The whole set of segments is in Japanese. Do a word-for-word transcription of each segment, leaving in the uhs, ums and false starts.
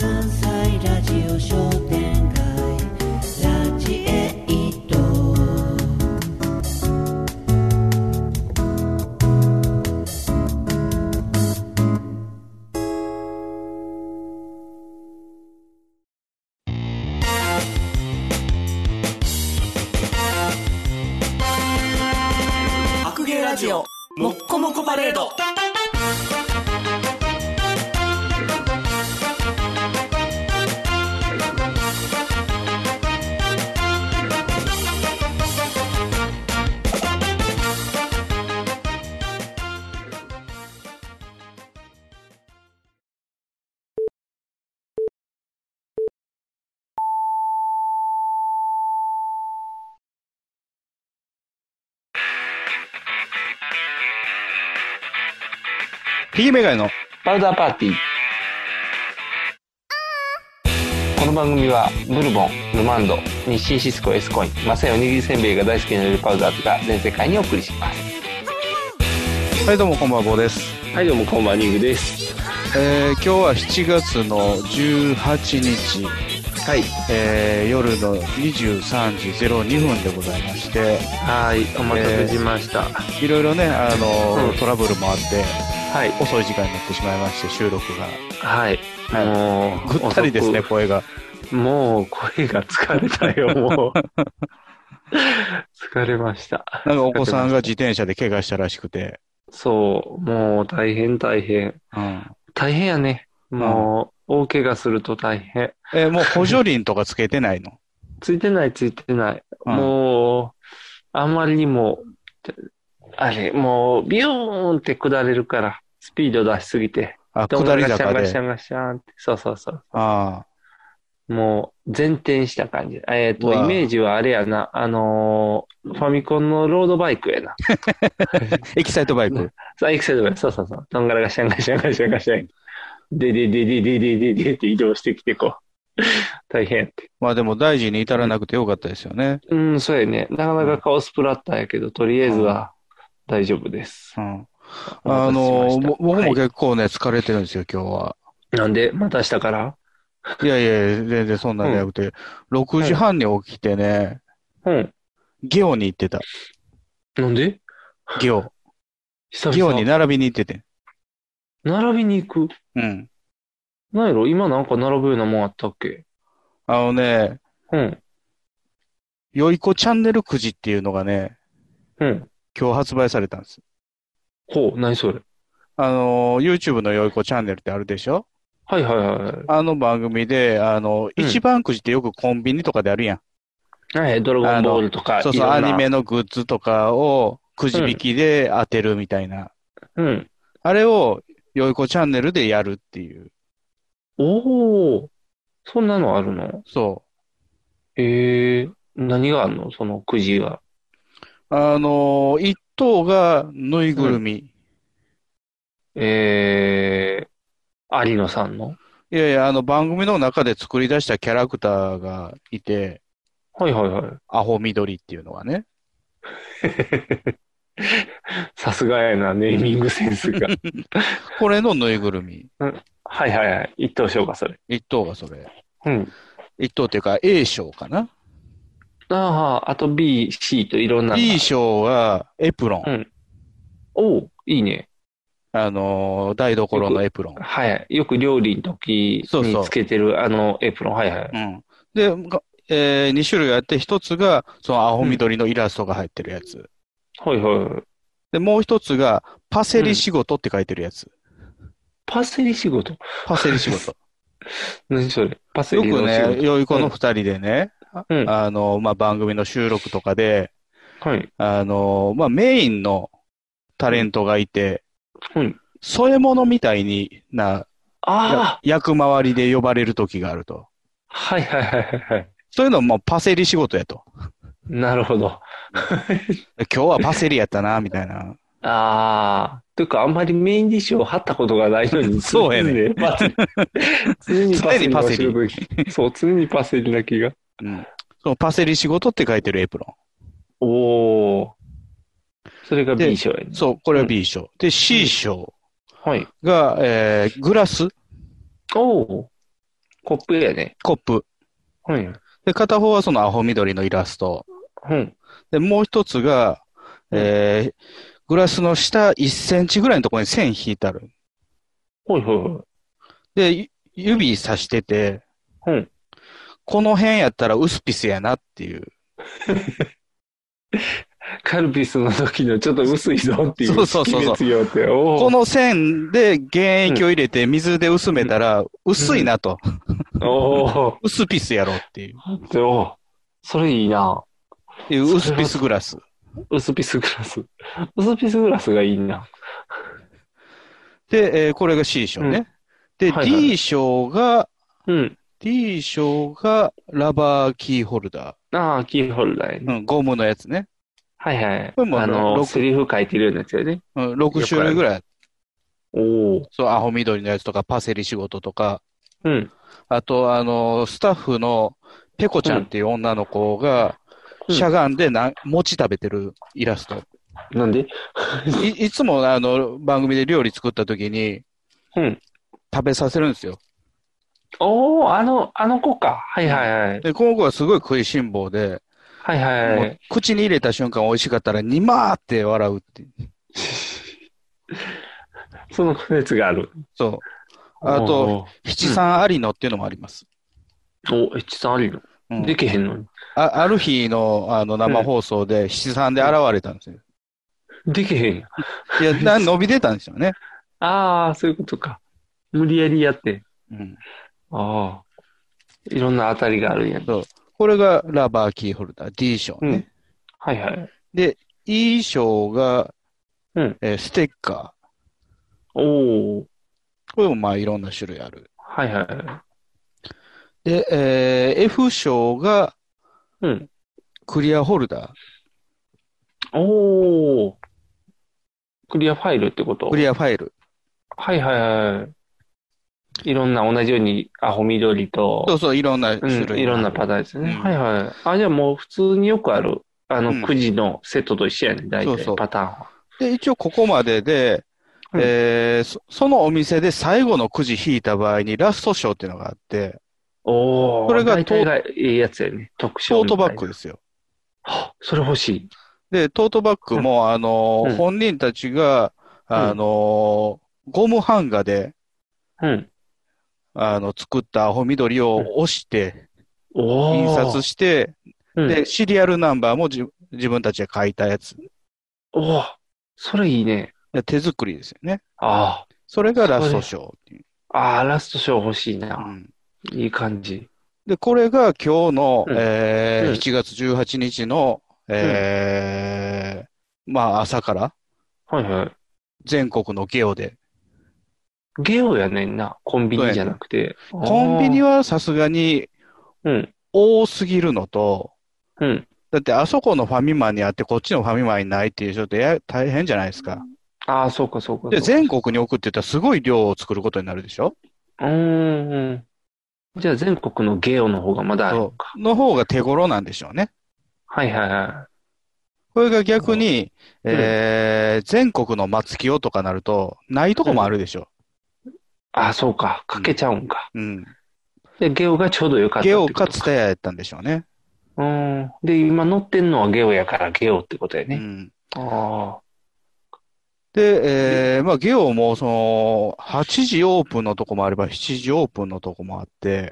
関西ラジオ商店街ラジエイト。 白芸ラジオもっこもこパレード。 P メガネのパウダーパーティー。この番組はブルボン、ルマンド、日清シスコ、エスコイン、マサイおにぎりせんべいが大好きなレルパウダーズが全世界にお送りします。 はい、どうもこんばんは、坊です。 はい、どうもこんばんは、ニグです。 えー、今日はしちがつのじゅうはちにち、 はい、 えー、夜のにじゅうさんじゼロにふんでございまして、 はい、お待たせしました。 えー、いろいろね、あの、うん、トラブルもあって、はい、遅い時間になってしまいまして、収録が。 はい。はい、もう、ぐったりですね、声が。 もう、声が疲れたよ、もう。疲れました。 なんかお子さんが自転車で怪我したらしくて。 そう、もう大変大変。うん、大変やね。もう、うん、大怪我すると大変。 えー、もう補助輪とかつけてないの？ ついてない、ついてない。うん、もう、あんまりにも、あれ、もう、ビューンって下れるから、スピード出しすぎて。 あ、下り坂で。 ガシャンガシャンガシャンって。そうそうそう。 ああ。もう、前転した感じ。えっと、イメージはあれやな。あのー、ファミコンのロードバイクやな。 エキサイトバイク。 そう、エキサイトバイク。そうそうそう。どんがらガシャンガシャンガシャンガシャン。ででででででででって移動してきて、こう。大変って。 まあでも大事に至らなくてよかったですよね。 うん、そうやね。なかなか顔スプラッターやけど、とりあえずは大丈夫です。うん。うん、 あの、僕も結構ね、疲れてるんですよ、今日は。 なんでまた明日から？ いやいや、全然そんなんじゃなくて、うん、ろくじはんに起きてね、うん。ゲオに行ってた。 なんで？ ゲオ。ゲオに並びに行ってて。 並びに行く？ うん。 なんやろ今なんか並ぶようなもんあったっけ？ あのね、うん。よいこチャンネルくじっていうのがね、うん。今日発売されたんです。 ほう、何それ？ あの、YouTube のよいこチャンネルってあるでしょ？ はいはいはい。 あの番組で、あの、うん、一番くじってよくコンビニとかであるやん。 はい、ドラゴンボールとか。 そうそう、アニメのグッズとかをくじ引きで当てるみたいな。うん。あれをよいこチャンネルでやるっていう。 おー、そんなのあるの？ そう。 ええー、何があるのそのくじは。 あの、一等がぬいぐるみ。 うん、えー、有野さんの？ いやいや、あの番組の中で作り出したキャラクターがいて。 はいはいはい。 アホ緑っていうのがね。 さすがやな、ネーミングセンスが。 これのぬいぐるみ。 うん、はいはいはい。一等賞か、それ。 一等がそれ。 うん。 一等っていうか A 賞かな。 ああ、あと B、C といろんな。 B 賞はエプロン。 うん。おお、いいね。 あのー、台所のエプロン。 はい。よく料理の時につけてる、そうそう、あのエプロン。はいはい。 うん。で、えー、に種類あって、一つが、その青緑のイラストが入ってるやつ。 うん、はいはい。 で、もう一つが、パセリ仕事って書いてるやつ。 うん、パセリ仕事？ パセリ仕事。 何それ？パセリよくね、よいこの二人でね、 うん、 あの、まあ、番組の収録とかで、 はい。 あの、まあ、メインのタレントがいて、 うん。 添え物みたいにな、 ああ。 役回りで呼ばれる時があると。 はいはいはいはい。 そういうのもパセリ仕事やと。 なるほど。 今日はパセリやったな、みたいな。 ああ。というか、あんまりメインディッシュを貼ったことがないのに。 そうやね。 常にパセリ。そう、常にパセリな気が。 うん。そのパセリ仕事って書いてるエプロン。 おお。それが B 賞やね。 そう、これは B 賞。うん、で、C 賞。 はい。 が、えー、グラス。 おお。 コップやね。 コップ。 うん。 で、片方はそのアホ緑のイラスト。 うん。 で、もう一つが、えー、グラスの下いっセンチぐらいのところに線引いてある。 ほいほいほい。 で、指さしてて、 うん。 この辺やったらウスピスやなっていう。 カルピスの時のちょっと薄いぞっていう。 そうそうそうそう。 識別用っておこの線で原液を入れて水で薄めたら、薄いなと。 うん、お薄ピスやろっていう。 おそれいいな。 っていう薄ピスグラス。 薄ピスグラス。薄ピスグラスがいいな。 で、えー、これが C 賞ね。うん、で、はいはい、D 賞が、うん、D 賞がラバーキーホルダー。ああ、キーホルダーね。 うん、ゴムのやつね。 はいはい。これもあの、セリフ書いてるようなやつよね。 うん、ろく種類ぐらい。 おお。 そう、アホ緑のやつとか、パセリ仕事とか。 うん。 あと、あの、スタッフのペコちゃんっていう女の子が、しゃがんでな、餅食べてるイラスト。 なんでいいつもあの、番組で料理作った時に、 うん。 食べさせるんですよ。 おー、あの、あの子か。はいはいはい。 で、この子はすごい食いしん坊で、 はいはいはい。 口に入れた瞬間美味しかったら、にまーって笑うっていう。 そのやつがある。 そう。あと、七三有野っていうのもあります。 お、七三有野、うん、できへんのに。 あ、ある日の、あの、生放送で、七三で現れたんですよ。 できへんや。 いや、な伸び出たんですよね。 ああ、そういうことか。無理やりやって。 うん。 ああ。いろんな当たりがあるんや。 そう。これがラバーキーホルダー、D 賞ね。うん、 はいはい。 で、E 賞が、 うんえー、ステッカー。おお。 これもまあいろんな種類ある。 はいはい。 で、えー、F 賞が、 うん。 クリアホルダー。おお。クリアファイルってこと？ クリアファイル。 はいはいはい。いろんな同じようにアホ緑と。 そうそう、いろんな種類、 うん。いろんなパターンですね。うん、はいはい。あ、じゃあもう普通によくある、あの、くじのセットと一緒やね、大体、そうそうパターンは。 で、一応ここまでで、うん、えー、そ、そのお店で最後のくじ引いた場合にラストショーっていうのがあって、 おー、 それが大体がいいやつやね。特賞。 トートバッグですよ。 はそれ欲しい。 で、トートバッグも、うん、あの、うん、本人たちが、あの、うん、ゴムハンガで、 うん。 あの、作ったアホ緑を押して、うん、印刷して、うん、で、シリアルナンバーも自自分たちで書いたやつ。 おお、それいいね。 手作りですよね。 ああ。 それがラストショーっていう。 ああ、ラストショー欲しいな。うん、いい感じ。 で、これが今日の、うん、えー、しちがつじゅうはちにちの、えー、うん、まあ朝から、 はいはい。 全国のゲオで。 ゲオやねんな。コンビニじゃなくて。 コンビニはさすがに、 うん。 多すぎるのと、 うん。 だってあそこのファミマにあってこっちのファミマにないっていうちょっとや大変じゃないですか。 ああ、そうかそうか。 で、全国に置くって言ったらすごい量を作ることになるでしょ？ うーん。じゃあ全国のゲオの方がまだあるか。 の方が手頃なんでしょうね。 はいはいはい。 これが逆に、うん、えー、全国の松清とかなると、ないとこもあるでしょ。 うん、ああ、そうか。かけちゃうんか。 うん。うん、 で、ゲオがちょうどよかったってことか。 ゲオかツタヤやったんでしょうね。 うん。で、今乗ってんのはゲオやからゲオってことやね。 うん。 ああ。 で、えー、まあ、ゲオも、その、はちじオープンのとこもあれば、しちじオープンのとこもあって、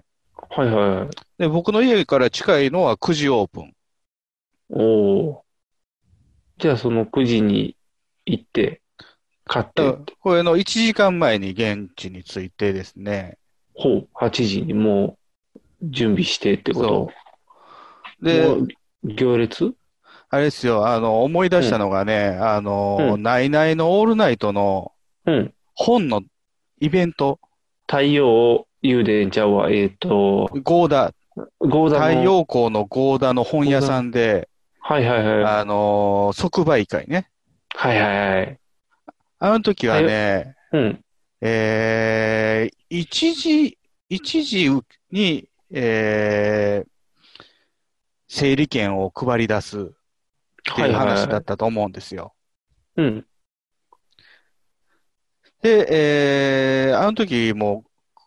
はいはい。 で、僕の家から近いのはくじオープン。 おお。じゃあそのくじに行って、買ってって。 これのいちじかんまえに現地に着いてですね。 ほう、はちじにもう準備してってこと？そう。で、行列？ あれですよ、あの、思い出したのがね、うん、あの、ナイナイのオールナイトの、本のイベント。 太陽幽霊ちゃうわ、えっと、 ゴーダ。 ゴーダ太陽光のゴーダの本屋さんで、 はいはいはい。 あの、即売会ね。 はいはいはい。 あの時はね、 うん。 えー、一時、一時に、えー、整理券を配り出す。っていう話だったと思うんですよ。 はいはいはい、うん。 で、えー、あの時も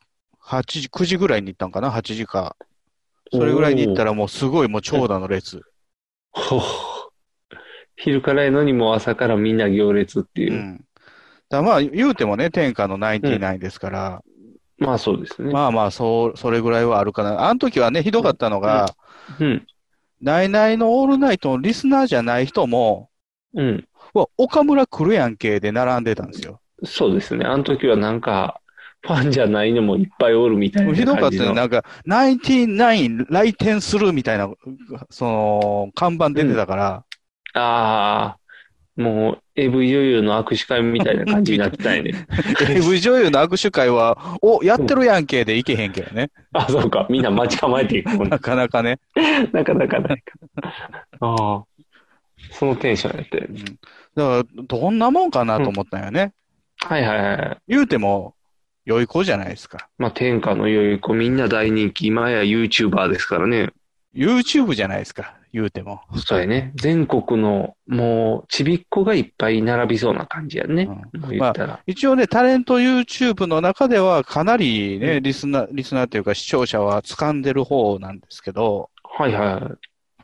はちじ、くじぐらいに行ったんかな？ はち 時か。それぐらいに行ったらもうすごいもう長蛇の列。 ほう。昼からやのにもう朝からみんな行列っていうう。 ん。だまあ言うてもね、天下のナインティナインですから、 まあそうですね。 まあまあ、そう、それぐらいはあるかな。あの時はね、ひどかったのが、 うん。 ナイナイのオールナイトのリスナーじゃない人も、 うん。 うわ、岡村来るやんけで並んでたんですよ。 そうですね。あの時はなんか、ファンじゃないのもいっぱいおるみたいなひどかったね。 感じの。 なんか、ナインティナイン来店するみたいな、その、看板出てたから、 ああ、もう エーブイ 女優の握手会みたいな感じになってたよね。 エーブイ 女優の握手会は、お、やってるやんけでいけへんけどね。 あ、そうか。みんな待ち構えていくもんね。 なかなかね。 なかなかないか。ああ、そのテンションやって。 うん、だから、どんなもんかなと思ったんよね。 はいはいはい。 言うても、良い子じゃないですか。 まあ、天下の良い子、みんな大人気、今や YouTuber ですからね。 YouTube じゃないですか。言うても。 そうやね。全国の、もう、ちびっ子がいっぱい並びそうな感じやね。 うん、 もう言ったら。 一応ね、タレント YouTube の中ではかなりね、 うんリスナー、リスナーというか視聴者は掴んでる方なんですけど、 はいはい。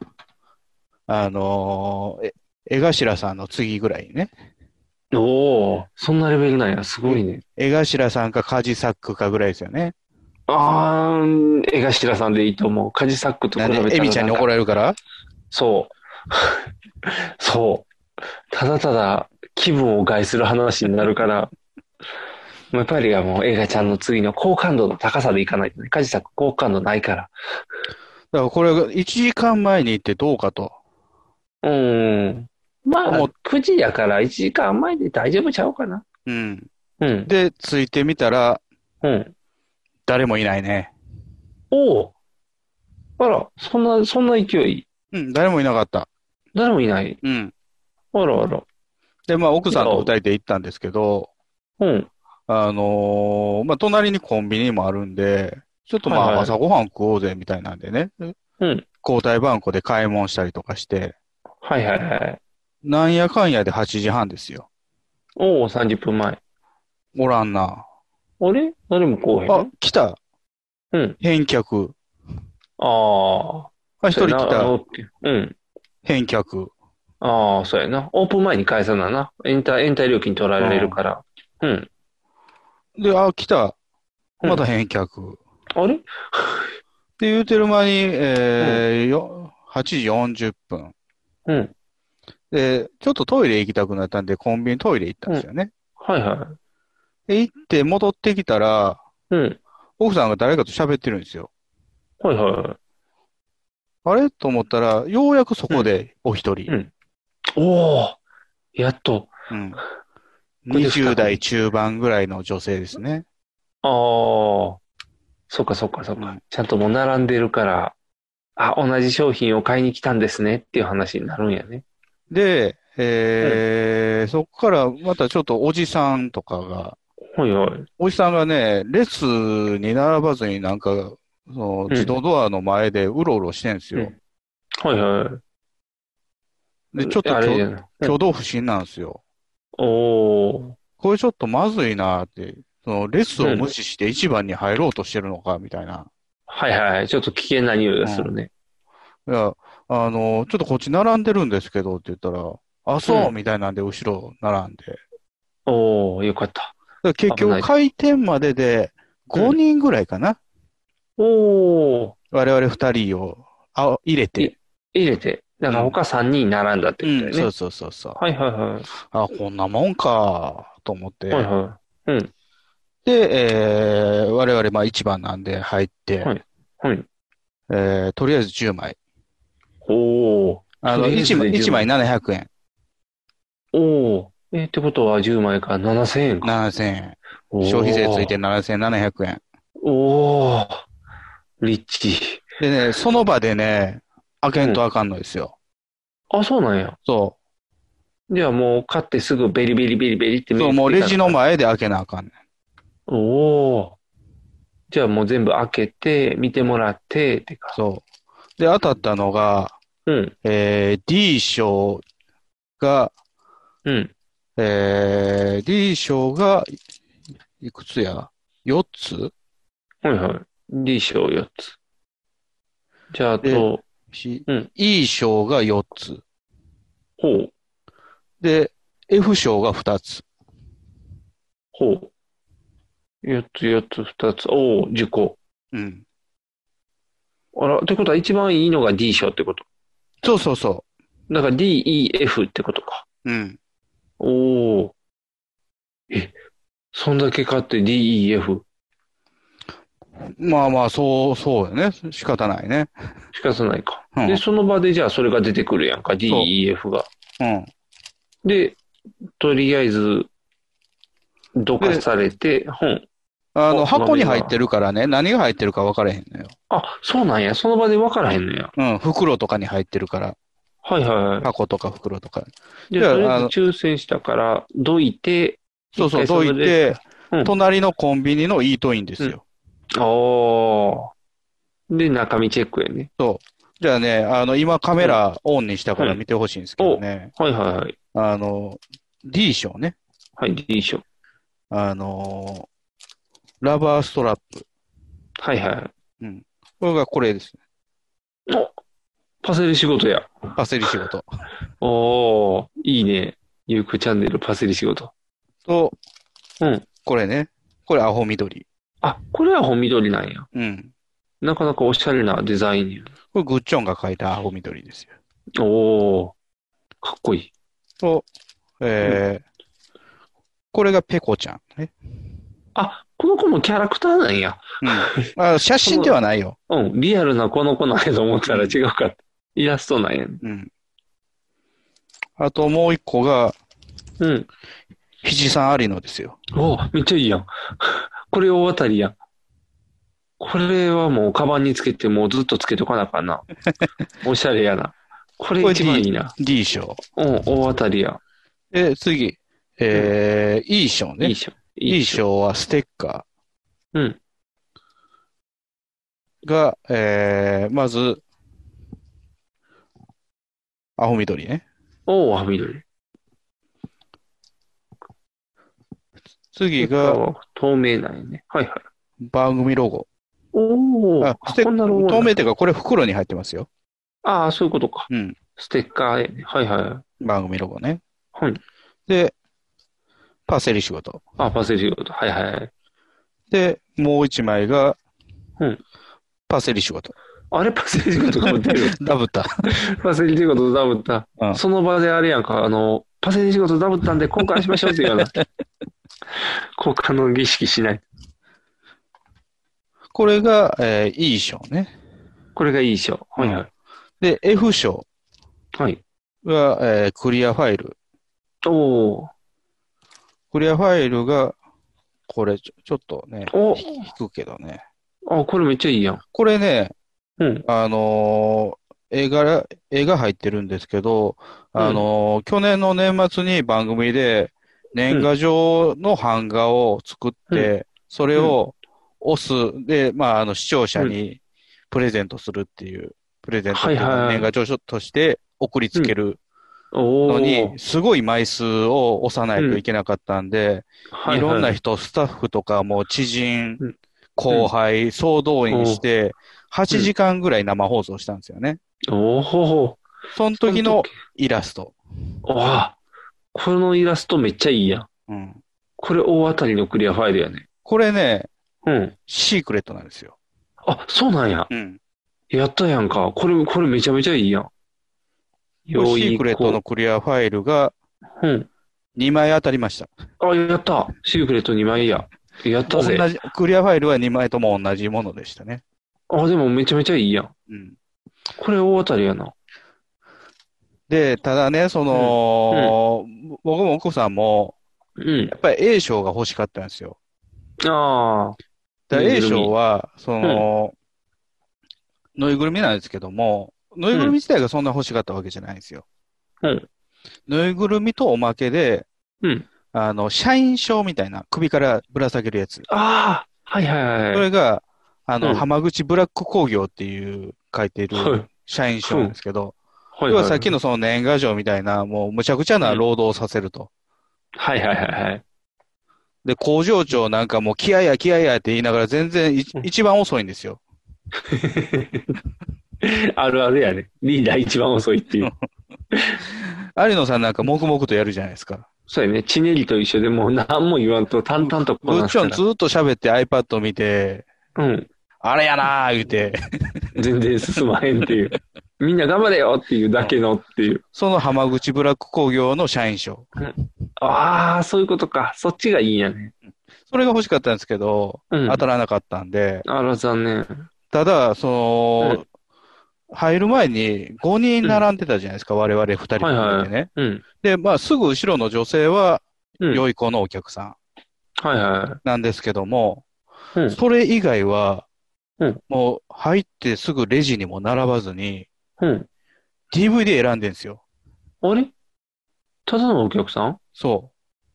あのー、え、江頭さんの次ぐらいね。 おお、そんなレベルなんや。すごいね。 江頭さんかカジサックかぐらいですよね。 あー、江頭さんでいいと思う。カジサックと比べたら。 なんで、エミちゃんに怒られるから？ そう。そう。ただただ気分を害する話になるから、やっぱりはもう映画ちゃんの次の好感度の高さでいかないとね。カジサック好感度ないから。 だからこれがいちじかんまえに行ってどうかと。 うーん。まあもう、 くじやからいちじかんまえで大丈夫ちゃうかな。 うん。 うん。 で、着いてみたら、 うん。 誰もいないね。 おお。あら、そんな、そんな勢い。 うん、誰もいなかった。 誰もいない。 うん。 あらあら。 で、まあ、奥さんと二人で行ったんですけど、 うん。 あのーまあ、隣にコンビニもあるんで、ちょっとまあ、 はいはい朝ごはん食おうぜ、みたいなんでね。 うん。 交代番号で買い物したりとかして、 はいはいはい。 なんやかんやではちじはんですよ。 おお、さんじゅっぷんまえ。 おらんな。 あれ誰も来おへん。 あ、来た。 うん。 返却。 ああ。 あ、一人来た。 うん。 返却。 ああ、そうやな。オープン前に返さなな。エンター、エンター料金取られるから。うん。 で、あ、来た。また返却。 あれって言うてる間に、えーよはちじよんじゅっぷん。 うん。 で、ちょっとトイレ行きたくなったんで、コンビニトイレ行ったんですよね。 はいはで、行って戻ってきたら、 い。うん。 奥さんが誰かと喋ってるんですよ。 はいはい。 あれと思ったら、ようやくそこでお一人。 うん。おお、やっと。 うん。にじゅう代中盤ぐらいの女性ですね。 ああ、そっかそっかそっか。 うんちゃんともう並んでるから、あ、同じ商品を買いに来たんですねっていう話になるんやね。 で、えーそこからまたちょっとおじさんとかが、 はいはい。 おじさんがね、列に並ばずになんか、その自動ドアの前でうろうろしてんですよ。 はいはい。 で、ちょっとあれじゃ挙ない。 挙動不審なんですよ。 おー。 これちょっとまずいなって、その列を無視して一番に入ろうとしてるのか、みたいな。 はいはい。ちょっと危険な匂いがするね。 いや、あの、ちょっとこっち並んでるんですけどって言ったら、あ、そうう、 んみたいなんで後ろ並んで。 おー、よかった。 だから結危ない局開店まででごにんぐらいかな。 おー。 我々ふたりをあ入れて。 入れて。だから他さんにん並んだってうん、 ことだよね。 そうそうそうそう。 はいはいはい。 あ、こんなもんか、と思って。 はいはい。うん。 で、えー我々まあ一番なんで入って、 はい。はい。 えーとりあえずじゅうまい。 おー。 あの、 とりあえず 1枚、 で一枚ななひゃくえん。 おー。えーってことはじゅうまいからななせんえんか。 ななせんえん。 おー消費税ついてななせんななひゃくえん。 おー。リッチ。 でね、その場でね、開けんとあかんのですよ。 あ、そうなんや。 そじゃあもう買ってすぐベリベリベリベリってう。 目そう、もうレジの前。 前で開けなあかんねん。 おー。じゃあもう全部開けて、見てもらって、ってか。 そう。で、当たったのが、 うん。 えー、D 賞が、 うん。 えー、D 賞が、いくつや？ よっ つはいはい。D 賞よっつ。じゃあ、あで、 と、 しうん。 E 賞がよっつ。 ほう、 で、F 賞がふたつ。 ほう。よっつ、よっつ、ふたつ。おお、じゅっこ。 うん。 あら、ってことは一番いいのが D 賞ってこと。 そうそうそだから D、E、F ってことか。 う。うん。 おお。え、そんだけ買って D、E、F。 まあまあ、そう、そうよね。仕方ないね。 仕方ないか。で、 うん。 その場でじゃあそれが出てくるやんか。D、 そ E、F が。 う。うん。 で、とりあえず、どかで、 されて、本。 あの、 お、 箱に入って豆が。 るからね、何が入ってるか分からへんのよ。 あ、そうなんや。その場で分からへんのや。 うん、袋とかに入ってるから。 はいはいはい。 箱とか袋とか。 じゃあ、 じゃとりあえあ、あの、 ず抽選したから、どいて、 そうそう、 一回どそのレ、 いて、 うん。 隣のコンビニのイートインですうん。 よ。 おー。で、中身チェックやね。 そう。じゃあね、あの、今カメうん。 ラオンにしたからはい。 見てほしいんですけどお、 ね。 はいはいはい。 あの、D 賞ね。 はい、D 賞。 あの、ラバーストラップ。 はいはい。 うん。これがこれですね。 お、パセリ仕事や。 パセリ仕事。 おー、いいね。ゆうこチャンネルパセリ仕事。 と、 うん。 これね。これアホ緑。 あ、これは本緑なんや。 うん。 なかなかおしゃれなデザインや。 これグッチョンが書いたアホ緑ですよ。 おー、かっこいい。 と、 うん。 えー、これがペコちゃんね。 あ、この子のキャラクターなんや。 うん。あ、写真でその、 はないよ。 うん、リアルなこの子なんやと思ったらうん。 違うかった。イラストなんやね。 うん。あともう一個が、 うん。 七三ありのですよ。 おー、めっちゃいいやん。これ大当たりやん。これはもうカバンにつけてもうずっとつけとかなあかんな。おしゃれやな。これこれ一番い D、 いな。 D 賞。 うん、大当たりや。 で、次、 うん、 えー、E 賞ね。 いいっしょ。いいっ E しょ。 賞はステッカうん。 ーが、えー、まず、アホ緑ね。 おー、緑。ステッカー次が、 は透明なんやね。はいはい。 番組ロゴ。あ、 おー、あ、 ステッ、 こんなロゴなんや。 透明っていうか、これ袋に入ってますよ。 ああ、そういうことか。 うん。 ステッカーやね。はいはい。 番組ロゴね。 はい。 で、パセリ仕事。 あ、パセリ仕事。はいはい。 で、もう一枚が、 うん。 パセリ仕事。 あれ、パセリ仕事かぶってる。 ダブった。 パセリ仕事ダブった。 うん。 その場であれやんか、あの、パセリ仕事ダブったんで交換しましょうっていうような、交換の儀式しない。 これが、えー、E 賞ね。 これがいいでしょ。 うん。 はいはい。 で、F 賞はい。 が、えー、クリアファイル。 おー。 クリアファイルが、これちょ、ちょっとね、 お、 引くけどね。 あ、これめっちゃいいやん。 これね、 うん。 あのー絵が、絵が入ってるんですけど、あうん。 のー去年の年末に番組でうん。 年賀状の版画を作っうん。 て、それうん。 を押す、で、まあ、あの、視聴者うん。 にプレゼントするっていう、プレゼントはいっていうか年はいはい。 賀状として送りつうん。 けるのに、 おー。 すごい枚数を押さないというん。 けなかったんで、 はいいはい。 ろんな人、スタッフとかも知人、 うん。うん。 後輩、総動員しおー。 て、8 うん。 時間ぐらい生放送したんですよね。 おー。 そのその時。 時のイラスト。 わあ、このイラストめっちゃいいやん。 うん。 これ大当たりのクリアファイルやね。 これね、 うん。 シークレットなんですよ。 あ、そうなんや。 うん。 やったやんか。これ、これめちゃめちゃいいやん。 これよいシークレットのこ。 クリアファイルがうん。 にまい当たりました。 あ、やった。シークレットにまいや。やったぜ。 同じ、クリアファイルはにまいとも同じものでしたね。 あ、でもめちゃめちゃいいやん。 うん。 これ大当たりやな。 で、ただね、そうん。うん。 の、僕も奥さんも、 うん。 やっぱり A 賞が欲しかったんですよ。 ああ、 だからぬい A ぐるみ。 賞は、そうん。 の、ぬいぐるみなんですけども、ぬいぐるみうん。 自体がそんな欲しかったわけじゃないんですよ。 うん。 ぬいぐるみとおまけで、 うん。 あの、社員証みたいな首からぶら下げるやつ。 ああ、はいはいはい。 それが、あの、 うん。 浜口ブラック工業っていう書いてるはい。 社員証なんでふん。 すけど、 はい要ははいはい。 さっきのその年賀状みたいな、もうむちゃくちゃうん。 な労働をさせると。 はいはいはいはい。 で、工場長なんかもう気合や気合やって言いながら全然い一番遅いんですよ。 あるあるやね。リーダー一番遅いっていう。 有野さんなんか黙々とやるじゃないですか。 そうやね。チネリと一緒でもう何も言わんと淡々とこグッチョンなすから。 ずっと喋って iPad 見て、 うん。 あれやなー言うて、 全然進まへんっていう。みんな頑張れよっていうだけのっていう。 その浜口ブラック工業の社員証。 ああ、そういうことか。そっちがいいんやね。 それが欲しかったんですけど、 うん。 当たらなかったんで、 あら、残念。 ただ、その、 うん入る前にごにん並んでたじゃないですか、我々ふたりはい含めてね。 はい。うん。 で、まあ、すぐ後ろの女性は、 うん。 良い子のお客さんはいはなんですけども、 い。うん。 それ以外は、 うんもう入ってすぐレジにも並ばずに、 うん。 ディーブイディー 選んでんですよ。 あれただのお客さんそ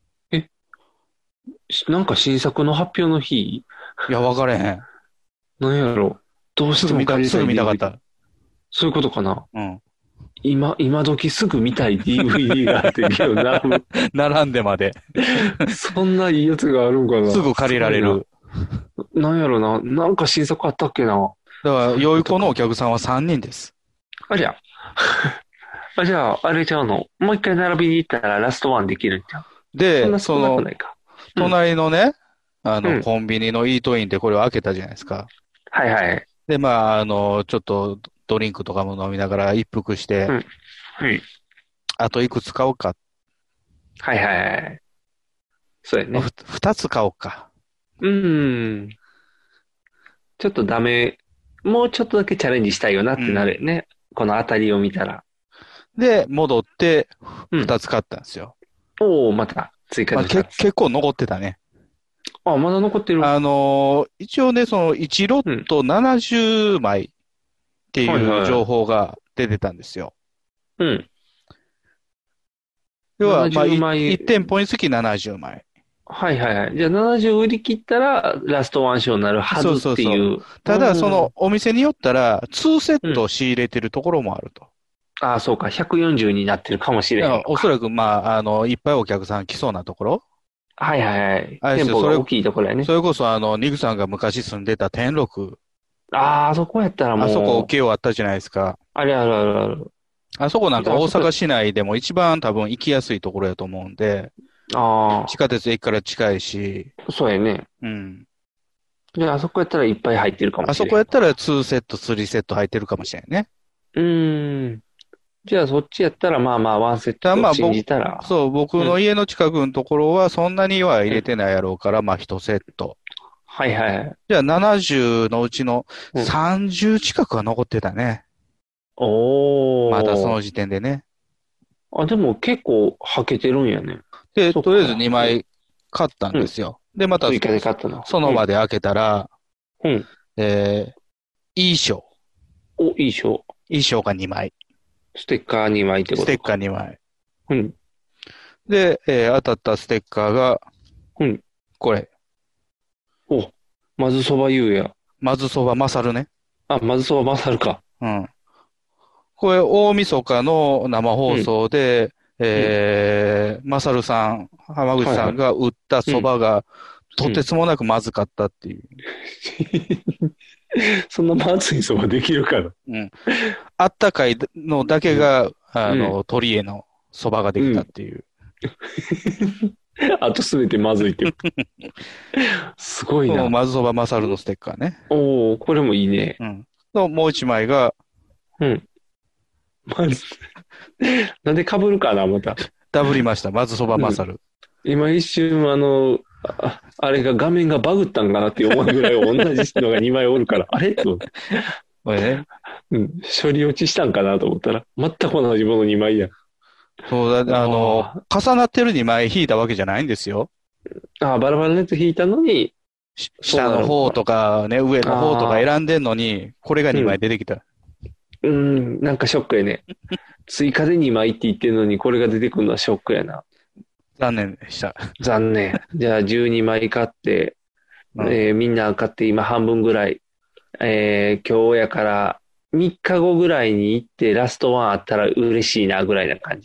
しなんか新作の発表の日う。いや、分かれへん。 なんやろどうしてもすぐ見た、す借りたいぐ見たかった。 そういうことかなうん。 今、今時すぐ見たい ディーブイディー があって家を並ぶ。 並んでまで。 そんないいやつがあるんかなすぐ借りられる。 なんやろななんか新作あったっけなだから、良い子のお客さんはさんにんです。 ありゃ。あ、じゃあ、あれちゃうのもう一回並びに行ったらラストワンできるんちゃうそんで、 な少なそのくな、いか。うん隣のね、あの、 うんコンビニのイートインでこれを開けたじゃないですか。 はいはい。 で、まあ、あの、ちょっとドリンクとかも飲みながら一服して、 うんはい。 あといくつ買おうか。 はいはいはい。そうやね。 ふ二つ買おうか。 うーん。ちょっとダメ。もうちょっとだけチャレンジしたいよなってなるよね。この当たりを見たら。 で、戻ってうん二つ買ったんですよ。 おおまた追加まあ、けでふたつ。 結構残ってたね。 あ、まだ残ってる。 あのー一応ね、そのいちロットななじゅうまいっていはいはいう情報が出てたんですよ。 うん。 要は、まあ、 ななじゅうまいいいち店舗につきななじゅうまい。 はいはいはい。じゃあななじゅう売り切ったらラストワンショーになるはずっていう。 そうそうただ、その、お店によったら、にセットを仕入れてるところもあると。 うん、ああ、そうか。ひゃくよんじゅうになってるかもしれだない。 からおそらく、まあ、あの、いっぱいお客さん来そうなところ。 はいはいはい。 あれですよそれ店舗が大きいところやねそ。れこそ、あの、ニグさんが昔住んでた天禄。 ああ、あそこやったらもう。 あそこ、慶応あったじゃないですか。 あれあるあるある。 あそこなんか大あそこ阪市内でも一番多分行きやすいところやと思うんで、 あ地下鉄駅から近いし、 あ、そうやね。 うん。 じゃああそこやったらいっぱい入ってるかもあしれない。 そこやったらにセット、さんセット入ってるかもしれんね。 うーん。じゃあそっちやったらまあまあワンセットをだからまあ信じたら。 そう、僕の家の近くのところはそんなには入れてないやろうから、まあいちセット。 はいはい。 じゃあななじゅうのうちのうんさんじゅう近くは残ってたね。 おー。 まだその時点でね。 あ、でも結構はけてるんやね。 で、 そっかとりあえずにまい買ったんですよ。で、また追加で買ったの。 その場で開けたら、 うん。うん。 えー、いい賞。 お、いい賞。 いい賞がにまい。 ステッカーにまいってことステッカーにまい。 うん。 で、えー当たったステッカーが、 うん。 これ。 お、まずそばゆうや。 まずそばまさるね。 あ、まずそばまさるか。 うん。これ、大晦日の生放送で、えー、まさるさん、浜口さんが売ったそばが、とてつもなくまずかったっていう。 そんなまずいそばできるかな。 うん。あったかいのだけが、あの、鳥へのそばができたっていう。 あとすべてまずいって。すごいな。 もうまずそばまさるのステッカーね。 おおこれもいいね。 うん。のもう一枚が、 うん。まず、なんで被るかな、また。 ダブりました。まずそばまさる。 今一瞬、あの、あ、あれが画面がバグったんかなって思うぐらい同じのがにまいおるから、あれと思って、 これね。 うん、処理落ちしたんかなと思ったら、全く同じものにまいや。 そうだ、あの、重なってるにまい引いたわけじゃないんですよ。 あ、バラバラのやつ引いたのに、 し下の方とかね、上の方とか選んでんのに、これがにまい出てきた。 うん、なんかショックやね。追加でにまいって言ってるのに、これが出てくるのはショックやな。 残念でした。 残念。じゃあじゅうにまい買って、 うんえーみんな買って今半分ぐらい、えー今日やからみっかごぐらいに行ってラストワンあったら嬉しいなぐらいな感じ。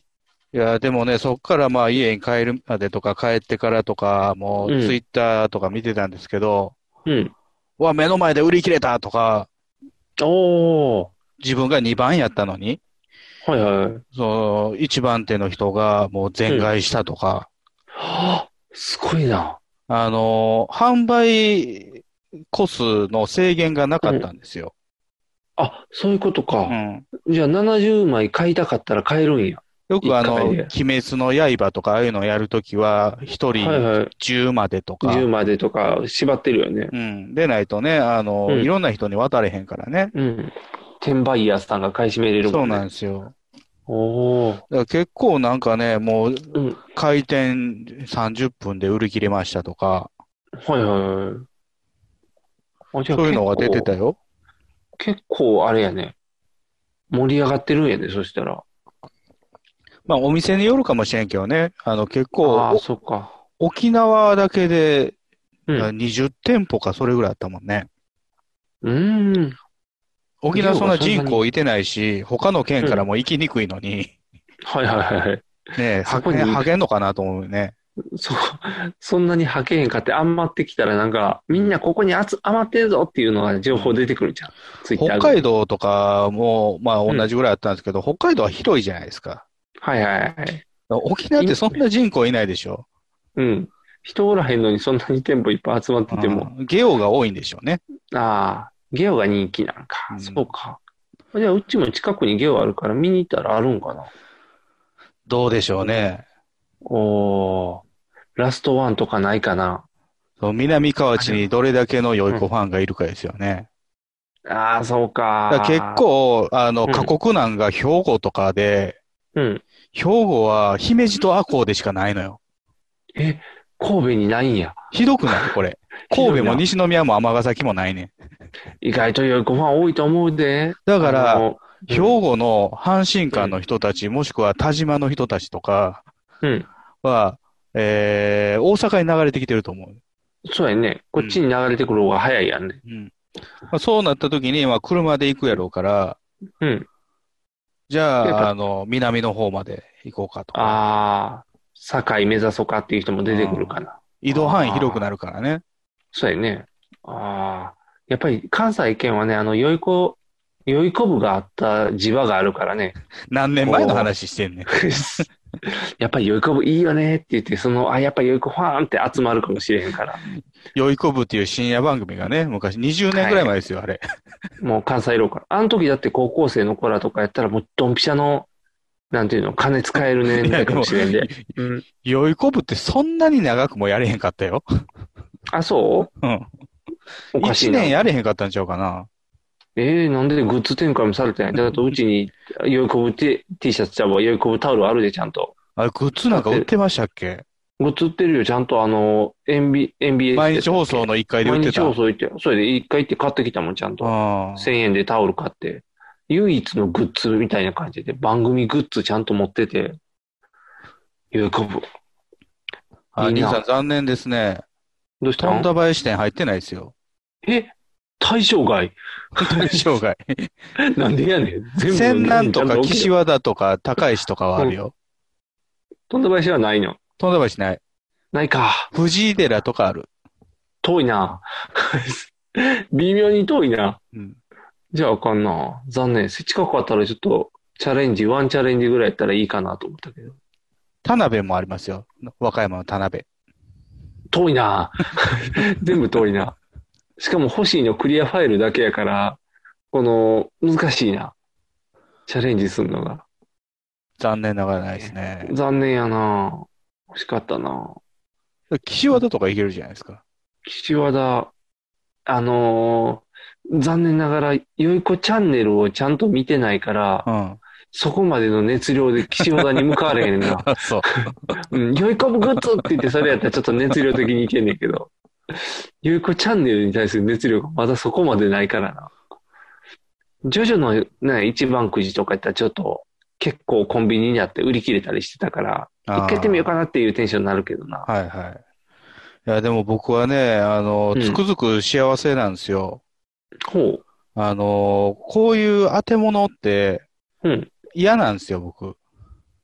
いや、でもね、そっからまあ家に帰るまでとか帰ってからとか、もうツイッターとか見てたんですけど、 うん。 うわ、目の前で売り切れたとか、 おー。 自分がにばんやったのに、 はいはい。 その、いちばん手の人がもう全買いしたとか、 はあ、すごいな。 あの、販売個数の制限がなかったんですよ。 あ、そういうことうか。 ん。 じゃあななじゅうまい買いたかったら買えるんや。 よくあの、鬼一回で。 滅の刃とかああいうのをやるときは、一人はいはい。 じゅうまでとじゅうか、 までとか縛ってるよね。 うん。でないとね、あの、いうん。 ろんな人に渡れへんからね。 うん。転売ヤーさんが買い占めれるそうなんもんね。 ですよ。 おー。 だから結構なんかね、もううん。 開店さんじゅっぷんで売り切れましたとか、 はいはいはい。あ、じゃあそういう結のが出てた構、 よ。 結構あれやね。盛り上がってるんやね、そしたら。 まあお店によるかもしれんけどね、あの結構ああ、 お、 そっか。 沖縄だけでうん。 にじゅってんぽかそれぐらいあったもんね。 うーん。量沖縄そんながそんなに。 人口いてないし、他の県うん。 からも行きにくいのに、 はいはいはいはい。 ねえ、はげん、 そこに、 はげんのかなと思うよね。 そ、そんなにはけへんかって余ってきたらなんか、みんなここにあつ余ってるぞっていうのが情報うん。 出てくるじゃん。ツイッ北ターぐらい。 海道とかも、まあうん。 同じぐらいあったんですけど、北海道は広いじゃないですか。 はいはいはい。 沖縄っい、 てそんな人口いないでしょ。 うん。人おらへんのにそんなに店舗いっぱい集まってても。 うん。ゲオが多いんでしょうね。 ああ、ゲオが人気なんか。 うん。 そうか。じゃあ、うちも近くにゲオあるから見に行ったらあるんかな。 どうでしょうね。 おー、ラストワンとかないかな。 そう、南河あ、でも、 内にどれだけの良いうん。 子ファンがいるかですよね。 ああ、そうだから結か。 構、あの、過うん、 酷なんが兵庫とかで、 うん。 兵庫は姫路と赤穂でしかないのよ。 え、神戸にないんや。 ひどくないこれ。神戸もひどいな。 西宮も尼崎もないねん。 意外と良い子ファン多いと思うで。 だから、 あの、う兵ん、 庫の阪神間うん、 の人たち、もしくは田島の人たちとかうん。 は、えー、大阪に流れてきてると思う。 そうやね。こうん。 っちに流れてくる方が早いやんね。 うん。まあ、そうなった時に、まあ、車で行くやろうから、 うん。 じゃあ、 やっぱ、 あの、南の方まで行こうかとか。 ああ、堺目指そうかっていう人も出てくるうん。 かな。 移動範囲広くなああ、 るからね。 そうやね。ああ、やっぱり関西圏はね、あの、良い子、良い子部があった地場があるからね。 何年前のこ話してんねん。 う、やっぱり良い子部いいよねって言って、その、あ、やっぱり良い子ファンって集まるかもしれへんから。 よいこぶっていう深夜番組がね、昔にじゅうねんぐらい前はい。 ですよ、あれ。 もう関西ローカル。あの時だって高校生の子らとかやったらもうドンピシャの、なんていうの、金使えるいや、 年代かもでも、 しれんで。うん。 よいこぶってそんなに長くもやれへんかったよ。 あ、そうん。 うおかし一いな。 年やれへんかったんちゃうかな。 ええー、なんでグッズ展開もされてないだってうちに、よいこぶ T, T シャツちゃうわ、よいこぶタオルあるで、ちゃんと。 あれ、グッズなんか売だって、 ってましたっけ？ グッズ売ってるよ、ちゃんとあの、エヌビー、エヌビーエス毎日やったっけ。 放送のいっかいで売っ毎てた。 日放送行って、それで一回行って買ってきたもん、ちゃんと。 あせんえんでタオル買って。唯一のグッズみたいな感じで、番組グッズちゃんと持ってて、よいこぶ。 あ。あ、兄さんいいな。 残念ですね。 どうしたん？ 富田林店入ってないですよ。 え、対象外？ 対象外。 なんでやねん。全部泉の日本ちゃん南とかと起きろ。 岸和田とか高石とかはうん。 あるよ。 富田林はないの？ 富田林ない。 ないか。 藤井寺とかある。 遠いな。微妙に遠いな。 うん。 じゃああかんな。残念。近くあったらちょっと、チャレンジ、ワンチャレンジぐらいやったらいいかなと思ったけど。 田辺もありますよ。和歌山の田辺。 遠いな。全部遠いな。しかも欲しいのクリアファイルだけやから、この、難しいな。チャレンジするのが。 残念ながらないですね。 残念やな。欲しかったな。 岸和田とか行けるじゃないですか。 岸和田、あのー残念ながら、よいこチャンネルをちゃんと見てないから、 うん。 そこまでの熱量で岸和田に向かわれへんねんな。 あ、そう。 うん、よいこぶグッズって言ってそれやったらちょっと熱量的にいけんねんけど、よいこチャンネルに対する熱量がまだそこまでないからな。ジョジョのね、一番くじとかやったらちょっと結構コンビニにあって売り切れたりしてたから、一回行ってみようかあなっていうテンションになるけどな。 あ、はいはい。いや、でも僕はね、あの、 うん。 つくづく幸せなんですよ。 ほあの、こういう当て物ってう。うん。 嫌なんですよ、僕。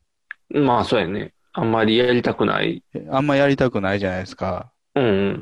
まあ、そうやね。あんまりやりたくない。 あんまやりたくないじゃないですか。 うん、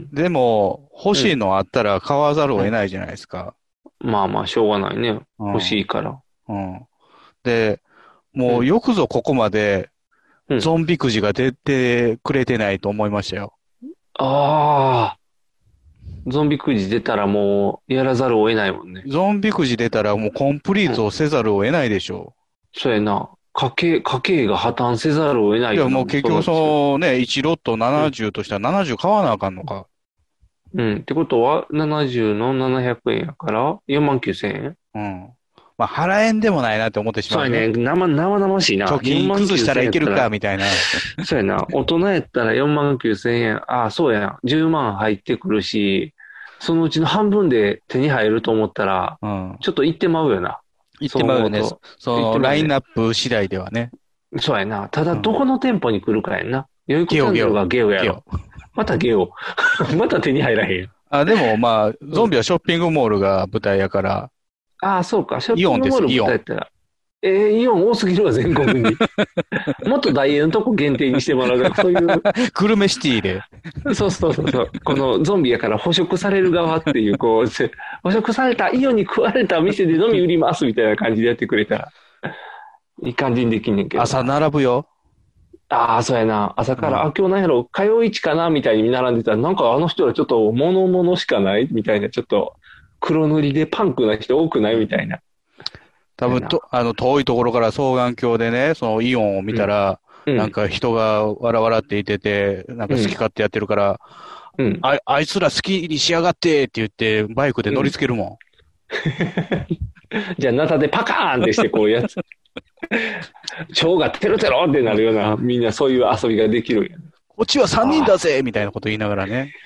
でも、欲しいうん。 のあったら買わざるをうん。 得ないじゃないですか。 まあまあ、しょうがないね。欲うん。 しいから。 うん。で、もううん。 よくぞここまでうん。 ゾンビくじが出てくれてないと思いましたよ。 ああ、ゾンビくじ出たらもう、やらざるを得ないもんね。 ゾンビくじ出たらもうコンプリーうん。 トをせざるを得ないでしょそうやな。家計、家計が破綻せざるを得なう。いや、 いよな、 もうもう結局そそうなってしまう。 のね、いちロットうん。 ななじゅうとしたらななじゅう買わなあかんのか。 うん。ってことは、ななじゅうのななひゃくえんやから、よんまんきゅうせんえん。 うん。まあ、払えんでもないなって思ってしまうね。 そうやね。生、生々しいな。4 貯金万9 崩したらいけるか、 千円やったら、 みたいな。 そうやな。大人やったらよんまんきゅうせんえん。ああ、そうやな。じゅうまん入ってくるし、そのうちの半分で手に入ると思ったら、 うん。 ちょっと行ってまうよな。 言っそうてまうよね。そ思うと。 その、 行ってまうね。 ラインナップ次第ではね。 そうやな。ただ、どうん。 この店舗に来るかやんな。予約チゲオゲオ。 ャンネルがゲオやろ。 ゲオ。 またゲオ。また手に入らへんやん。 あ、でもまあ、 うん。 ゾンビはショッピングモールが舞台やから、 ああ、そうか。ショッイオンです、 ピングモールイオン。 豚やったら。えー、イオン多すぎるわ、全国に。もっと大英のとこ限定にしてもらうとか、そういう、 グルメシティで。 そうそうそうそう。このゾンビやから捕食される側っていう、こう、せ捕食された、イオンに食われた店でのみ売りますみたいな感じでやってくれたら、いい感じにできんねんけど朝な。 並ぶよ。 ああ、そうやな。朝から、 うん。 あ、今日なんやろ、通い市かなみたいに並んでたら、なんかあの人らちょっと物々しかないみたいな、ちょっと黒塗りでパンクな人多くないみたいな。 多分と、 そうやな。 あの、遠いところから双眼鏡でね、そのイオンを見うん、 たら、 うん、 なんか人がわらわらっていてて、なんか好きうん、 勝手やってるから、 うん、 あ、あいつら好きにしやがってって言って、バイクで乗りうん。 つけるもじゃあ、ナタでパカーンってして、こうやつ、腸がテロテロってなるような、みんなそういう遊びができるんや。 ん。こっちはさんにんああ、 だぜみたいなこと言いながらね。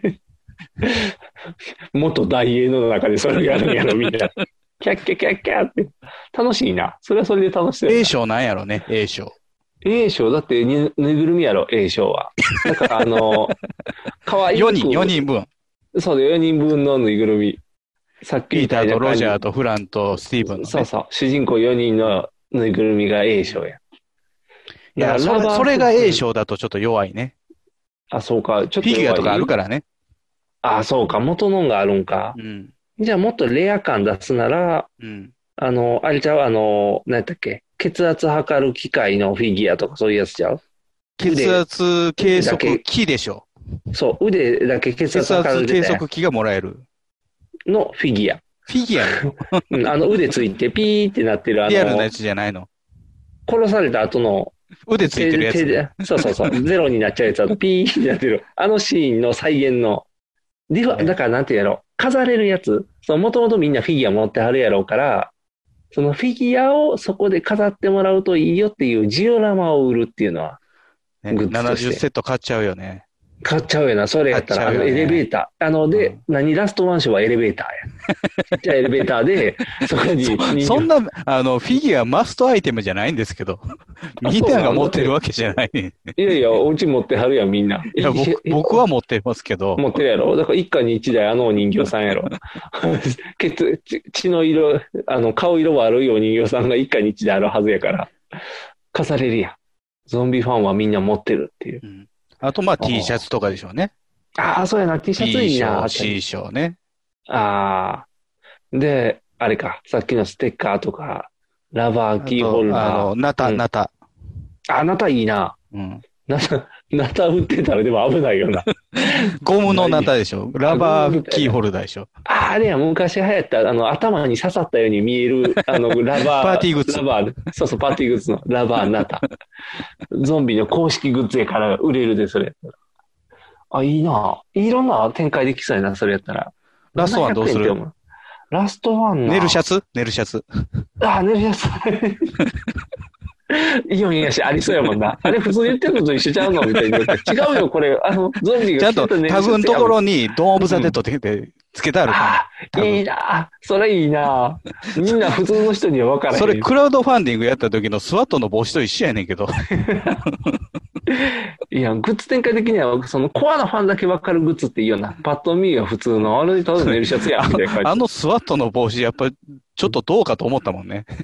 元大英の中でそれをやるんやろ、みんな。キャッキャキャッキャって。楽しいな。それはそれで楽しそうや A な。 賞なんやろね、A 賞。 A 賞、だってにぬいぐるみやろ、A 賞は。だから、あの、可愛よにん、4 く、 人分。 そうでよにんぶんのぬいぐるみ。さっきみたピーターとロいな感じ。 ジャーとフランとスティーブンのね。 そうそう。主人公よにんのぬいぐるみが A 賞や。 いや、 だから、 それ、 ラバーフ、 それがう A ん。 賞だとちょっと弱いね。 あ、そうか。ちょっとフィギュアとかある弱い。 からね。 あ、そうか。元のんがあるんか。 うん。 じゃあ、もっとレア感出すなら、 うん。 あの、あれちゃうあの、何やったっけ血圧測る機械のフィギュアとかそういうやつちゃう血腕、 圧計測腕だけ、 器でしょ。 そう、腕だけ血圧血圧計測る出たや測器がもらえる。 んのフィギュア。 フィギュアなの？ うん、あの腕ついてピーってなってるあの、 リアルなやつじゃないの？ 殺された後の腕ついて手で、 るやつ。 手で、そうそうそう、ゼロになっちゃうやつだとピーってなってる。あのシーンの再現の、ディファ、だえ、 からなんていうやろ、飾れるやつ。そう、もともとみんなフィギュア持ってはるやろうから、そのフィギュアをそこで飾ってもらうといいよっていうジオラマを売るっていうのは、 ね、 グッズとしななじゅうて。 セット買っちゃうよね。 買っちゃうよな。それや買っちゃうったら、あの、エレベよね。 ーター。あの、で、 うん。 何、ラストワンショーはエレベーターや。ちっちゃいエレベーターで、そこそ、 に人形。 そんな、あの、フィギュアマストアイテムじゃないんですけど。 あ、 みんそうなんだって。 なが持ってるわけじゃないね。 いやいや、お家持ってはるやん、みんな。 いや、僕、 え、え僕は持ってますけど。 持ってるやろだから一家に一台あのお人形さんやろ血、血血の色、あの、顔色悪いお人形さんが一家に一台あるはずやから、飾れるやん。ゾンビファンはみんな持ってるっていう。 うん。あと、まあ、T シャツとかでしょうね。 ああ、そうやな。T シャツ B いいな、あ賞、 ったり。 C 賞ね。 ああ。で、あれか。さっきのステッカーとか、ラバーキーホあと、あの、 ルダナー。うタ、 ん。 ナタ。 あ、あなたいいな。 うん。 なた、なた売ってたらでも危ないよな。 ゴムのナ何タでしょ。ラあ、ゴムバーキーみたいな。 ホルダーでしょ。 あ、あれや、昔流行った、あの、頭に刺さったように見える、あの、ラパーバー、ラティーグッズ。 バー、そうそう、パーティーグッズの、ラバーナタ。ゾンビの公式グッズやから売れるで、それやったら。あ、いいな。いろんな展開できそうやな、それやったら。 ラストワンどうななひゃくえんする？ って思う。ラストワンな。 ネルシャツネルシャツ。 あ、寝るやつ。イオンやし、ありそうやもんな。あれ普通に言ってるのと一緒ちゃうのみたいに言われて違うよ、これ。あの、ゾンビちゃんとが着てた寝るタグのとシャツやん。 ころにドーンオブザ・デッうん。 ドってつけてあるから。 ああ、いいタグ。 な。それいいな。みんな普通の人には分からそれへん。 クラウドファンディングやった時のスワットの帽子と一緒やねんけど。 いや、グッズ展開的には、そのコアなファンだけ分かるグッズっていいよな。パッと見は普通の、あれただの寝るシャツや、みたいな感じ。 あのスワットの帽子やっぱちょっとどうかと思ったもんね。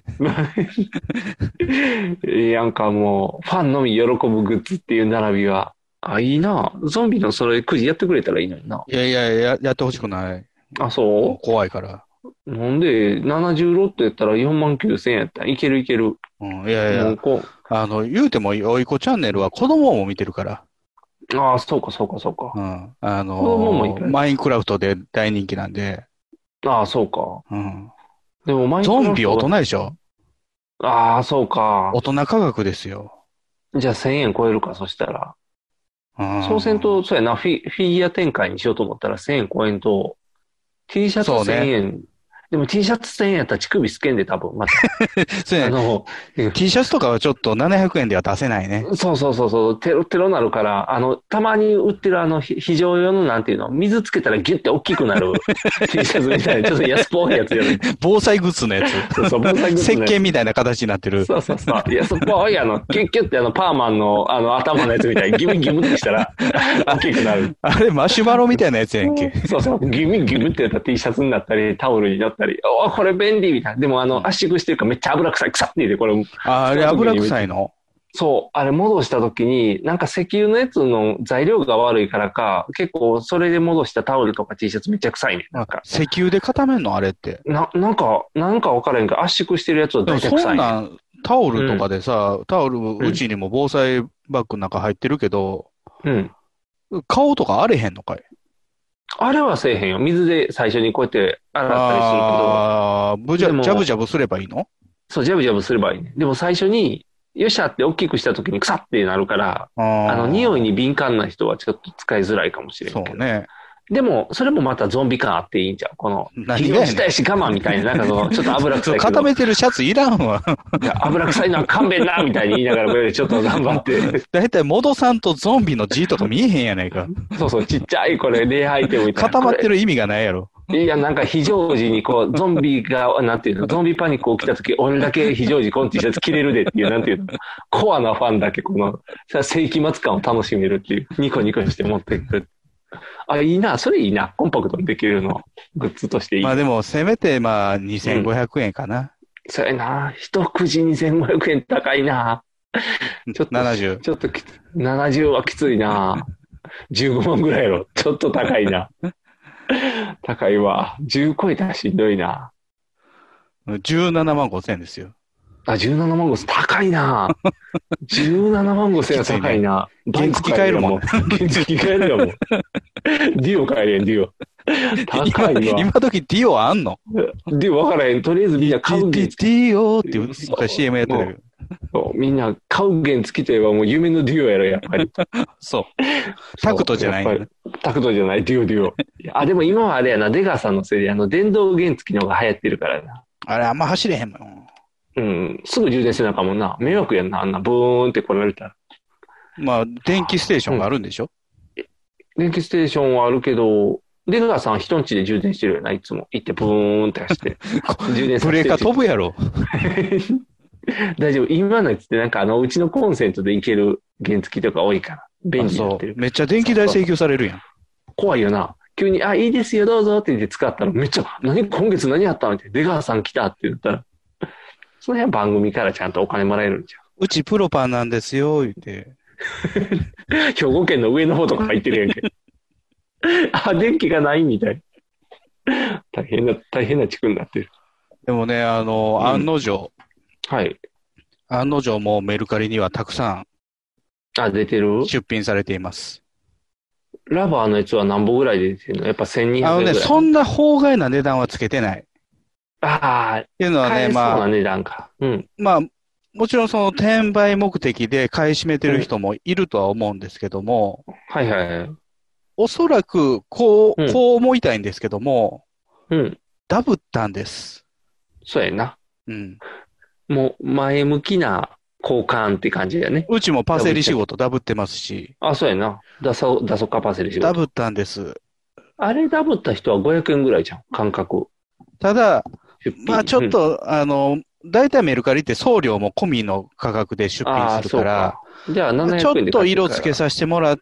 なんかもう、ファンのみ喜ぶグッズっていう並びは、あ、いいな。ゾンビのそれくじやってくれたらいいのにな。 いやいや、や、やってほしくない。 あ、そ怖いから。 うなんで、ななじゅうロットやったらよんまんきゅうせんえんやったらいけるいける。 うん、いやいや、 もうこあの、言うても、おいこチャンネルは子供も見てるから。 う、ああ、そうかそうかそうか。 うん。あ子供もいっぱいのー、マインクラフトで大人気なんで。 ああ、そうか。 うん。 でもマインクラフトゾンビ大人でしょ？ ああ、そうか。 大人価格ですよ。 じゃあせんえん超えるか、そしたら。 うん。 そうせんと、そうやな、フィ、フィギュア展開にしようと思ったらせんえん超えんと、T シャツせんえん。でも T シャツせんえんやったら乳首すけんで多分、また。 そうやね。 あの、 T シャツとかはちょっとななひゃくえんでは出せないね。 そうそうそうそう、テロテロなるから、あの、たまに売ってるあの、ひ非常用のなんていうの、水つけたらギュッて大きくなる T シャツみたいな、ちょっと安っぽいやつやる。 防災グッズのやつ。 そうそう、防災グッズ石のやつ鹸みたいな形になってる。 そうそうそう。安っぽいあの、キュッキュッてあの、パーマンのあの、頭のやつみたいにギムギムってしたら、大きくなる。 あれ、マシュマロみたいなやつやんけ。 そうそう、ギムギムってやったら T シャツになったり、タオルになったり、おーこれ便利みたいな。でもあの、圧縮してるからめっちゃ油臭い、臭って言って、これ。 あ、あれ油臭いの？ そう、あれ戻した時に、なんか石油のやつの材料が悪いからか、結構それで戻したタオルとか T シャツめっちゃ臭いね。なんか。 石油で固めんのあれって。 な、なんか、なんか分からへんけど、圧縮してるやつはでも大体臭いね。 そんなん、タオルとかでさ、うん、タオル、うちにも防災バッグの中入ってるけど、 うん。 顔とか荒れへんのかい？ あれはせえへんよ。水で最初にこうやって洗ったりするけど。 ああ、ぶじゃ、ジャブジャブすればいいの？ そう、ジャブジャブすればいいね。でも最初に、よっしゃって大きくした時に臭ってなるから、あの、匂いに敏感な人はちょっと使いづらいかもしれんけど。 そうね。 でも、それもまたゾンビ感あっていいんじゃん。この、 非常したいし我慢みたいな、なんかその、ちょっと油臭いけど。 固めてるシャツいらんわ。 いや、油臭いのは勘弁な、みたいに言いながら、ちょっと頑張って。 だいたいモドさんとゾンビの字とか見えへんやないか。 そうそう、ちっちゃいこれ、レアアイテムみたいな。 固まってる意味がないやろ。 いや、なんか非常時にこう、ゾンビが、なんていうの、ゾンビパニック起きた時、俺だけ非常時この T シャツ着れるでっていう、なんていうの、コアなファンだけこの、世紀末感を楽しめるっていう、ニコニコして持ってくる。あ、いいな、それいいな、コンパクトにできるの、グッズとしていい。 まあでも、せめてまあ、にせんごひゃくえんかな。うん、 それな、一くじにせんごひゃくえん高いな。 ちょっと、ななじゅう。 ちょっときつ、ななじゅうはきついな。じゅうごまんぐらいやろ。ちょっと高いな。高いわ。じゅう超えたらしんどいな。 じゅうななまんごせんですよ。 あ、じゅうななまんごせん。高いな。じゅうななまんごせんは高いな。 原付買えるもん。 原付買えるよ、もう。ディオ買えれん、ディオ。高いわ。 今時ディオあんの？ ディオ分からへん。とりあえずみんな買うディオっていう シーエム やってる。 そう、みんな買う原付といえばもう夢のデュオやろ、やっぱり。 そう。タクトじゃない、 ね。タクトじゃない、デュオデュオ。あ、でも今はあれやな、出川さんのせいで、あの、電動原付の方が流行ってるからな。 あれ、あんま走れへんもん。 うん、すぐ充電せなあかんもんな。迷惑やんな、あんな、ブーンって来られたら。 まあ、電気ステーションがあるんでしょ？ うん、電気ステーションはあるけど、出川さん人んちで充電してるよな、いつも。行ってブーンって走って。 充電させて。ブレーカー飛ぶやろ。 大丈夫。今のやつってなんかあの、うちのコンセントでいける原付とか多いから。便利になってる。 めっちゃ電気代請求されるやん。 怖いよな。急に、あ、いいですよ、どうぞって言って使ったら、めっちゃ、何、今月何やったのって、出川さん来たって言ったら、その辺は番組からちゃんとお金もらえるんじゃん。 うちプロパンなんですよ、言って。 兵庫県の上の方とか入ってるやんけ。あ、電気がないみたい。大変な、大変な地区になってる。 でもね、あの、うん、案の定。 はい。 案の定もメルカリにはたくさん。 あ、出てる？ 出品されています。 ラバーのやつは何本ぐらいで出てるの？やっぱせんにひゃくえんぐらい。 あのね、そんな法外な値段はつけてない。 ああ。 っていうのはね、まあ。 そうな値段か。うん。 まあ、もちろんその転売目的で買い占めてる人もいるとは思うんですけども。 うん、はいはいはい。 おそらく、こう、うん、こう思いたいんですけども。 うん。 ダブったんです。 そうやな。 うん。 もう、前向きな交換って感じだよね。 うちもパセリ仕事ダブってますし。 あ、そうやな。だそ、だそかパセリ仕事。 ダブったんです。 あれダブった人はごひゃくえんぐらいじゃん、感覚。 ただ、まあちょっと、うん、あの、だいたいメルカリって送料も込みの価格で出品するから、 かじゃあななひちょゃくえんでっと色付けさせてもらって、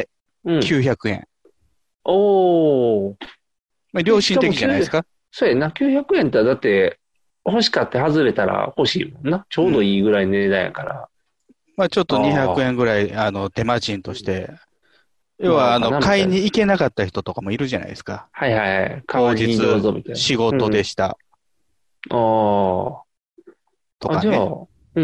きゅうひゃくえん。うん、 おー。 まあ良心的じゃないですか？ そうやな、きゅうひゃくえんってだって、 欲しかって外れたら欲しいもんな。ちょうどいいぐらいの値段やから。 まあちょっとにひゃくえんぐらい、あの、手間賃として。要は、あの、買いに行けなかった人とかもいるじゃないですか。 はいはいはい。 当日、仕事でした。 うん、ああ。 とかね。 あ、じゃあ、うん。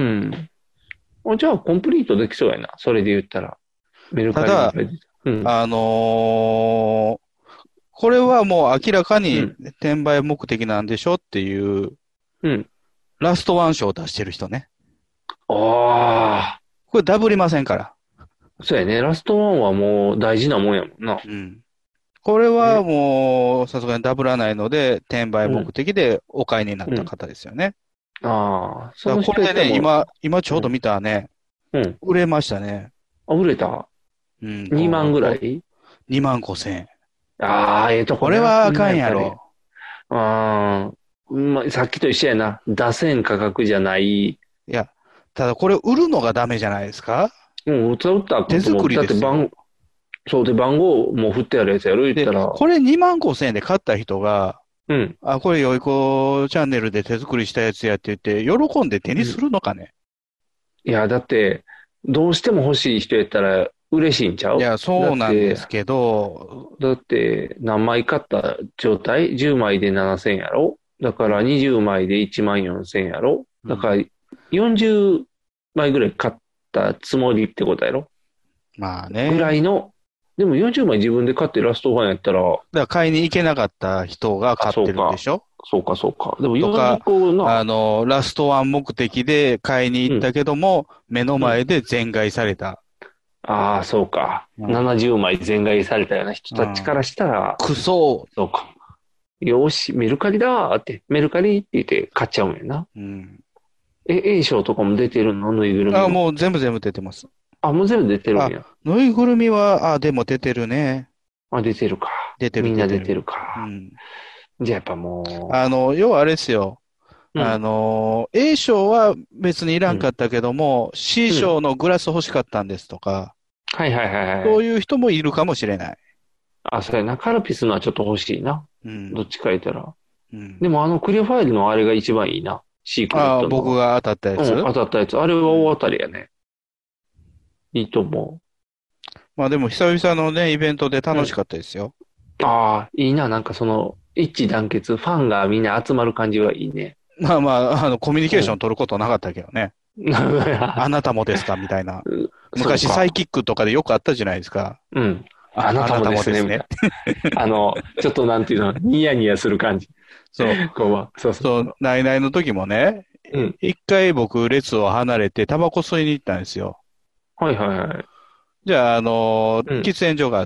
あ、じゃあ、コンプリートできそうやな。それで言ったら。メルカリただ、うん、あのー、これはもう明らかに転売目的なんでしょっていう、 うん。 ラストワン賞を出してる人ね。 ああ。 これダブりませんから。 そうやね。ラストワンはもう大事なもんやもんな。 うん。これはもう、さすがにダブらないので、転売目的でお買いになった方ですよね。 うん、ああ。 そうこれでね、今、今ちょうど見たらね、うん、売れましたね。 あ、売れたうん。にまんぐらい ? に 万ごせんえん。 ああ、ええとここれはあかんやろ。 ああ、まあ、さっきと一緒やな。出せん価格じゃない。いや、ただこれ売るのがダメじゃないですか？ うん、売った売った手作りですよ。 だって番、そうで番号も振ってあるやつやろ、言ったら。 これにまんごせんえんで買った人が、 うん。 あ、これよいこチャンネルで手作りしたやつやって言って、喜んで手にするのかね？ うん、いや、だって、どうしても欲しい人やったら嬉しいんちゃう？ いや、そうなんですけど。 だって、だって何枚買った状態 ?じゅう 枚でななせんえんやろ？だからにじゅうまいでいちまんよんせんえんやろ？だからよんじゅうまいぐらい買ったつもりってことやろ？ まあね。 ぐらいの、でもよんじゅうまい自分で買ってラストファンやったら。だから買いに行けなかった人が買ってるんでしょ？ そうか、そうか。でもよんじゅうこな。あの、ラストワン目的で買いに行ったけども、うん、目の前で全買いされた。 うん、ああ、そうか、うん。ななじゅうまい全買いされたような人たちからしたら。 くそそうか。よし、メルカリだーって、メルカリって言って買っちゃうんやな。 うん。 え、A 賞とかも出てるの？ぬいぐるみ。 あ、もう全部全部出てます。 あ、もう全部出てるんや。 ぬいぐるみは、あ、でも出てるね。 あ、出てるか。 出てる。 みんな出てるか。 うん。 じゃあやっぱもう。 あの、要はあれですよ。うん、あの、A 賞は別にいらんかったけども、うん、C 賞のグラス欲しかったんですとか。 うん、はいはいはい。 そういう人もいるかもしれない。 あ、そうやな。カルピスのはちょっと欲しいな。うん。どっちか言ったら。 うん。 でもあのクリアファイルのあれが一番いいな。シークレットの。 あ、僕が当たったやつ、 うん、当たったやつ。あれは大当たりやね。いいと思う。 まあでも久々のね、イベントで楽しかったですよ。 うん、ああ、いいな。なんかその、一致団結、ファンがみんな集まる感じはいいね。 まあまあ、あの、コミュニケーション取ることなかったけどね。うん、あなたもですかみたいな。昔サイキックとかでよくあったじゃないですか。 うん。あ, あなたもですね。ですねあの、ちょっとなんていうの、ニヤニヤする感じ。 そう。 こうそうそう。 そう、ナイナイの時もね、うん、一回僕列を離れてタバコ吸いに行ったんですよ。 はいはいはい。 じゃあ、あの、うん、喫煙所があって、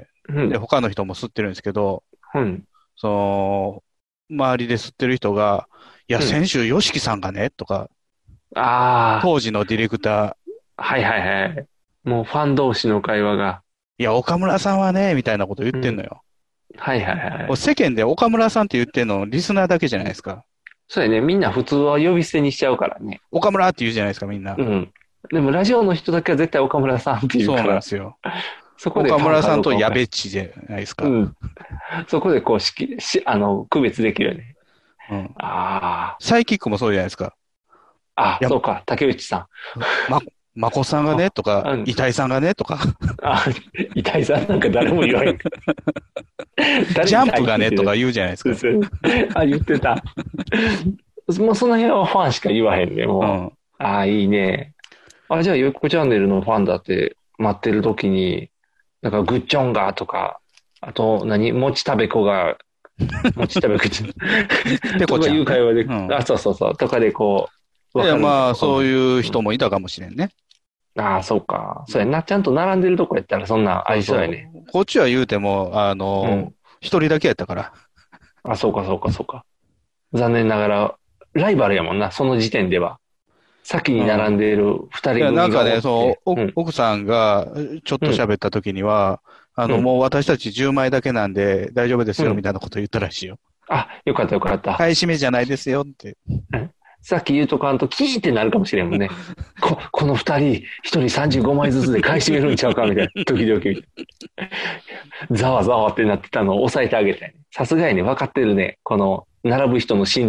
うん、 で、他の人も吸ってるんですけど、 うん、 その、周りで吸ってる人が、いや、うん、先週、ヨシキさんがね、とか、 ああ。 当時のディレクター。 はいはいはい。もうファン同士の会話が。 いや、岡村さんはね、みたいなこと言ってんのよ。 うん、はいはいはい。 世間で岡村さんって言ってんの、リスナーだけじゃないですか。 そうやね。みんな普通は呼び捨てにしちゃうからね。 岡村って言うじゃないですか、みんな。 うん。でもラジオの人だけは絶対岡村さんって言うから。 そうなんですよ。 そこで岡村さんとやべっちじゃないですか。 うん。そこでこうしき、し、あの、区別できるよね。 うん。 ああ。 サイキックもそうじゃないですか。 ああ、そうか。竹内さん。 ま、まこさんがね、とか、遺体さんがね、とか。 あ、遺体さんなんか誰も言わへん。 ジャンプがね、とか言うじゃないですか。あ、言ってた。もうその辺はファンしか言わへんね、もう。うん、ああ、いいね。あ、じゃあ、よっこチャンネルのファンだって待ってる時に、なんか、グッチョンがとか、あと、何、もち食べ子が、もち食べ子ちゃん。ペコちゃん。とかいう会話で、うん、あ、そうそうそう、とかでこう。 いや、まあ、そういう人もいたかもしれんね。 ああ、そうか。そうやな。ちゃんと並んでるとこやったらそんなんありそうやね。 そうそうこっちは言うても、あの、一、うん、人だけやったから。 あ、そうか、そうか、そうか。残念ながら、ライバルやもんな、その時点では。先に並んでいる二人組が、うん。 なんかね、そう、うん、奥さんがちょっと喋った時には、うん、あの、もう私たちじゅうまいだけなんで大丈夫ですよ、みたいなこと言ったらしいよ。 あ、よかったよかった。 買い占めじゃないですよって。 うんさっき言うとかんとキーってなるかもしれんもんね。こ、この二人、一人さんじゅうごまいずつで買い占めるんちゃうかみたいな。時々。ざわざわってなってたのを抑えてあげたい。さすがにね、分かってるね。この、並ぶ人の心理を。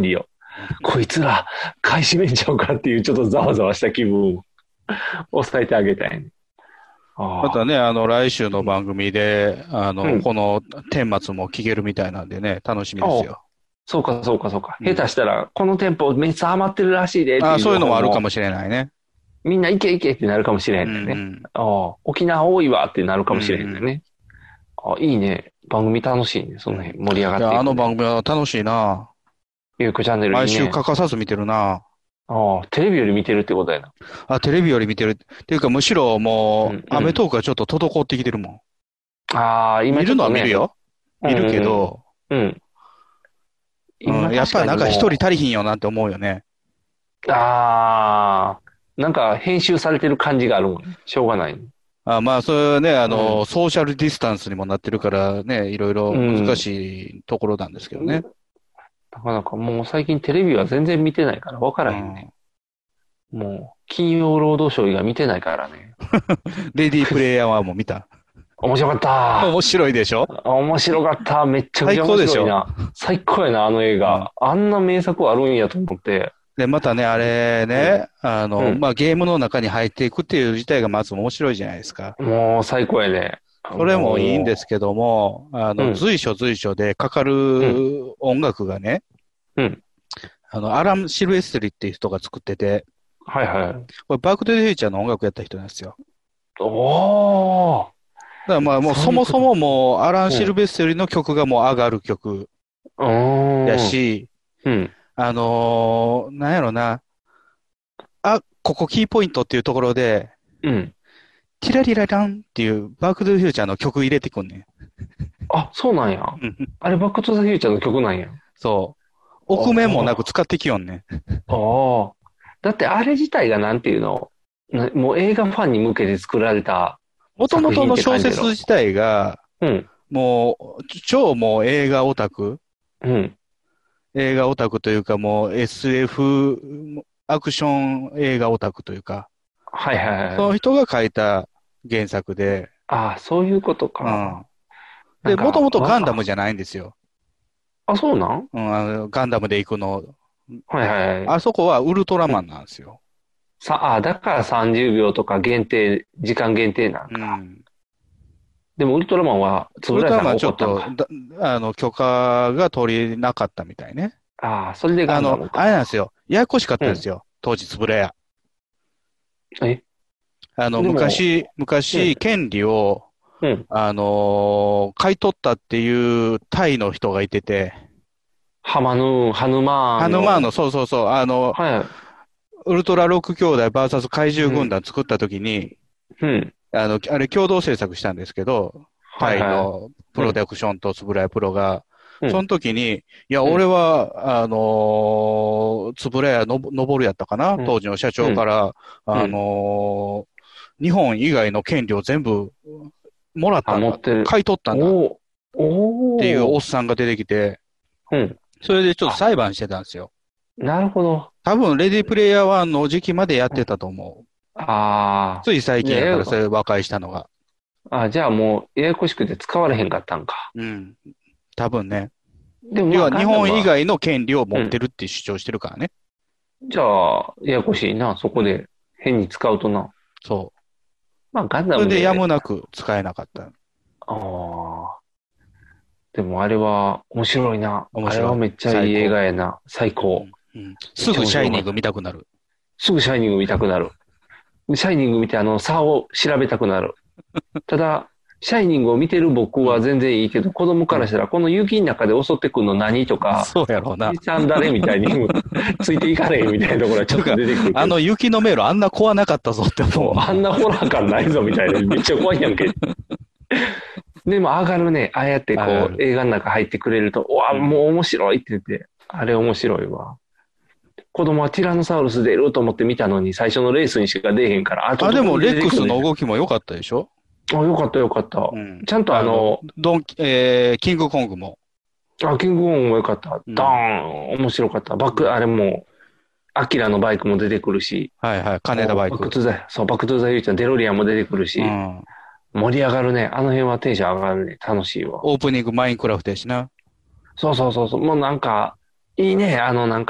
こいつら、買い占めんちゃうかっていうちょっとざわざわした気分を抑えてあげたいね。あまたね、あの、来週の番組で、あの、 うんこの顛末も聞けるみたいなんでね、楽しみですよ。 そうか、そうか、そうか。 うん下手したら、この店舗めっちゃ余ってるらしいでっていう。 あそういうのもあるかもしれないね。 みんな行け行けってなるかもしれへんね。 うんうんああ沖縄多いわってなるかもしれへんね。あいいね。番組楽しいね。その辺盛り上がっていく、ね。 いや、あの番組は楽しいな。 ゆうこチャンネルいいね。 毎週欠かさず見てるな。 ああ、テレビより見てるってことやな。 あ、テレビより見てる。っていうか、むしろもう、 うんうんアメトークがちょっと滞ってきてるもん。 ああ、今見るのは見るよ。 うん見るけど、 うん。うん。 うん今やっぱりなんか一人確に足りひんよなって思うよね。 もうああ、なんか編集されてる感じがあるもんね。しょうがない、ね。 あまあ、それはね、あの、 うんソーシャルディスタンスにもなってるからね、いろいろ難しいところなんですけどね。 なかなかもう最近テレビは全然見てないから分からへんね。もう、金曜ロードショー以外見てないからね。 レディープレイヤーはもう見た。 面白かった。 面白いでしょ面白かった。めっちゃくちゃ面白いな。最高やな、あの映画。あんな名作あるんやと思って。 で、またね、あれね、あの、 うんまあ、ゲームの中に入っていくっていう自体がまず面白いじゃないですか。 もう最高やね。 それもいいんですけども、あの、 うん随所随所でかかる音楽がね、 うん。 あの、アラン・シルベストリっていう人が作ってて、 はいはい。 これバックトゥザフューチャーの音楽やった人なんですよ。 おー。 だからまあもうそもそももうアラン・シルベストリの曲がもう上がる曲うーん。 やし、 うん。 あのーなんやろな、あ、ここキーポイントっていうところで、 うん。 ティラリラランっていうバックトゥザフューチャーの曲入れてくんねん。 あ、そうなんや。 うんあれ、バックトゥザフューチャーの曲なんや。 そう。奥面もなく使ってきよんねん。 ああ。だってあれ自体がなんていうの、なもう映画ファンに向けて作られた。 もともとの小説自体が、 うん。 もう、超もう映画オタクうん。 映画オタクというかもう エスエフ アクション映画オタクというか、 はいはいはい。 その人が書いた原作で、 ああ、そういうことうか。 ん。で、 なんかもともとガンダムじゃないんですよ。 あ、そうなんうん、あのガンダムで行くの。 はいはいはい。 あそこはウルトラマンなんですよ。 さ、あ、だからさんじゅうびょうとか限定、時間限定なんうか。 ん。 でもウルトラマンは、 ウルトラマン円谷さんがはちょっと怒ったんか。 だ、あの、許可が取れなかったみたいね。 ああ、それでガあの、 ンダムか。 あれなんですよ。ややこしかったんですよ。当時、つぶれや。 えあの、 でも昔、 う昔、 ん権利を、 うん。 あのー買い取ったっていうタイの人がいてて、 ハマヌーン、ハヌマーン。 ハヌマーンの、そうそうそう、あの、 はい。 ウルトラロック兄弟 ブイエス 怪獣軍団作った時に、 うん。 あの、あれ共同制作したんですけど、タイのプロダクションとつぶらやプロが、 うんその時に、いや、 うん俺は、あのー、つぶらやのぼ、のぼるやったかな、 うん当時の社長から、 うんあのー、日本以外の権利を全部もらったあ、 んだ持っ。てる。 買い取ったんだ。っおーおーていうおっさんが出てきて、 うん。 それでちょっと裁判してたんですよ。 なるほど。 多分、レディープレイヤーワンの時期までやってたと思う。 あつい最近やから、 ねそれ和解したのが。 あ。あ、じゃあもう、ややこしくて使われへんかったんか。 うん。多分ね。 でも、 要はまあ日本以。 ガンダムは外の権利を持ってるって主張してるからね。 じゃあ、ややこしいな。そこで変に使うとな。 そまあ、ガンう。 ダムで。 それでやむなく使えなかった。 ああ。でもあれは面白いな。 面白いあれはめっちゃいい映画やな。最高。 うん、すぐシャイニング見たくなる。 すぐシャイニング見たくなる。シャイニング見てあの差を調べたくなる。ただ、シャイニングを見てる僕は全然いいけど、子供からしたらこの雪の中で襲ってくるの何とか、 そうやろうなじい。ちゃん誰みたいについていかれへんみたいなところがちょっと出てくる。 あの雪の迷路あんな怖なかったぞって思う。 あんなホラー感ないぞみたいな。めっちゃ怖いやんけ。でも上がるね。ああやってこ上がるう映画の中入ってくれると、うわ、もう面白いって言って、あれ面白いわ。子供はティラノサウルス出ると思って見たのに、最初のレースにしか出えへんから。ああ、でもレックスのあ、 動きも良かったでしょよかったよかった。 うん。 ちゃんとあの、 ドン、えー、キングコングも。 あ、キングコングもよかった。 うんドーン面白かった。バック、あれも、アキラのバイクも出てくるし。 はいはい。金田バイクバック。トゥザ、そう、バックトゥザフューチャー、デロリアンも出てくるし。 うん。 盛り上がるね。あの辺はテンション上がるね。楽しいわ。 オープニングマインクラフトやしな。 そうそうそうそう。もうなんか、いいね。あのなんか、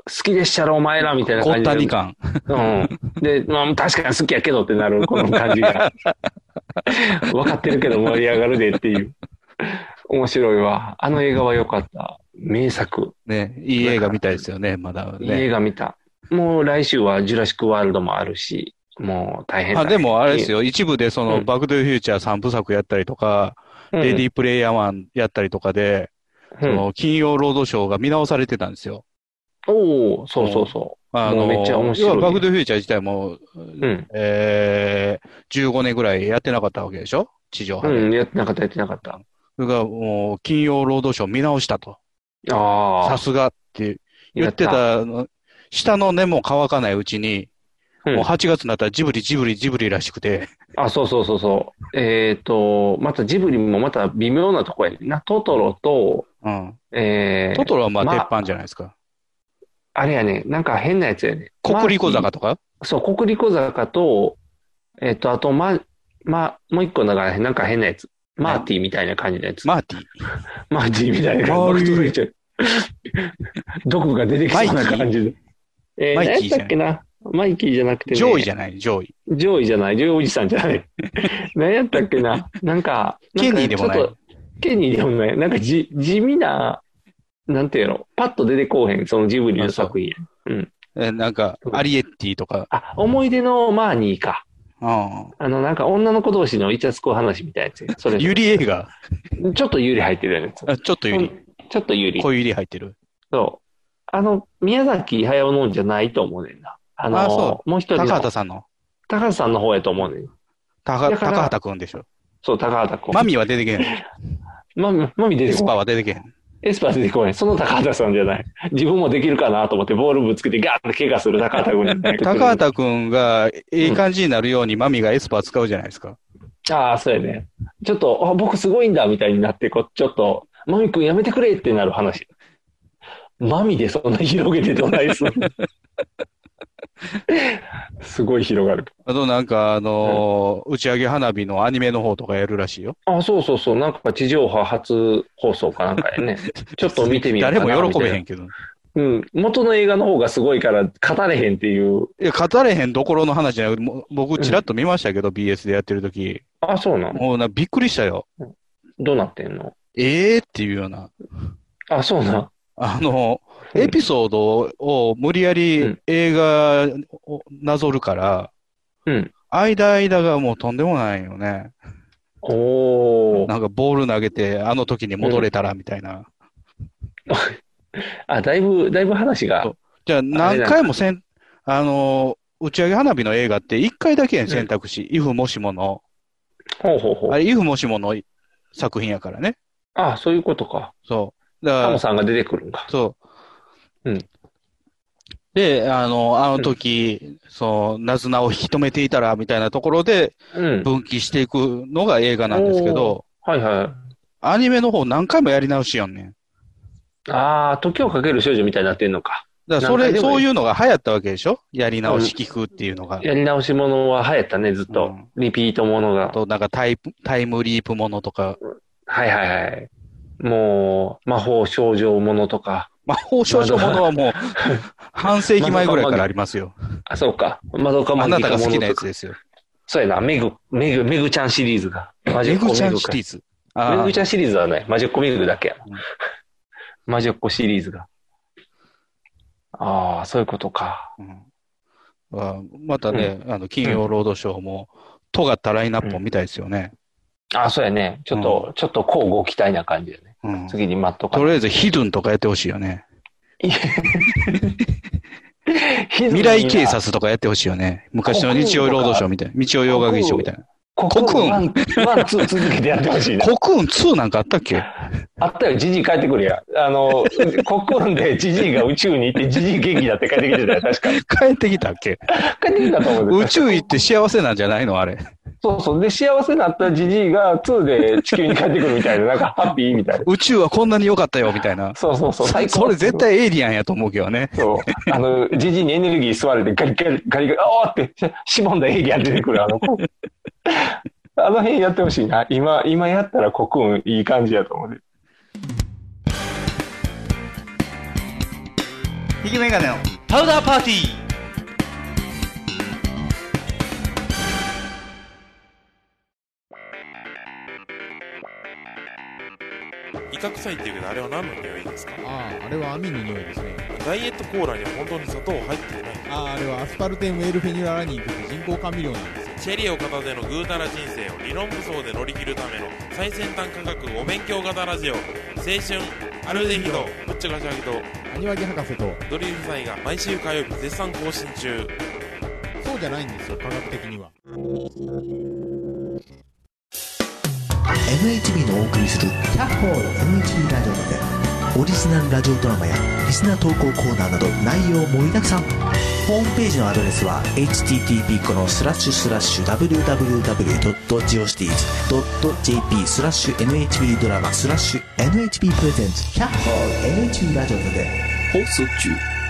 きでっしゃろ、お前ら、みたいなごっ感じで。 たに感。 うん。で、まあ、確かに好きやけどってなる、この感じが。分かってるけど盛り上がるでっていう。面白いわ。あの映画は良かった。名作。 ね、いい映画みたいですよね、まだね。 いい映画見た。もう来週はジュラシックワールドもあるし、もう大変だ、 あ、でもあれですよ、一部でその、 うんバックトゥフューチャーさんぶさくやったりとか、 うんレディープレイヤーワンやったりとかで、その、金曜ロードショーが見直されてたんですよ。 おお、そうそうそう。 あの、 もうめっちゃ面白い。 要はバックトゥフューチャー自体も、 うん。 えー、じゅうごねんぐらいやってなかったわけでしょ地上波で。 うん、やってなかった、やってなかった。 それがもう、金曜ロードショー見直したと。 ああ。 さすがって言ってたの、下の根も乾かないうちに、 うんもうはちがつになったらジブリ、ジブリ、ジブリらしくて。 あ、そうそうそうそう。えっ、と、またジブリもまた微妙なとこやねんな。トトロと、 うん。 えー、 トトロはまあ、 ま鉄板じゃないですか。 あれやね、なんか変なやつやね。 国立小坂とかそう、国立小坂と、えっ、と、あと、ま、ま、もう一個だから、なんか変なやつ。マーティみたいな感じのやつ。 マーティ。 マーティみたいな感じ。 マーティ毒が出てきそうな感じで。えー、 マイキー何やったっけな。マイキーじゃなくてね。 上位じゃない、上位。 上位じゃない、上位おじさんじゃない。何やったっけな。なんか、 ケニーでもないんかちょっとケニーでもない。なんかじ、地味な、なんていうの、パッと出てこうへん、そのジブリの作品。うん。 え、なんか、アリエッティとか。 あ、思い出のマーニーか。 ああの、なんか女の子同士のイチャつく話みたいなやつや。それ。 ユリ映画。 ちょっとユリ入ってるやつ。 あちょっとユリ。 ちょっとユリ。 小ユリ入ってる。 そう。あの、宮崎駿のんじゃないと思うねんな。あの、 あそうもう一人の。 高畑さんの。 高畑さんの方やと思うねん。 高だから高畑くんでしょ。 そう、高畑くん。 マミは出てけへん。 マミ、マミ出エスパーてこない。 は出てけへん。 エスパー出てこない。その高畑さんじゃない。自分もできるかなと思ってボールぶつけてガーッと怪我する高畑くんに。 高畑くんがいい感じになるようにマミがエスパー使うじゃないですか。 ああ、そうやね。ちょっと、あ、僕すごいんだみたいになって、こう、ちょっと、マミくんやめてくれってなる話。マミでそんな広げてどないすんのすごい広がる。 あとなんかあのー打ち上げ花火のアニメの方とかやるらしいよ。 あ、そうそうそう。なんか地上波初放送かなんかやね。ちょっと見てみようかな。 誰も喜べへんみけど。 たいな。うん。元の映画の方がすごいから語れへんっていう。 いや、語れへんどころの話じゃなくて、もう僕ちらっと見ましたけど、ビーエス でやってる時。 あ、そうなのもうな、びっくりしたよ。 どうなってんのええー、っていうような。 あ、そうなんあの、エピソードを無理やり映画をなぞるから、 うん。 間間がもうとんでもないよね。 おー。 なんかボール投げて、あの時に戻れたらみたいな。 あ、だいぶ、だいぶ話が。 じゃあ何回もせん、あの、打ち上げ花火の映画って一回だけやん選択肢。イフもしもの。 ほうほうほう。 あれ、イフもしもの作品やからね。 あ、そういうことか。 そう。だからタモさんが出てくるんか。 そう。 うん。 で、あの、あの時、そう、ナズナを引き止めていたら、みたいなところで、 うん。 分岐していくのが映画なんですけど、 はいはい。 アニメの方何回もやり直しよんねん。 ああ、時をかける少女みたいになってんのか。 だからそれ、 何回でもいいそういうのが流行ったわけでしょやり直し聞くっていうのが。 やり直しものは流行ったね、ずっと。 うんリピートものが。 と、なんかタイプ、タイムリープものとか、 はいはいはい。もう、魔法少女ものとか。 魔法少女ものはもう、半世紀前ぐらいからありますよ。 あ、そうか。まどかあマギカなたが好きなものとか。 やつですよ。 そうやな、メグ、メグ、メグちゃんシリーズが。マジメックグちゃんシリーズ。 ズ。あーメグちゃんシリーズはね、マジックメグだけやうん。 マジックシリーズが。ああ、そういうことか。 うんあまたね、あの、金曜ロードショーも、尖ったラインナップを見たいですよね。 ああ、そうやね。ちょっと、ちょっと交互期待な感じだね。 うん次に待っとかとりあえずヒドゥンとかやってほしいよね。未来警察とかやってほしいよね。昔の日曜ロードショーみたいな。日曜洋画劇場みたいな。 ココクーンワン、ワン、ツー続けてやってほしいな。 コクーンツーなんかあったっけあったよ、ジジイ帰ってくるやん。あの、コクーンでジジイが宇宙に行って、ジジイ元気だって帰ってきてたよ、確かに。 帰ってきたっけ帰ってきたと思うん宇ですよ。 宙行って幸せなんじゃないのあれ。 そうそう。で、幸せになったジジイがツーで地球に帰ってくるみたいな、なんかハッピーみたいな。 宇宙はこんなに良かったよ、みたいな。 そうそうそう。最高。 それ絶対エイリアンやと思うけどね。 そう。あの、ジジイにエネルギー吸われてガリガリ、ガリガリ、あーって、しぼんだエイリアン出てくる、あの子。あの辺やってほしいな。今、今やったらコクーンいい感じやと思うで。 ひげメガネのパウダーパーティー。 威嚇臭いっていうけど、あれは何の匂いですか？ ああ、あれは網の匂いですね。 ダイエットコーラには本当に砂糖入っていない。 ああ、あれはアスパルテンウェルフェニュララニンという人工甘味料なんですよ。 チェリーを片手のぐうたら人生を理論武装で乗り切るための最先端科学お勉強型ラジオ、青春アルデヒドぶっちゃかしゃぎとアニワギ博士とドリル夫妻が毎週火曜日絶賛更新中。 そうじゃないんですよ、科学的には。 エヌエイチビー のお送りするキャッホール エヌエイチビー ラジオでオリジナルラジオドラマやリスナー投稿コーナーなど内容盛りだくさん。ホームページのアドレスは エイチティーティーピー コロンスラッシュスラッシュ ダブリューダブリューダブリュードットジオシティーズドットジェーピー スラッシュ エヌエイチビー ドラマスラッシュ エヌエイチビー プレゼンツキャッホール エヌエイチビー ラジオで放送中。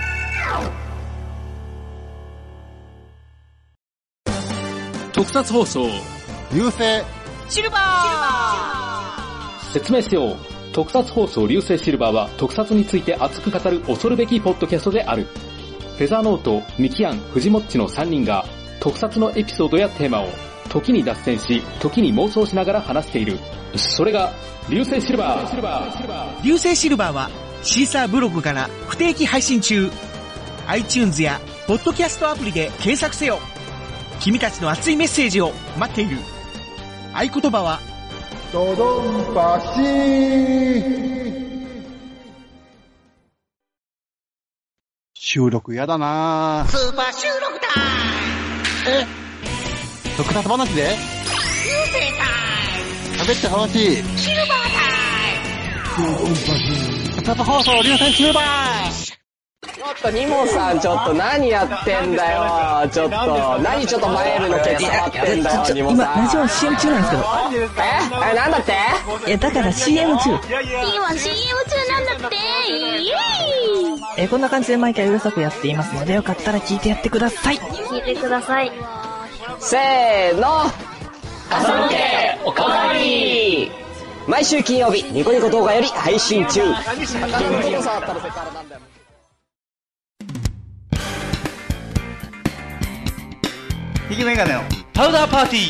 特撮放送流星シルバー。 説明しよう。特撮放送流星シルバーは特撮について熱く語る恐るべきポッドキャストである。フェザーノート、ミキアン、フジモッチのさんにんが特撮のエピソードやテーマを時に脱線し、時に妄想しながら話している。それが流星シルバー。 流星シルバーはシーサーブログから不定期配信中。 iTunes やポッドキャストアプリで検索せよ。君たちの熱いメッセージを待っている。合言葉はドドンパシー。 収録やだなぁ。 スーパー収録タイム。 え特撮話で流星タイム。 喋ってほしい。 シルバータイム。 ドドンパシー。 特撮放送流星シルバー。 ちょっとニモさん、ちょっと何やってんだよ。ちょっと何ちょっとマエルのケツ触ってんだよ、ニモさん。 今ラジオ シーエム 中なんですけど。 ええ、なんだって？ いやだから シーエム 中。 今 シーエム 中なんだって。イエーイ。 えこんな感じで毎回うるさくやっていますので、よかったら聞いてやってください。 聞いてください。 せーの。朝向けおかわり。毎週金曜日ニコニコ動画より配信中。 ひげメガネのパウダーパーティー。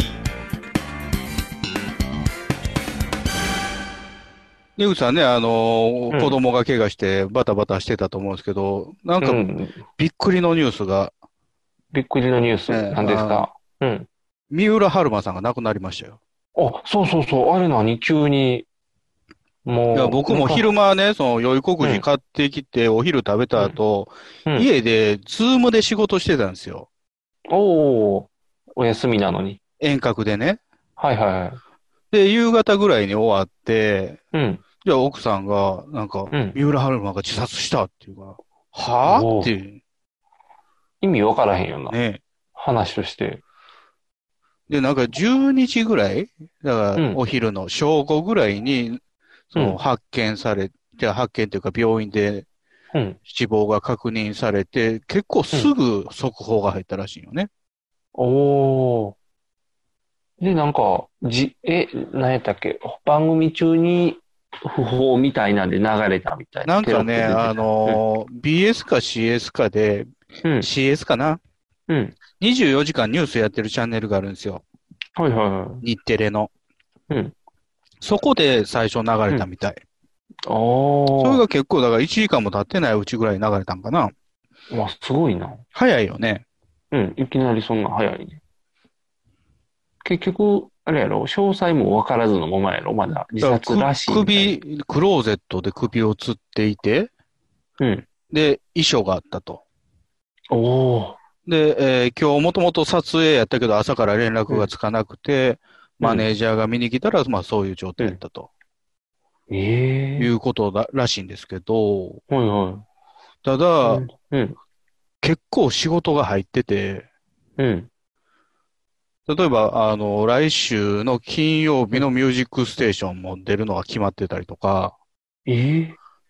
出口さんね、あのーうん子供が怪我してバタバタしてたと思うんですけど、なんかうんびっくりのニュースが、 びっくりのニュース、 ええなんですか？うん。 三浦春馬さんが亡くなりましたよ。 あ、そうそうそう、あれ何急に、もう。 いや、僕も昼間ね、その、宵国寺買ってきて、お昼食べた後、 うん家で、ズームで仕事してたんですよ。 おー、お休みなのに。 遠隔でね。 はいはいはい。 で、夕方ぐらいに終わって、 うん。 じゃあ奥さんが、なんか、 うん三浦春馬が自殺したっていうか、はぁおうっていう。 意味わからへんよな。 ね。 話として。 で、なんかじゅうにじぐらいだから、 うんお昼の正午ぐらいに、その、 うん発見され、じゃあ発見というか病院でうん。 死亡が確認されて、結構すぐ速報が入ったらしいよね。 おー。で、なんか、じ、え、何やったっけ番組中に不法みたいなんで流れたみたいな。 なんかね、 テロップ出てたあのー、ビーエス か シーエス かで、 うん。 シーエス かなうん。 にじゅうよじかんニュースやってるチャンネルがあるんですよ。 はいはいはい。 日テレの。 うん。 そこで最初流れたみたい。 おー。 それが結構、だからいちじかんも経ってないうちぐらいに流れたんかな。 わ、すごいな。 早いよね。 うん。いきなりそんな早いね。結局、あれやろ、詳細も分からずのままやろ、まだ自殺らしいみたいな。 首、クローゼットで首を吊っていて、 うん。 で、遺書があったと。 おー。 で、えー今日もともと撮影やったけど朝から連絡がつかなくて、マネージャーが見に来たら、まあそういう状態だったと。 ええいうことだらしいんですけど、 はいはただ、 うんうん結構仕事が入ってて、 うん。 例えば、あの、来週の金曜日のミュージックステーションも出るのが決まってたりとか、 え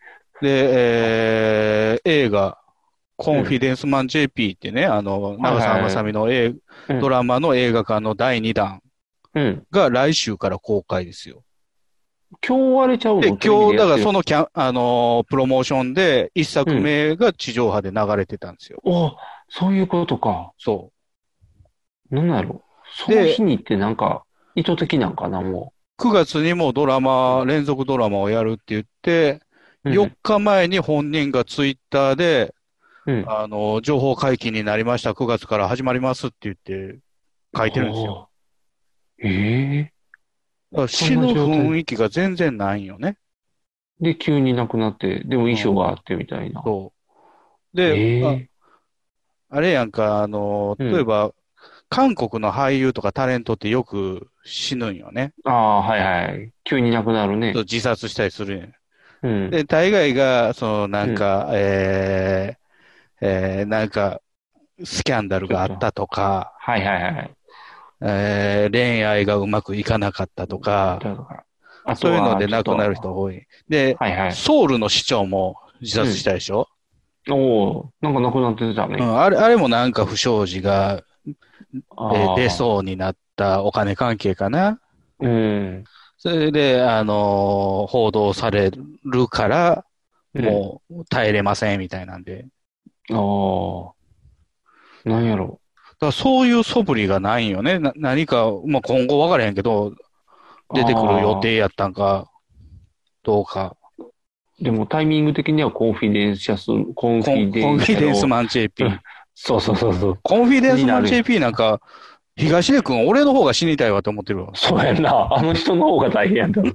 で、えー映画、コンフィデンスマン ジェーピー ってね、あの、長澤まさみの映うんドラマの映画化のだいにだんうん。 が来週から公開ですよ。 今日終われちゃうの？ で、今日、だからその、 のキャン、あのープロモーションで、一作目が地上波で流れてたんですよ。 おそういうことか。 そなんだろう。その日にってなんか、意図的なんかな、もう。くがつにもドラマ、連続ドラマをやるって言って、 うんよっかまえに本人がツイッターで、 うんあの、情報解禁になりました、くがつから始まりますって言って書いてるんですよ。 う。ええだから死ぬ雰囲気が全然ないんよね。 で、急になくなって、でも衣装があってみたいな。 そう。で、 ええああれやんか、あの、例えば、韓国の俳優とかタレントってよく死ぬんよね。 ああ、はいはい。急になくなるね。 そう自殺したりするやん。 うん。 で、大概が、その、なんか、えーえーなんか、スキャンダルがあったとか、 はいはいはい。 えー恋愛がうまくいかなかったとか、 あとはそういうので亡くなる人多い。で、 はいはい。 ソウルの市長も自殺したでしょ、 おおなんかなくなってたね。 うん、あれ、あれもなんか不祥事が、えあーー出そうになったお金関係かな。 うん。 それで、あのー報道されるから、 うんもう耐えれませんみたいなんで。 ああ。なんやろ。 だからそういう素振りがないんよね。な何か、まあ、今後分からへんけど、出てくる予定やったんか、どうか。 でもタイミング的にはコンフィデンシャス、コンフィデンコンフィデンスマン ジェーピー。 うんそうそうそうそう。 コンフィデンスマンになるジェーピー なんか、東出君、俺の方が死にたいわって思ってるわ。 そうやんな。あの人の方が大変やんだ。だ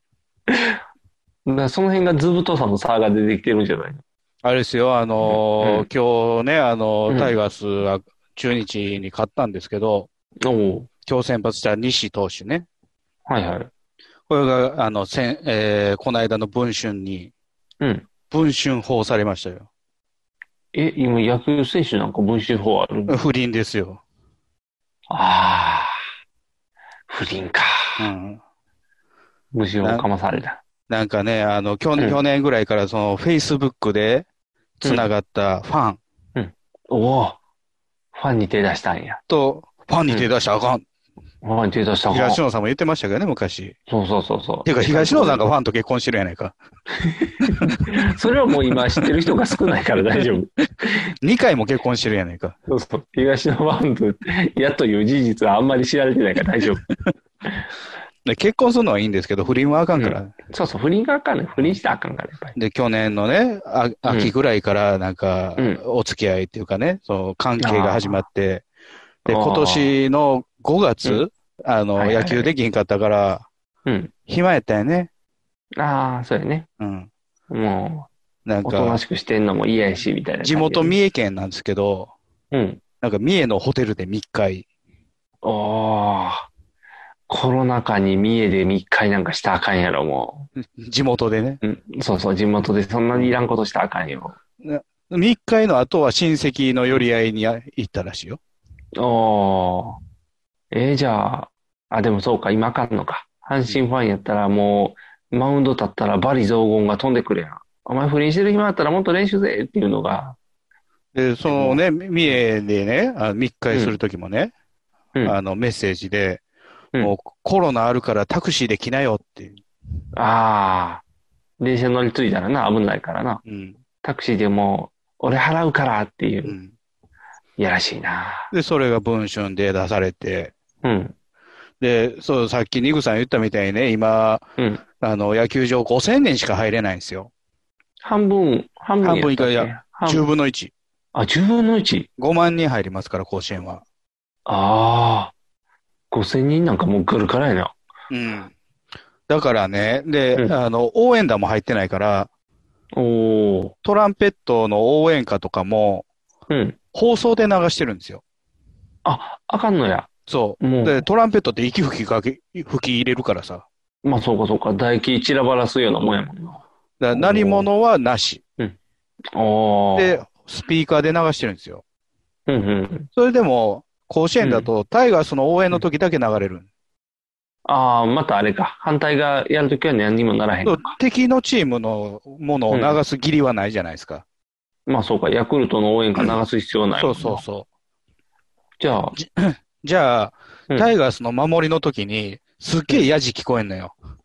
からその辺が図太さの差が出てきてるんじゃない？ あれですよ、あのー今日ね、あのーうんタイガースは中日に勝ったんですけど、 お今日先発した西投手ね。 はいはい。 これが、あの、せんえーこの間の文春に、 うん。 文春法されましたよ。 え、今野球選手なんか文春法ある？ 不倫ですよ。 ああ。不倫か。 うん。 文春をかまされた。 なんかね、あの、去うん去年ぐらいからその、フェイスブックで繋がったファンおお。ファンに手出したんや。 と、ファンに手出したらあかん。 ファンに手出したらあかん。 東野さんも言ってましたけどね、昔。 そうそうそうそう。 ていうか、東野さんがファンと結婚してるやないか。 それはもう今知ってる人が少ないから大丈夫。 にかいも結婚してるやないか。 そうそう。東野ファンと、やという事実はあんまり知られてないから大丈夫。 で結婚するのはいいんですけど、不倫はあかんから。 そうそう、不倫があかんね。不倫したらあかんから、やっぱり。 で、去年のね、あ秋ぐらいからなんかうん、 お付き合いっていうかね、その関係が始まって、で、 あー今年のごがつ、 うんあの、 はいはいはい野球できんかったから、 うん。 暇やったよね。 ああ、そうやね。 うん。 もう、 なんおとなか、 しくしてんのも嫌やし、みたいな。 地元三重県なんですけど、 うん。 なんか三重のホテルで密会。 おー。コロナ禍に三重で密会なんかしたらあかんやろ、も地元でね。 う。うん。そうそう、地元でそんなにいらんことしたらあかんよ。 密会の後は親戚の寄り合いに行ったらしいよ。 おー。えー、じゃあ、あ、でもそうか、今あかんのか。阪神ファンやったらもう、マウンド立ったらバリ雑言が飛んでくるやん。お前不倫してる暇あったらもっと練習せえっていうのが。 で、そのね、三重でね、あ密会するときもね、 うん。 あのメッセージで、 うんもうコロナあるからタクシーで来なよって。 ああ。電車乗り継いだらな、危ないからな。 うん。 タクシーでもう、俺払うからっていうう。 ん。 いやらしいな。 で、それが文春で出されて、 うん。 で、そう、さっきニグさん言ったみたいにね、今、 うん。 あの、野球場ごせんにんしか入れないんですよ。 半分、半分半分以下、いやや、 半じゅうぶんのいち。 あ、じゅうぶんのいち。 ごまんにん入りますから、甲子園は。 ああ。ごせんにんなんかもう来るからやな。 うん。だからね、で、 うんあの、応援団も入ってないから、 おー。 トランペットの応援歌とかも、 うん。 放送で流してるんですよ。 あ、あかんのや。 そう。 もうで、トランペットって息吹きかけ、吹き入れるからさ。 まあそうかそうか。唾液散らばらすようなもんやもんな。 だから鳴り物はなし。 おー。 で、スピーカーで流してるんですよ。 うんうん。 それでも、甲子園だと、タイガースの応援の時だけ流れる。 ああ、またあれか。反対がやるときは何にもならへんそうのか。 敵のチームのものを流す義理はないじゃないですか。 まあそうか。ヤクルトの応援歌流す必要ないそもんな。 うそうそじゃあ、 う。じゃあ、 うんタイガースの守りの時に、すっげえヤジ聞こえんのよ。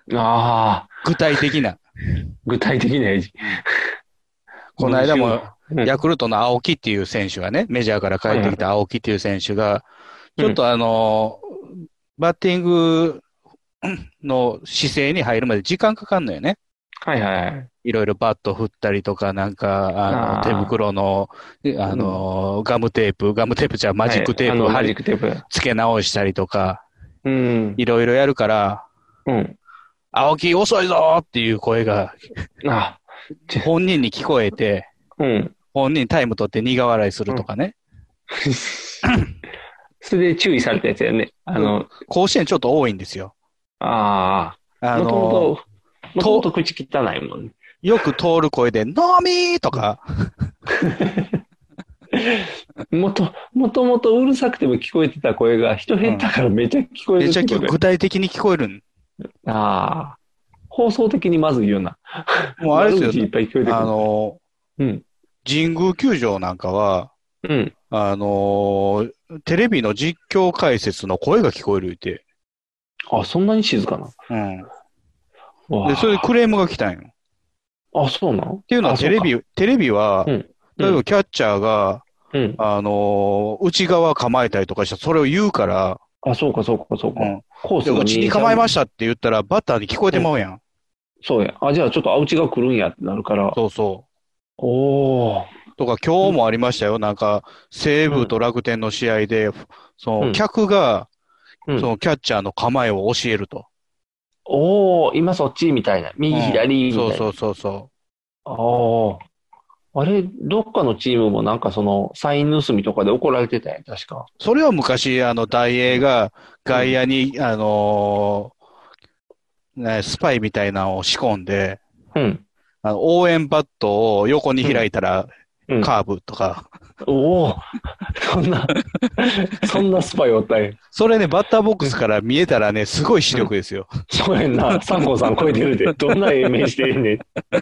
ああ。 具体的な。 具体的なエッジ。 この間も、ヤクルトの青木っていう選手がね、メジャーから帰ってきた青木っていう選手が、ちょっとあの、バッティングの姿勢に入るまで時間かかんのよね。 はいはい。 いろいろバット振ったりとか、なんか、あの、手袋の、あの、ガムテープ、ガムテープじゃマジックテープを、 マジックテープ付け直したりとか、 うん。 いろいろやるから、 うん。 青木遅いぞーっていう声が、 あ本人に聞こえて、 うん。 本人タイム取って苦笑いするとかね。 それで注意されたやつやね。あの、 甲子園ちょっと多いんですよ。 ああ。 あの、 もともと、もともと口汚いもんね。 よく通る声で、ノーミーとか。 もと、もともとうるさくても聞こえてた声が、人減ったからめっちゃ聞こえる、 めっちゃ具体的に聞こえるん。 ああ。放送的にまず言うな。 もうあれですよ、 いっぱい聞こえてくる。 あの、 うん。 神宮球場なんかは、 うん。 あの、テレビの実況解説の声が聞こえるって。 あ、そんなに静かな。 うん。で、それでクレームが来たんよ。 あ、そうなのっていうのはテレビ、テレビは、例えばキャッチャーが、 うん、 あのー、内側構えたりとかしたらそれを言うから、 あ、そうかそうかそうか。うん、 コースが内に構えましたって言ったらバッターに聞こえてまうやん。うん、 そうや。あ、じゃあちょっとあ内が来るんやってなるから。 そうそう。 おー。 とか今日もありましたよ。なんか、西武と楽天の試合で、その、客が、そのキャッチャーの構えを教えると。 おー、今そっちみたいな。右、左みたいな。 そうそうそうそう。 ああ。あれ、どっかのチームもなんかその、サイン盗みとかで怒られてたやん、確か。 それは昔、あの、大英が外野に、うん、あのー、ね、スパイみたいなのを仕込んで、 うん。 あの応援バットを横に開いたら、うん、カーブとか。 うん、おお、そんな、そんなスパイおったんや。 それね、バッターボックスから見えたらね、すごい視力ですよ。 うん、そうやんな。サンゴさん超えてるで。どんな英名してんねん。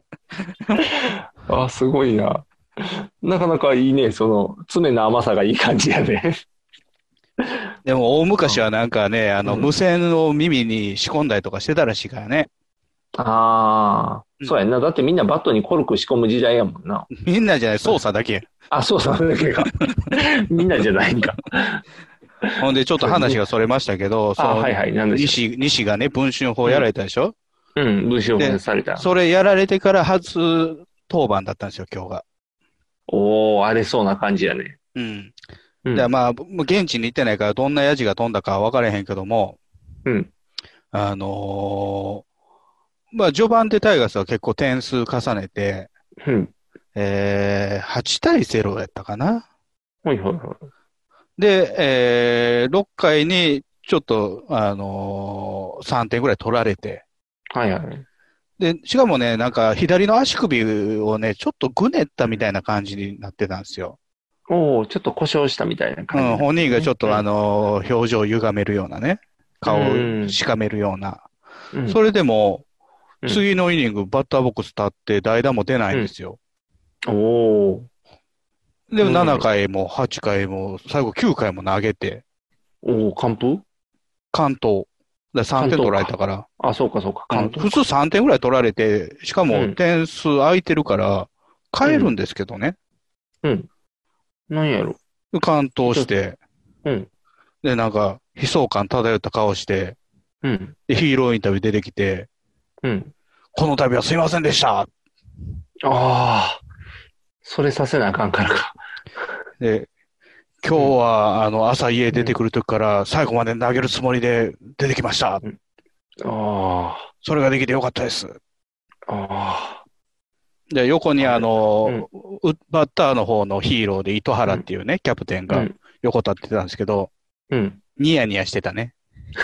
あ、すごいな。なかなかいいね。その、常の甘さがいい感じやね。 でも、大昔はなんかね、あの、無線を耳に仕込んだりとかしてたらしいからね。 ああ、そうやんな。だってみんなバットにコルク仕込む時代やもんな。 みんなじゃない、操作だけ。 あ、操作だけか。みんなじゃないんか。 ほんで、ちょっと話がそれましたけど、 あ、はいはい、なんでしょう。西、西がね、文春法やられたでしょ、 うん、うん、文春法された。 それやられてから初登板だったんですよ、今日が。 おー、荒れそうな感じやね。 うん。うん、でまあ、現地に行ってないからどんなヤジが飛んだかは分からへんけども、 うん。 あのー、まあ、序盤でタイガースは結構点数重ねて、 うん。 えー、はちたいゼロやったかな。 はいはいはい。 で、えー、ろっかいにちょっと、あのー、さんてんぐらい取られて、 はいはい。 で、しかもね、なんか左の足首をね、ちょっとぐねったみたいな感じになってたんですよ。 おお、ちょっと故障したみたいな感じ、ね。 うん、本人がちょっと、うん、あの、表情を歪めるようなね、顔をしかめるような。うん、それでも、うん、次のイニング、バッターボックス立って代打も出ないんですよ。 うん、おお。 でもななかいもはちかいも、最後きゅうかいも投げて。 おお、完封完投。ださんてん取られたから。 あ、そうかそうか。 うん、普通さんてんぐらい取られて、しかも点数空いてるから、変えるんですけどね。 うん。うん、何やろ。 完投して、 うん。 で、なんか、悲壮感漂った顔して、 うん。 で、ヒーローインタビュー出てきて、 うん。 この度はすいませんでした。 ああ。それさせなあかんからか。 で、今日は、あの、朝家出てくるときから、最後まで投げるつもりで出てきました。うん、 ああ。 それができてよかったです。 ああ。 で、横にあの、うん、バッターの方のヒーローで糸原っていうね、うん、キャプテンが横立ってたんですけど、 うん。 ニヤニヤしてたね。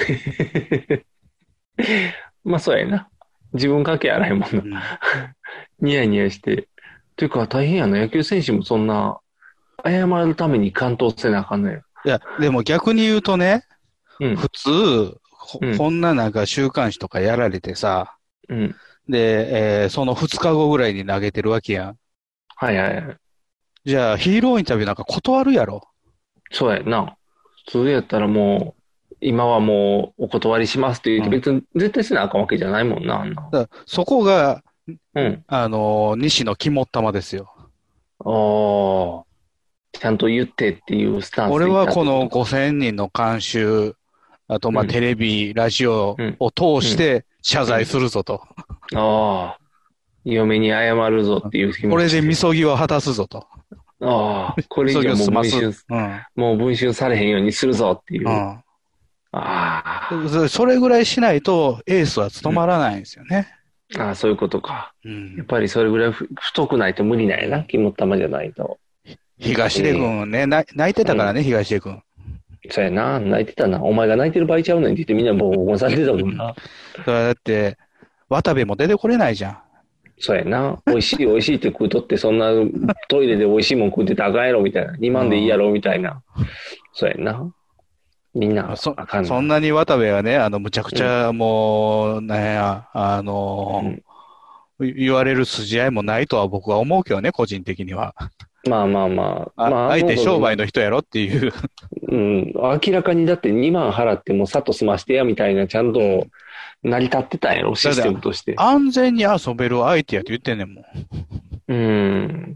まあそうやな。自分関係荒いもんな。うん、ニヤニヤして。というか大変やな。野球選手もそんな、謝るために完投せなあかんのよ。 いや、でも逆に言うとね、 うん、 普通、うん、こんななんか週刊誌とかやられてさ、 うん、 で、えー、そのふつかごぐらいに投げてるわけやん。 はいはいはい。 じゃあヒーローインタビューなんか断るやろ。 そうやな。普通やったらもう、 今はもうお断りしますって言って、別に絶対せなあかんわけじゃないもんな、あんな。 だからそこが、 うん。 あの、西の肝っ玉ですよ。 ああ。ちゃんと言ってっていうスタンスで俺言ったってはこのごせんにんの監修、あとまあテレビ、ラジオを通して謝罪するぞと。 ああ。嫁に謝るぞっていう気持ち。 これでみそぎを果たすぞと。 ああ。これ以上もう文春、もう文春されへんようにするぞっていう。ああ。 それぐらいしないとエースは務まらないんですよね。 ああ、そういうことか。やっぱりそれぐらいふ太くないと無理なんやな。肝っ玉じゃないと。 東出君ね、な泣いてたからね、東出君。 そうやな、泣いてたな。お前が泣いてる場合ちゃうねんって言ってみんなもうごされてたもんな。 それだって、渡部も出てこれないじゃん。 そうやな。美味しい美味しいって食うとって、そんなトイレで美味しいもん食うてたらあかんやろみたいな。にまんでいいやろみたいな。そうやな。みんな、 そ、そんなに渡部はね、あの、むちゃくちゃもう、ね、あの、言われる筋合いもないとは僕は思うけどね、個人的には。 まあまあまあ。 あまあ、 相手商売の人やろっていう。 うん。明らかにだってにまん払ってもさっと済ましてやみたいな、ちゃんと成り立ってたんやろ、システムとして。 安全に遊べる相手やって言ってんねんもん。 うん。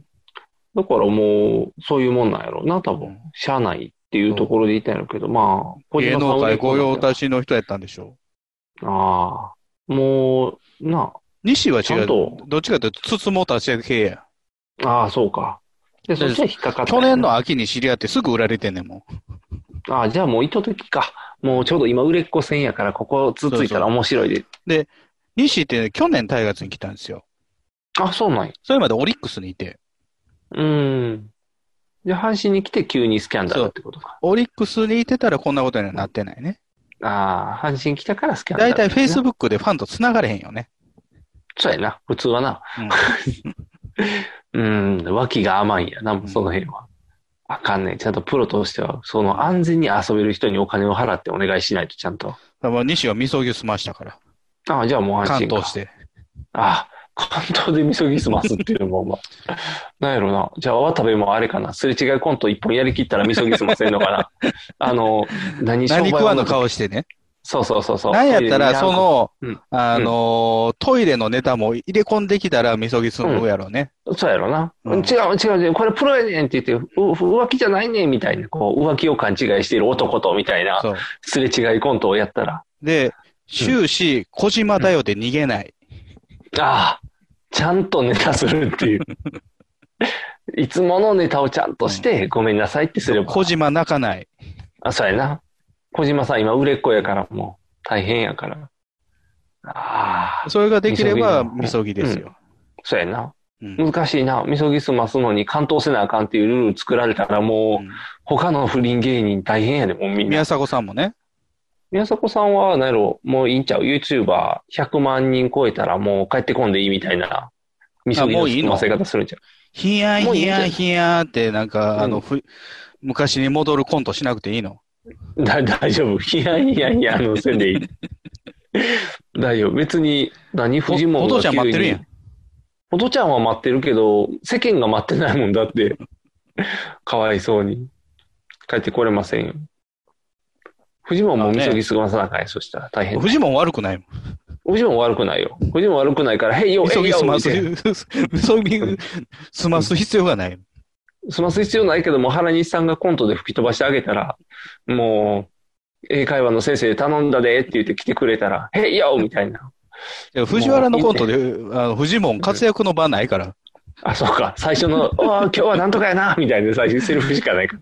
だからもう、そういうもんなんやろな、多分。しゃあないっていうところで言ったんやろうけど、まあ、 芸能界御用達の人やったんでしょう。ああ。もう、な。 西は違う。どっちかというと、つつもたして系や。 ああ、そうか。で、そっちは引っかかった。 去年の秋に知り合ってすぐ売られてんねんもん。 ああ、じゃあもう意図的か。もうちょうど今売れっ子戦やから、ここつついたら面白いで。 そうそうで、西って去年タイガースに来たんですよ。 あ、そうなんや。 それまでオリックスにいて。 うーん。じゃあ阪神に来て急にスキャンダルってことか。 オリックスにいてたらこんなことにはなってないね。 ああ、阪神来たからスキャンダル。 だいたいフェイスブックでファンと繋がれへんよね。 そうやな。普通はな。うん、うん、脇が甘いんやな、その辺は。あかんねん。ちゃんとプロとしては、その安全に遊べる人にお金を払ってお願いしないと、ちゃんと。 だから西はみそぎ済ましたから。 ああ、じゃあもう安心か。 関東して。 ああ、関東でみそぎ済ますっていうのも、まあ。なんやろな。じゃあ渡部もあれかな。すれ違いコント一本やりきったらみそぎ済ませんのかな。あの、何何食わぬ顔してね。 そうそうそうそう。 なんやったら、その、うん、あのーうん、トイレのネタも入れ込んできたら、みそぎすむやろうね、 うん。そうやろな。うん、違う違う、これプロやねんって言って、う浮気じゃないねんみたいな、こう、浮気を勘違いしている男とみたいな、すれ違いコントをやったら。 で、終始、小島だよで逃げない。 ああ、ちゃんとネタするっていう。いつものネタをちゃんとして、ごめんなさいってすれば。 小島泣かない。 あ、そうやな。小島さん今売れっ子やからもう大変やから。ああ。 それができればみそぎですよ。うん、 そうやな、うん。難しいな。みそぎ済ますのに関東せなあかんっていうルール作られたらもう、うん、他の不倫芸人大変やで、もうみんな。 宮迫さんもね。 宮迫さんは何やろ、もういいんちゃう ?YouTuberひゃくまんにん超えたらもう帰ってこんでいいみたいな。みそぎの済ませ方するんちゃう？ ひやひやひやってなんか、うん、あの、ふ、昔に戻るコントしなくていいの？ だ、大丈夫。いやいやいや、あの、せんでいい。大丈夫。別に、何、フジモンが。 お父ちゃん待ってるやん。 お父ちゃんは待ってるけど、世間が待ってないもんだって。かわいそうに。帰ってこれませんよ。フジモンもみそぎすまさなあかんや、そしたら大変。 フジモン悪くないもん。 フジモン悪くないよ。フジモン悪くないから、へいよ、 みそぎすます、みそぎすます必要がない。 済ます必要ないけども、原西さんがコントで吹き飛ばしてあげたら、もう、英会話の先生頼んだでって言って来てくれたら、へいよみたいな。 いや藤原のコントで、あの、フジモン活躍の場ないから。 あ、そうか。最初の、お今日はなんとかやなみたいな最初セリフしかないから。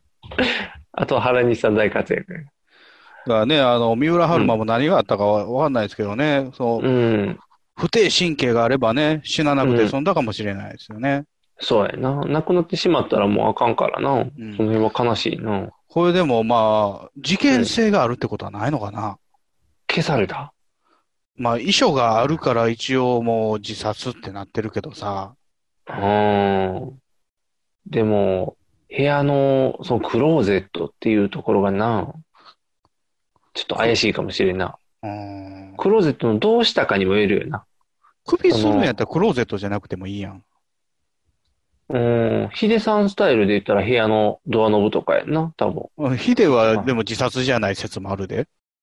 あとは原西さん大活躍。 だからね、あの、三浦春馬も何があったかわかんないですけどね、うん、そう、うん、不定神経があればね、死ななくて済んだかもしれないですよね。 うん、そうやな。亡くなってしまったらもうあかんからな。うん、その辺は悲しいな。 これでもまあ、事件性があるってことはないのかな。 消された？ まあ、遺書があるから一応もう自殺ってなってるけどさ。 うん。でも、部屋の、そのクローゼットっていうところがな、ちょっと怪しいかもしれんな。うん。クローゼットのどうしたかにもよるよな。 首するんやったらクローゼットじゃなくてもいいやん。 うん。ヒデさんスタイルで言ったら部屋のドアノブとかやんな、多分。 ヒデはでも自殺じゃない説もあるで。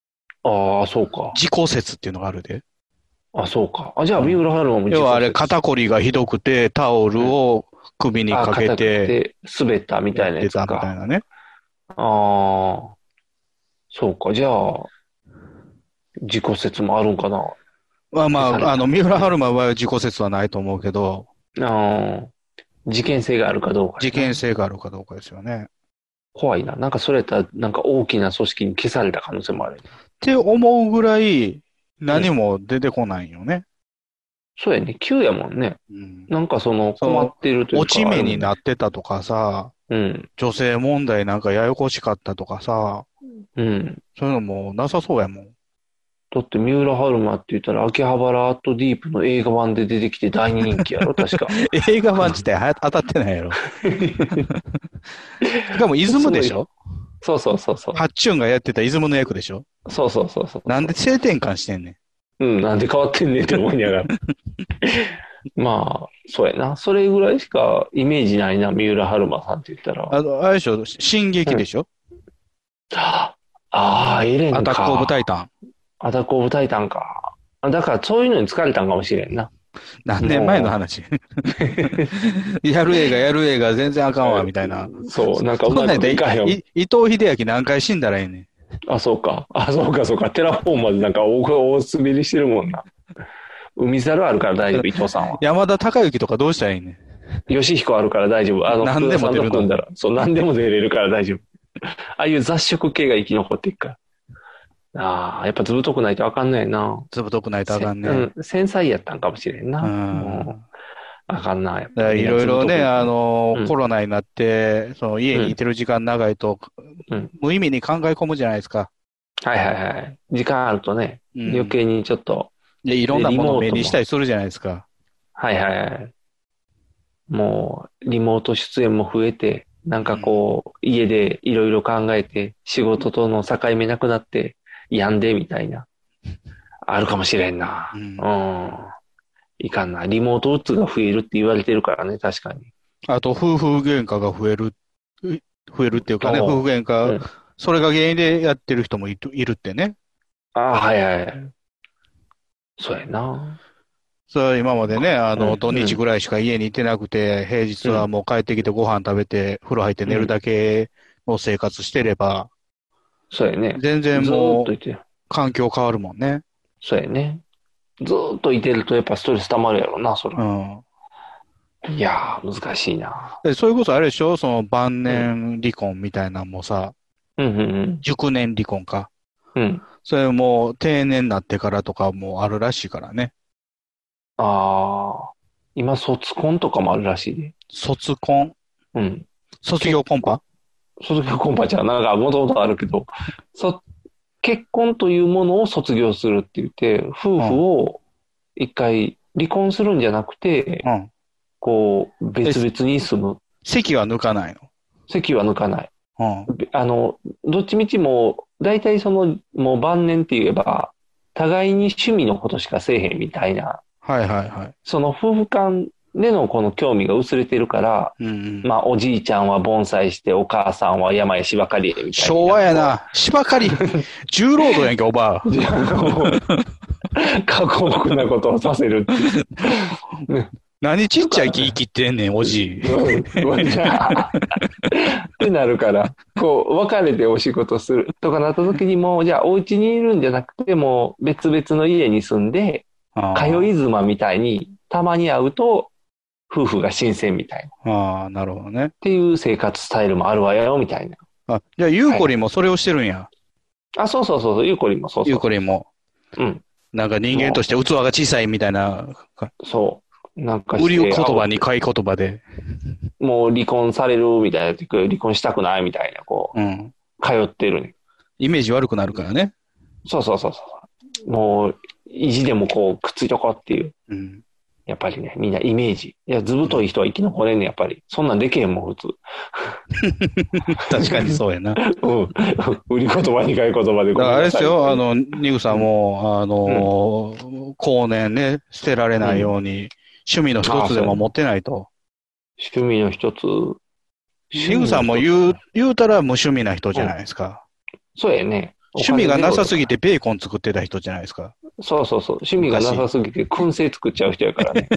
ああ、そうか。 自己説っていうのがあるで。 あ、そうか。あ、じゃあ、三浦春馬も自己説。 要はあれ、肩こりがひどくて、タオルを首にかけて、 滑ったみたいなやつか。 みたいなね。 ああ、そうか。じゃあ、自己説もあるんかな。 まあまあ、あの、三浦春馬は自己説はないと思うけど、 ああ、事件性があるかどうか、ね。 事件性があるかどうかですよね。 怖いな。なんかそれやったら、なんか大きな組織に消された可能性もある。 って思うぐらい、何も出てこないよね。うん、 そうやね。急やもんね。うん、なんかその、困ってるというか。 落ち目になってたとかさ、 うん、 女性問題なんかややこしかったとかさ、 うん、 そういうのもなさそうやもん。 だって三浦春馬って言ったら、秋葉原アットディープの映画版で出てきて大人気やろ、確か。 映画版自体は当たってないやろ。しかも、イズムでしょ？ そうそうそうそう。 ハッチュンがやってたイズムの役でしょ？ そうそうそうそう。 なんで性転換してんねん。うん、なんで変わってんねんって思いながら。まあ、そうやな。それぐらいしかイメージないな、三浦春馬さんって言ったら。 あの、あれでしょ？進撃でしょ？ うん、ああ、エレンか。 アタックオブタイタン。 アタックオブタイタンか。だからそういうのに疲れたんかもしれんな。 何年前の話やる映画やる映画全然あかんわ、みたいな。 そう、なんかうまくいかへんよ。 伊藤英明何回死んだらいいねん。 あ、そうか。あ、そうか、そうか。テラフォーマーズなんか大、大滑りしてるもんな。海猿あるから大丈夫、伊藤さんは。 山田孝之とかどうしたらいいねん。吉彦あるから大丈夫。あの、 何でも出るんだら。そう、何でも出れるから大丈夫。ああいう雑食系が生き残っていくから。ああ、やっぱずぶとくないとあかんないな。 ずぶとくないとあかんね。 うん、繊細やったんかもしれんな。うん。あかんな、やっぱり。いろいろね、あの、うん、コロナになって、その家にいてる時間長いと、うん、無意味に考え込むじゃないですか。 はいはいはい。時間あるとね、うん、余計にちょっと。 で、いろんなものを目にしたりするじゃないですか。 はいはいはい。もう、リモート出演も増えて、なんかこう、うん、家でいろいろ考えて、仕事との境目なくなって、病んでみたいな。あるかもしれんな。うん。うん、いかんな。リモートうつが増えるって言われてるからね、確かに。 あと、夫婦喧嘩が増える、増えるっていうかね、夫婦喧嘩、うん、それが原因でやってる人もいる、いるってね。 ああ、はいはい。そうやな。 そう、今までね、あの、うん、土日ぐらいしか家にいてなくて、平日はもう帰ってきてご飯食べて、風呂入って寝るだけの生活してれば、 そうやね。 全然もう、環境変わるもんね。 そうやね。ずーっといてるとやっぱストレス溜まるやろな、それ。うん。いやー、難しいな。 それこそあれでしょ、その晩年離婚みたいなのもさ、 うんうんうん。 熟年離婚か。 うん。 それも定年になってからとかもあるらしいからね。 あー、今卒婚とかもあるらしいで。 卒婚？ うん。 卒業コンパ？ 卒業コンパじゃなんかもともとあるけど、そ、結婚というものを卒業するって言って、夫婦を一回離婚するんじゃなくて、うん、こう、別々に住む。 籍は抜かないの？ 籍は抜かない。 うん、 あの、どっちみちも、大体その、もう晩年って言えば、互いに趣味のことしかせえへんみたいな。 はいはいはい。 その夫婦間でのこの興味が薄れてるから、 うんうん、 まあおじいちゃんは盆栽して、お母さんは山へ芝刈りへみたいな。 昭和やな。芝刈り。重労働やんけ、おばあ。 過酷なことをさせるって。 何ちっちゃい木切ってんねん、おじい。 ってなるから、こう、別れてお仕事するとかなった時にも、じゃあお家にいるんじゃなくて、もう別々の家に住んで、通い妻みたいにたまに会うと、夫婦が新鮮みたいな。ああ、なるほどね。 っていう生活スタイルもあるわよ、みたいな。 あ、じゃあ、ゆうこりんもそれをしてるんや。はい、 あ、そうそうそう、ゆうこりんもそうそう。 ゆうこりんも。 うん。 なんか人間として器が小さいみたいな。 そう。なんか売り言葉に買い言葉で。 もう離婚されるみたいな、離婚したくないみたいな、こう。 うん。 通ってるね。 イメージ悪くなるからね。 そうそうそうそう。もう、意地でもこう、くっついとこうっていう。 うん。 やっぱりね、みんなイメージ。いや、ずぶとい人は生き残れんね、やっぱり。そんなんできへんもん、普通。 確かにそうやな。 うん。売り言葉に買い言葉で。 あれですよ、あの、ニグさんも、あの、うん、後年ね、捨てられないように、うん、趣味の一つでも持ってないと。 趣味の一つ。 ニグさんも言う、言うたら無趣味な人じゃないですか。 うん、そうやね。 趣味がなさすぎてベーコン作ってた人じゃないですか。 そうそうそう。趣味がなさすぎて燻製作っちゃう人やからね。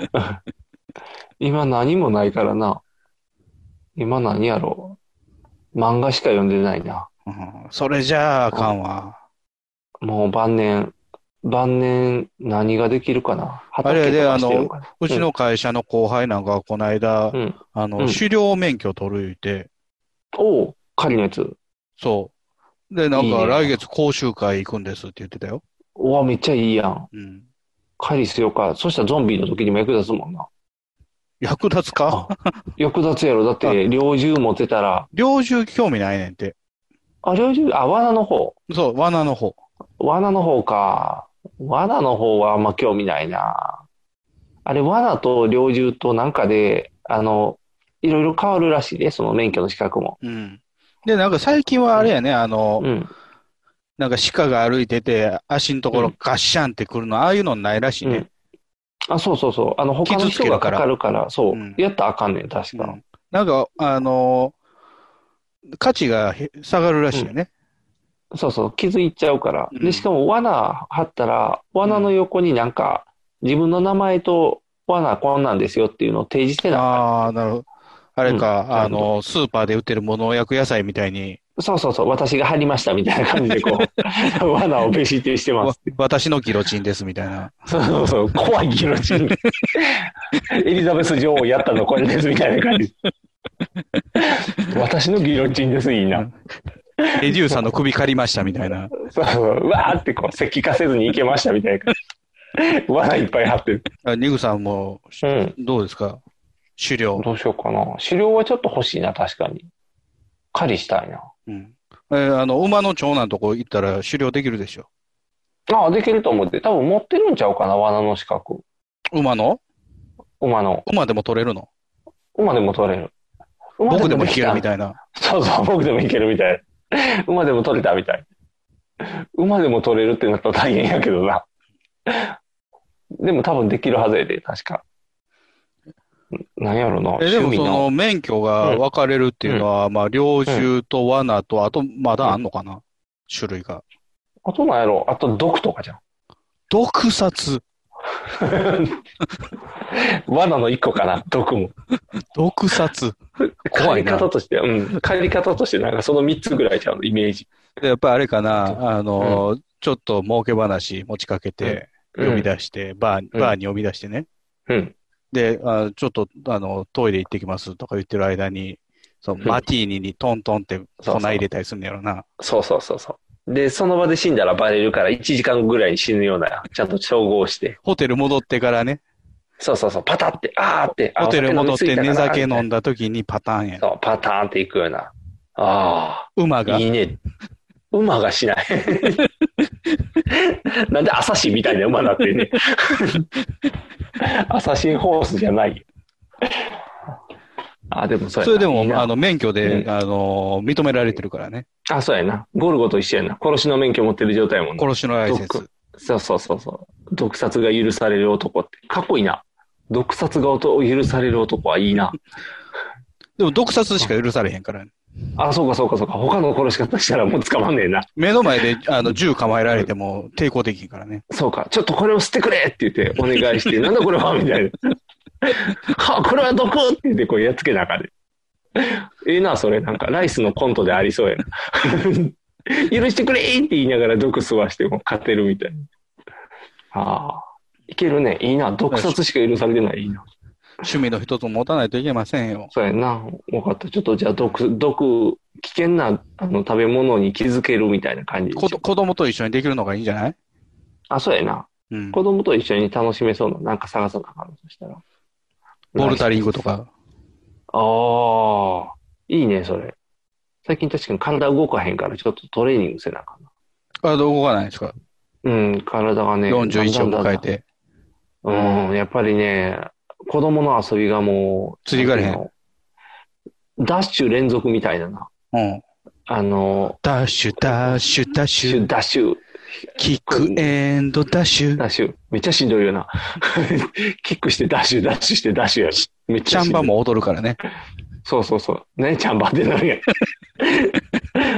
今何もないからな。今何やろう。漫画しか読んでないな。 うん、それじゃああかんわ。 もう晩年、晩年何ができるかな。 あれで、あの、うちの会社の後輩なんかこの間、うん、あの、うん、狩猟免許取る言うて。 おう、狩りのやつ。 そう。で、なんか来月講習会行くんですって言ってたよ。 うわ、めっちゃいいやん。うん。狩りしようか。そしたらゾンビの時にも役立つもんな。 役立つか役立つやろ。だって、猟銃持ってたら。 猟銃興味ないねんて。 あ、猟銃、あ、罠の方。 そう、罠の方。 罠の方か。罠の方はあんま興味ないな。あれ、罠と猟銃となんかで、あの、いろいろ変わるらしいね、その免許の資格も。 うん。で、なんか最近はあれやね、あの、うん、なんか鹿が歩いてて、足のところガッシャンってくるの、うん、ああいうのないらしいね。うんあ、そうそうそう。あの、他の人がかかるから、そう、うん。やったらあかんねん、確か。うん、 なんか、あのー、価値が下がるらしいよね、 うん。そうそう、気づいちゃうから。うん、で、しかも罠張ったら、罠の横になんか、自分の名前と罠こんなんですよっていうのを提示してなかった。 ああ、なるほど。あれか、うん、あの、スーパーで売ってる無農薬野菜みたいに。 そうそうそう、私が貼りましたみたいな感じでこう、罠をベシってしてます。 私のギロチンですみたいな。 そうそうそう、怖いギロチン。エリザベス女王やったのこれですみたいな感じ。私のギロチンです、いいな。 エデューさんの首借りましたみたいな。 そうそう、うわーってこう、石化せずに行けましたみたいな感じ。罠いっぱい張ってる。 ニグさんも、うん、どうですか狩猟。 どうしようかな。狩猟はちょっと欲しいな、確かに。狩りしたいな。 うん。えー、あの、馬の長男のとこ行ったら狩猟できるでしょ。 ああ、できると思って。多分持ってるんちゃうかな、罠の資格。 馬の馬の。 馬でも取れるの馬でも取れる。 僕でもいけるみたいな。 そうそう、僕でもいけるみたい。馬でも取れたみたい。馬でも取れるってなったら大変やけどな。でも多分できるはずやで、確か。何やろな。 え、でもその免許が分かれるっていうのは、うん、まあ、猟銃と罠と、あと、まだあんのかな、うん、種類が。 あと何やろあと毒とかじゃん。 毒殺罠の一個かな、毒も。 毒殺。 怖いな。帰り方として、うん。帰り方として、なんかその三つぐらいちゃうの、イメージ。 でやっぱりあれかな、あの、うん、ちょっと儲け話持ちかけて、呼び出して、うん、バー、バーに呼び出してね。うん。で、あちょっと、あの、トイレ行ってきますとか言ってる間に、そのマティーニにトントンって粉入れたりするんやろな。 そうそうそうそう。で、その場で死んだらバレるからいちじかんぐらいに死ぬような、ちゃんと照合して。 ホテル戻ってからね。 そうそうそう、パタって、あーって。 ホテル戻って寝酒飲んだ時にパターンや。 そう、パターンっていくような。ああ。 馬が。 いいね。馬がしない。なんでアサシンみたいな馬だってね。アサシンホースじゃない。あ、でもそうやな。 それでも、あの、免許で、うん、あの、認められてるからね。 あ、そうやな。ゴルゴと一緒やな。殺しの免許持ってる状態やもんね。 殺しのライセンス。 そうそうそうそう。毒殺が許される男って。かっこいいな。毒殺が許される男はいいな。 でも毒殺しか許されへんからね。 あ、そうかそうかそうか。他の殺し方したらもう捕まんねえな。 目の前であの銃構えられても抵抗できんからね。 そうか。ちょっとこれを吸ってくれって言ってお願いして、なんだこれはみたいな。は、これは毒って言ってこうやっつけなあかんで。ええな、それなんかライスのコントでありそうやな。許してくれって言いながら毒吸わしても勝てるみたいな。ああ。いけるね。いいな。毒殺しか許されてない。いいな。 趣味の一つ持たないといけませんよ。 そうやな。分かった。ちょっとじゃあ毒、毒、危険なあの食べ物に気づけるみたいな感じ。 子供と一緒にできるのがいいんじゃない？ あ、そうやな。うん、子供と一緒に楽しめそうな、なんか探さなあかんのとしたら。 ボルダリングとか。 ああ、いいね、それ。最近確かに体動かへんからちょっとトレーニングせなあかんな。 体動かないですか？ うん、体がね。 よんじゅういちを迎えて。 うん、やっぱりね、子供の遊びがもう。釣りがれへん。 ダッシュ連続みたいなな。 うん。 あの、 ダッシュ、ダッシュ、ダッシュ。 ダッシュ。 キックエンドダッシュ。 ダッシュ。めっちゃしんどいよな。キックしてダッシュ、ダッシュしてダッシュやし。 めっちゃしんどい。チャンバも踊るからね。 そうそうそう。ね、チャンバってなるやん。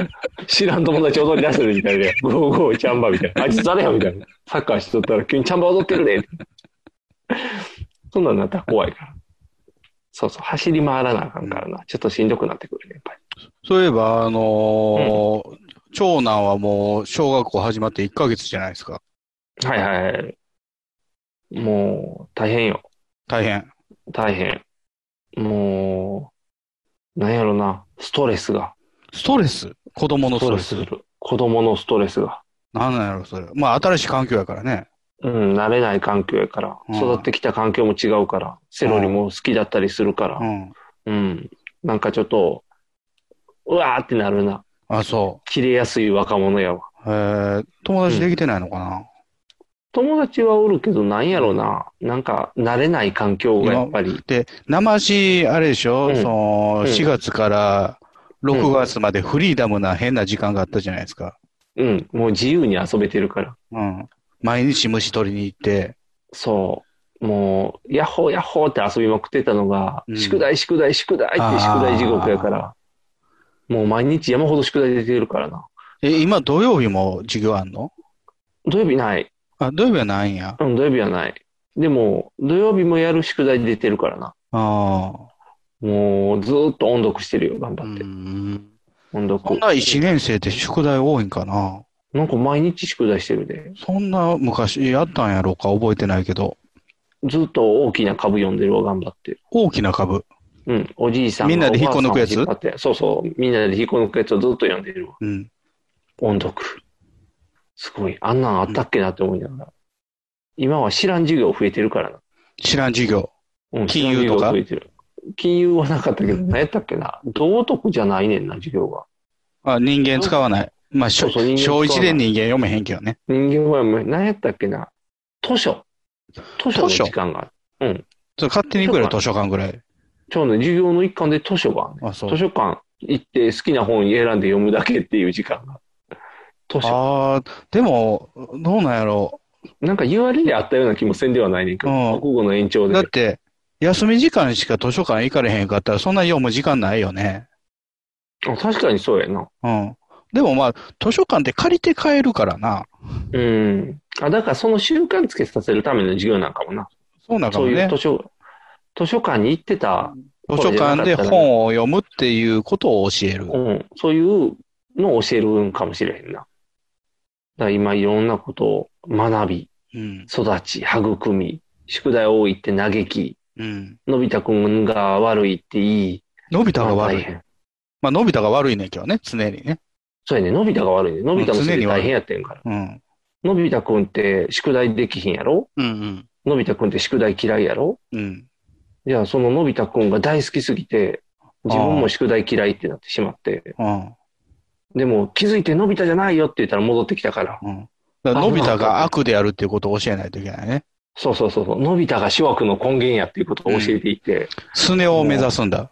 知らん友達踊り出してるみたいで、ゴーゴーチャンバみたいな。あいつ誰やみたいな。サッカーしとったら急にチャンバ踊ってるで。そんなんなったら怖いから。そうそう、走り回らなあかんからな。ちょっとしんどくなってくるね、やっぱり。 そういえば、あのーうん、長男はもう小学校始まっていっかげつじゃないですか。 はいはい。もう、大変よ。 大変。 大変。もう、なんやろな、ストレスが。 ストレス子供のストレス。 ストレスする。子供のストレスが。 なんなんやろ、それ。まあ、新しい環境やからね。 うん、慣れない環境やから。育ってきた環境も違うから。セロリも好きだったりするから。うん。うん。なんかちょっと、うわーってなるな。 あ、そう。 切れやすい若者やわ。 へえ、友達できてないのかな、うん、 友達はおるけど、なんやろな。なんか、慣れない環境がやっぱり。 で、生し、あれでしょ、うん、その、しがつからろくがつまでフリーダムな変な時間があったじゃないですか。 うん、もう自由に遊べてるから。 うん。毎日虫取りに行って。 そう。もう、ヤッホーヤッホーって遊びまくってたのが、うん、宿題宿題宿題って宿題地獄やから。もう毎日山ほど宿題出てるからな。 え、今土曜日も授業あんの？ 土曜日ない。 あ、土曜日はないんや。 うん、土曜日はない。でも、土曜日もやる宿題出てるからな。 ああ。 もう、ずーっと音読してるよ、頑張って。うん。音読。 そんないちねん生って宿題多いんかな？ なんか毎日宿題してるで。 そんな昔やったんやろうか覚えてないけど。 ずっと大きな株読んでるわ、頑張って。 大きな株？ うん。おじいさんがみんなで引っこ抜くやつ？ そうそう。みんなで引っこ抜くやつをずっと読んでるわ。 うん。 音読。すごい。あんなんあったっけなって思いながら。今は知らん授業増えてるからな。 知らん授業。 うん。 金融とか？ 増えてる。金融はなかったけど、何やったっけな。道徳じゃないねんな、授業が。 あ、人間使わない。まあ、そうそう小一で人間読めへんけどね。 人間は読めへん。何やったっけな。図書。図書の時間がある。うん。 それ勝手に行くよ、図書館ぐらい。 ちょうどね、授業の一環で図書がある、ね。あ、そう。図書館行って好きな本選んで読むだけっていう時間が。図書。 ああ、でも、どうなんやろう。なんか言われであったような気もせんではないねんけど、うん、国語の延長で。 だって、休み時間しか図書館行かれへんかったら、そんな読む時間ないよね。 あ、確かにそうやな。 うん。でもまあ、図書館って借りて帰るからな。 うん。あ、だからその習慣つけさせるための授業なんかもな。 そうなんかもね。 そういう図書、図書館に行ってた。 図書館で本を読むっていうことを教える。 うん。そういうのを教えるんかもしれへんな。だから今いろんなことを学び、うん、育ち、育み、宿題多いって嘆き、うん、のび太くんが悪いっていい。 のび太が悪い。まあ、のび太が悪いねんけどね、常にね。 そうやね、のび太が悪いね。のび太も常に大変やってんから。 うん。 のび太くんって宿題できひんやろ？ うんうん。 のび太くんって宿題嫌いやろ？ うん。 じゃあ、そののび太くんが大好きすぎて、自分も宿題嫌いってなってしまって。 あでも、気づいてのび太じゃないよって言ったら戻ってきたから。 うん。だからのび太が悪であるっていうことを教えないといけないね。 そうそうそうそう。のび太が諸悪の根源やっていうことを教えていて。 スネ夫を目指すんだ。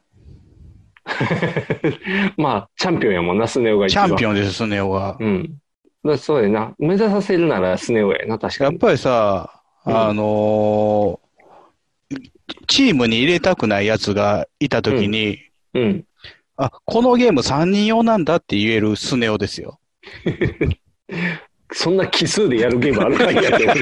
まあ、チャンピオンやもんな、スネ夫が一番。 チャンピオンです、スネ夫は。 うん。だそうやな。目指させるならスネ夫やな、確かに。 やっぱりさ、あのー、チームに入れたくない奴がいたときに、 うん。うん。 あ、このゲームさんにん用なんだって言えるスネ夫ですよ。 そんな奇数でやるゲームあるかいやって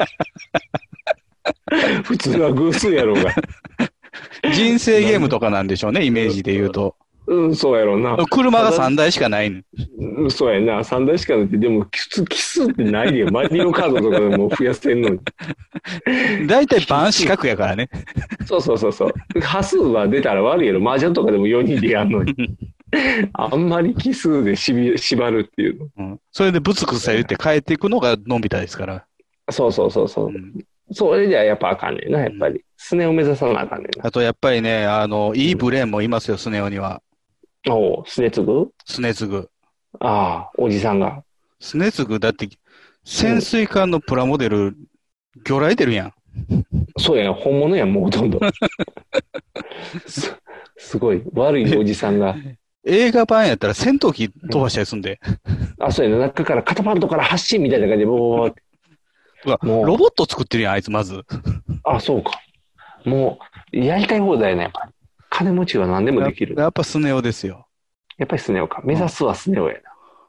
普通は偶数やろうが。 人生ゲームとかなんでしょうね、イメージで言うと。 うん、そうやろうな。 車がさんだいしかないの。 うん、そうやな。さんだいしかないって、でも、奇数ってないでよ。マリオカードとかでも増やせんのに。 だいたい番四角やからね。 そうそうそうそう。端数は出たら悪いやろ。麻雀とかでもよにんでやんのに。あんまり奇数でしび縛るっていうの。 うん。それでぶつくさ言って帰っていくのがのび太ですから。 そうそうそうそう。うん、それじゃやっぱあかんねんな、やっぱり。スネを目指さなあかんねんな。 あとやっぱりね、あの、いいブレーンもいますよ、スネ夫には。 おう、スネツグ？ スネツグ。 ああ、おじさんが。 スネツグ、だって、潜水艦のプラモデル、魚雷出るやん。 そうやん、本物やん、もうほとんど。す、すごい、悪いおじさんが。 映画版やったら戦闘機飛ばしたりすんで。 うん、あ、そうやね、中からカタパルトから発進みたいな感じで、もう、 うわ、もうロボット作ってるやん、あいつ、まず。 あ、そうか。もう、やりたい放題やね、やっぱり。金持ちは何でもできる。 や, やっぱスネ夫ですよ。 やっぱりスネ夫か。目指すはスネ夫やな。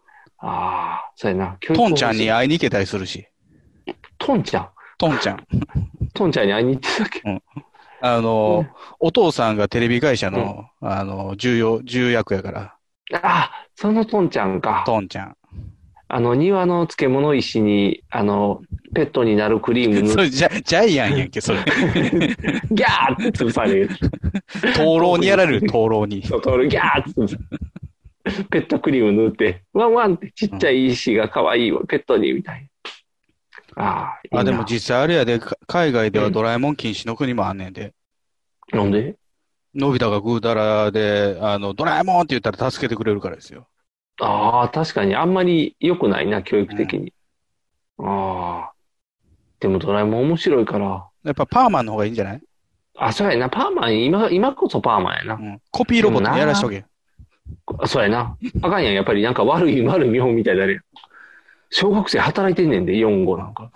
ああ、そうやな。 トンちゃんに会いに行けたりするし。 トンちゃんトンちゃん。 トンちゃんに会いに行ってたっけ、 うん、あの、うん、お父さんがテレビ会社の、うん、あの、重要、重役やから。 ああ、そのトンちゃんか。 トンちゃん。 あの、庭の漬物石に、あの、ペットになるクリーム塗それジャ、ジャイアンやんけ、それ。 ギャーって潰される。 灯籠にやられる、灯籠に。 そう、灯籠ギャーって潰される。ペットクリーム塗って、ワンワンってちっちゃい石が可愛いわ、うん、ペットに、みたいな。ああ、いいな。 あ、でも実際あれやで、海外ではドラえもん禁止の国もあんねんで。 うん、なんでのび太がぐうたらで、あの、ドラえもんって言ったら助けてくれるからですよ。 ああ、確かにあんまり良くないな、教育的に。うん、ああ。でもドラえもん面白いから。 やっぱパーマンの方がいいんじゃない？ あ、そうやな。パーマン、今、今こそパーマンやな。うん、 コピーロボットにやらしとけ。 そうやな。あかんやん。やっぱりなんか悪い、悪い見本みたいになるやん。小学生働いてんねんで、よんごなんか。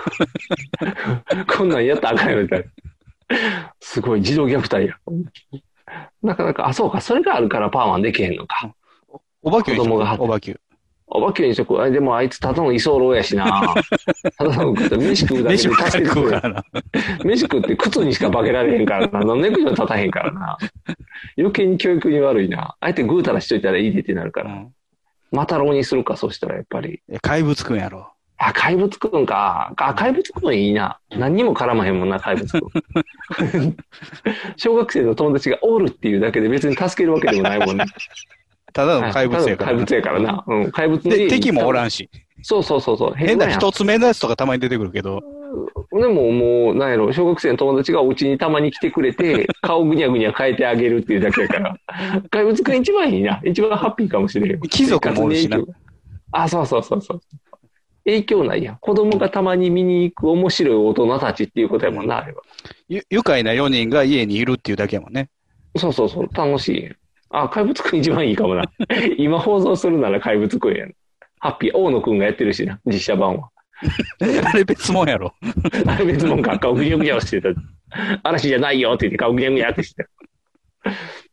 こんなんやったらあかんよ、みたいな。すごい、児童虐待や。なかなか、あ、そうか、それがあるからパーマンできへんのか。 おばきゅうにしとく。 おばきゅう。おばきゅうにしとく。あ、でもあいつただの居候やしな。ただの飯食うだけで助けてくれる。飯食って靴にしか化けられへんからな。ネクジョ立たへんからな。余計に教育に悪いな。あえてぐうたらしといたらいいでってなるから。うん、マタロウにするか、そうしたらやっぱり。 怪物くんやろ。 あ、怪物くんか。あ、怪物くんいいな。何にも絡まへんもんな、怪物くん。小学生の友達がおるっていうだけで別に助けるわけでもないもんね。 ただの怪物やからな。 怪物やからな。うん。怪物で。 敵もおらんし。 そうそうそうそう。 変な一つ目のやつとかたまに出てくるけど。 でももう、なんやろ、小学生の友達がお家にたまに来てくれて、顔ぐにゃぐにゃ変えてあげるっていうだけやから。怪物くん一番いいな。一番ハッピーかもしれん。 貴族もおるしな。 あ、そうそうそうそう。影響ないやん。子供がたまに見に行く面白い大人たちっていうことやもんな、あれは。 ゆ、愉快なよにんが家にいるっていうだけやもんね。 そうそうそう。楽しい。あ、怪物くん一番いいかもな。今放送するなら怪物くんやん。ハッピー、大野くんがやってるしな、実写版は。 あれ別物やろ。 あれ別物か、顔ぐにゃぐにゃしてた。嵐じゃないよって言って顔ぐにゃぐにゃってしてた。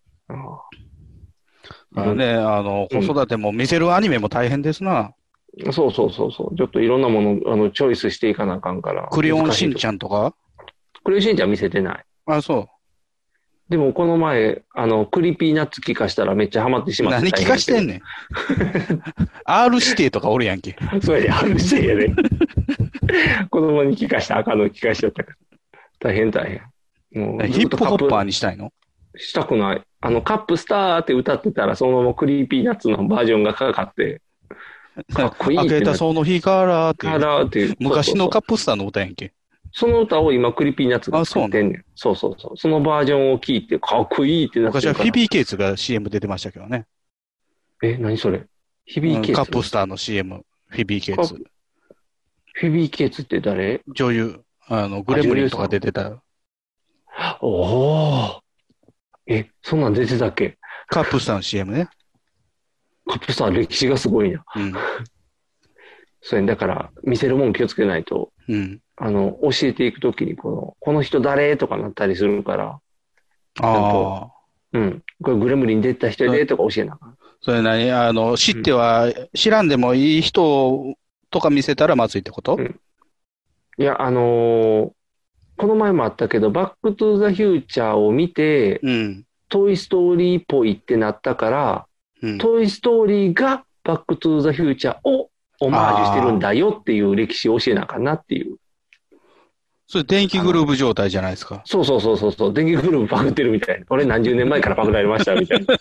ああね、あの、子育ても見せるアニメも大変ですな。 うん、そうそうそうそう。ちょっといろんなもの、あの、チョイスしていかなあかんから。 クレヨンしんちゃんとかクレヨンしんちゃん見せてない。 あ、そう。 でもこの前、あの、クリピーナッツ聞かしたらめっちゃハマってしまった。 何聞かしてんねん。アール 指定とかおるやんけ。 そうやね、アール 指定やね。子供に聞かした赤の聞かしちゃったから。大変大変。 もうヒップホッパーにしたいの？ したくない。あの、カップスターって歌ってたら、そのままクリーピーナッツのバージョンがかかって、かっこいいって。 開けたその日からっていう。 からっていう。 昔のカップスターの歌やんけ。 その歌を今クリピーナッツが作ってんねん。そうそうそう。そのバージョンを聞いて、かっこいいってなってるから。 昔はフィビー・ケイツが シーエム 出てましたけどね。 え、何それ？フィビー・ケイツ、 うん、カップスターの シーエム、フィビー・ケイツ。 フィビー・ケイツって誰？ 女優。あの、グレムリンとか出てた。 おお。え、そんなん出てたっけ？ カップスターの シーエム ね。 カップスター歴史がすごいな。うん。それだから、見せるもん気をつけないと。うん。あの、教えていくときに、この、この人誰とかなったりするから。ああ。うん。これグレムリン出た人でとか教えなあかん。 それ何あの、知っては、うん、知らんでもいい人とか見せたらまずいってこと？うん、 いや、あのー、この前もあったけど、バックトゥーザフューチャーを見て、うん、トイストーリーっぽいってなったから、うん、トイストーリーがバックトゥーザフューチャーをオマージュしてるんだよっていう歴史を教えなあかんなっていう。 それ電気グルーヴ状態じゃないですか。 そうそうそうそうそう。電気グルーヴパクってるみたいな。俺何十年前からパクられましたみたいな。い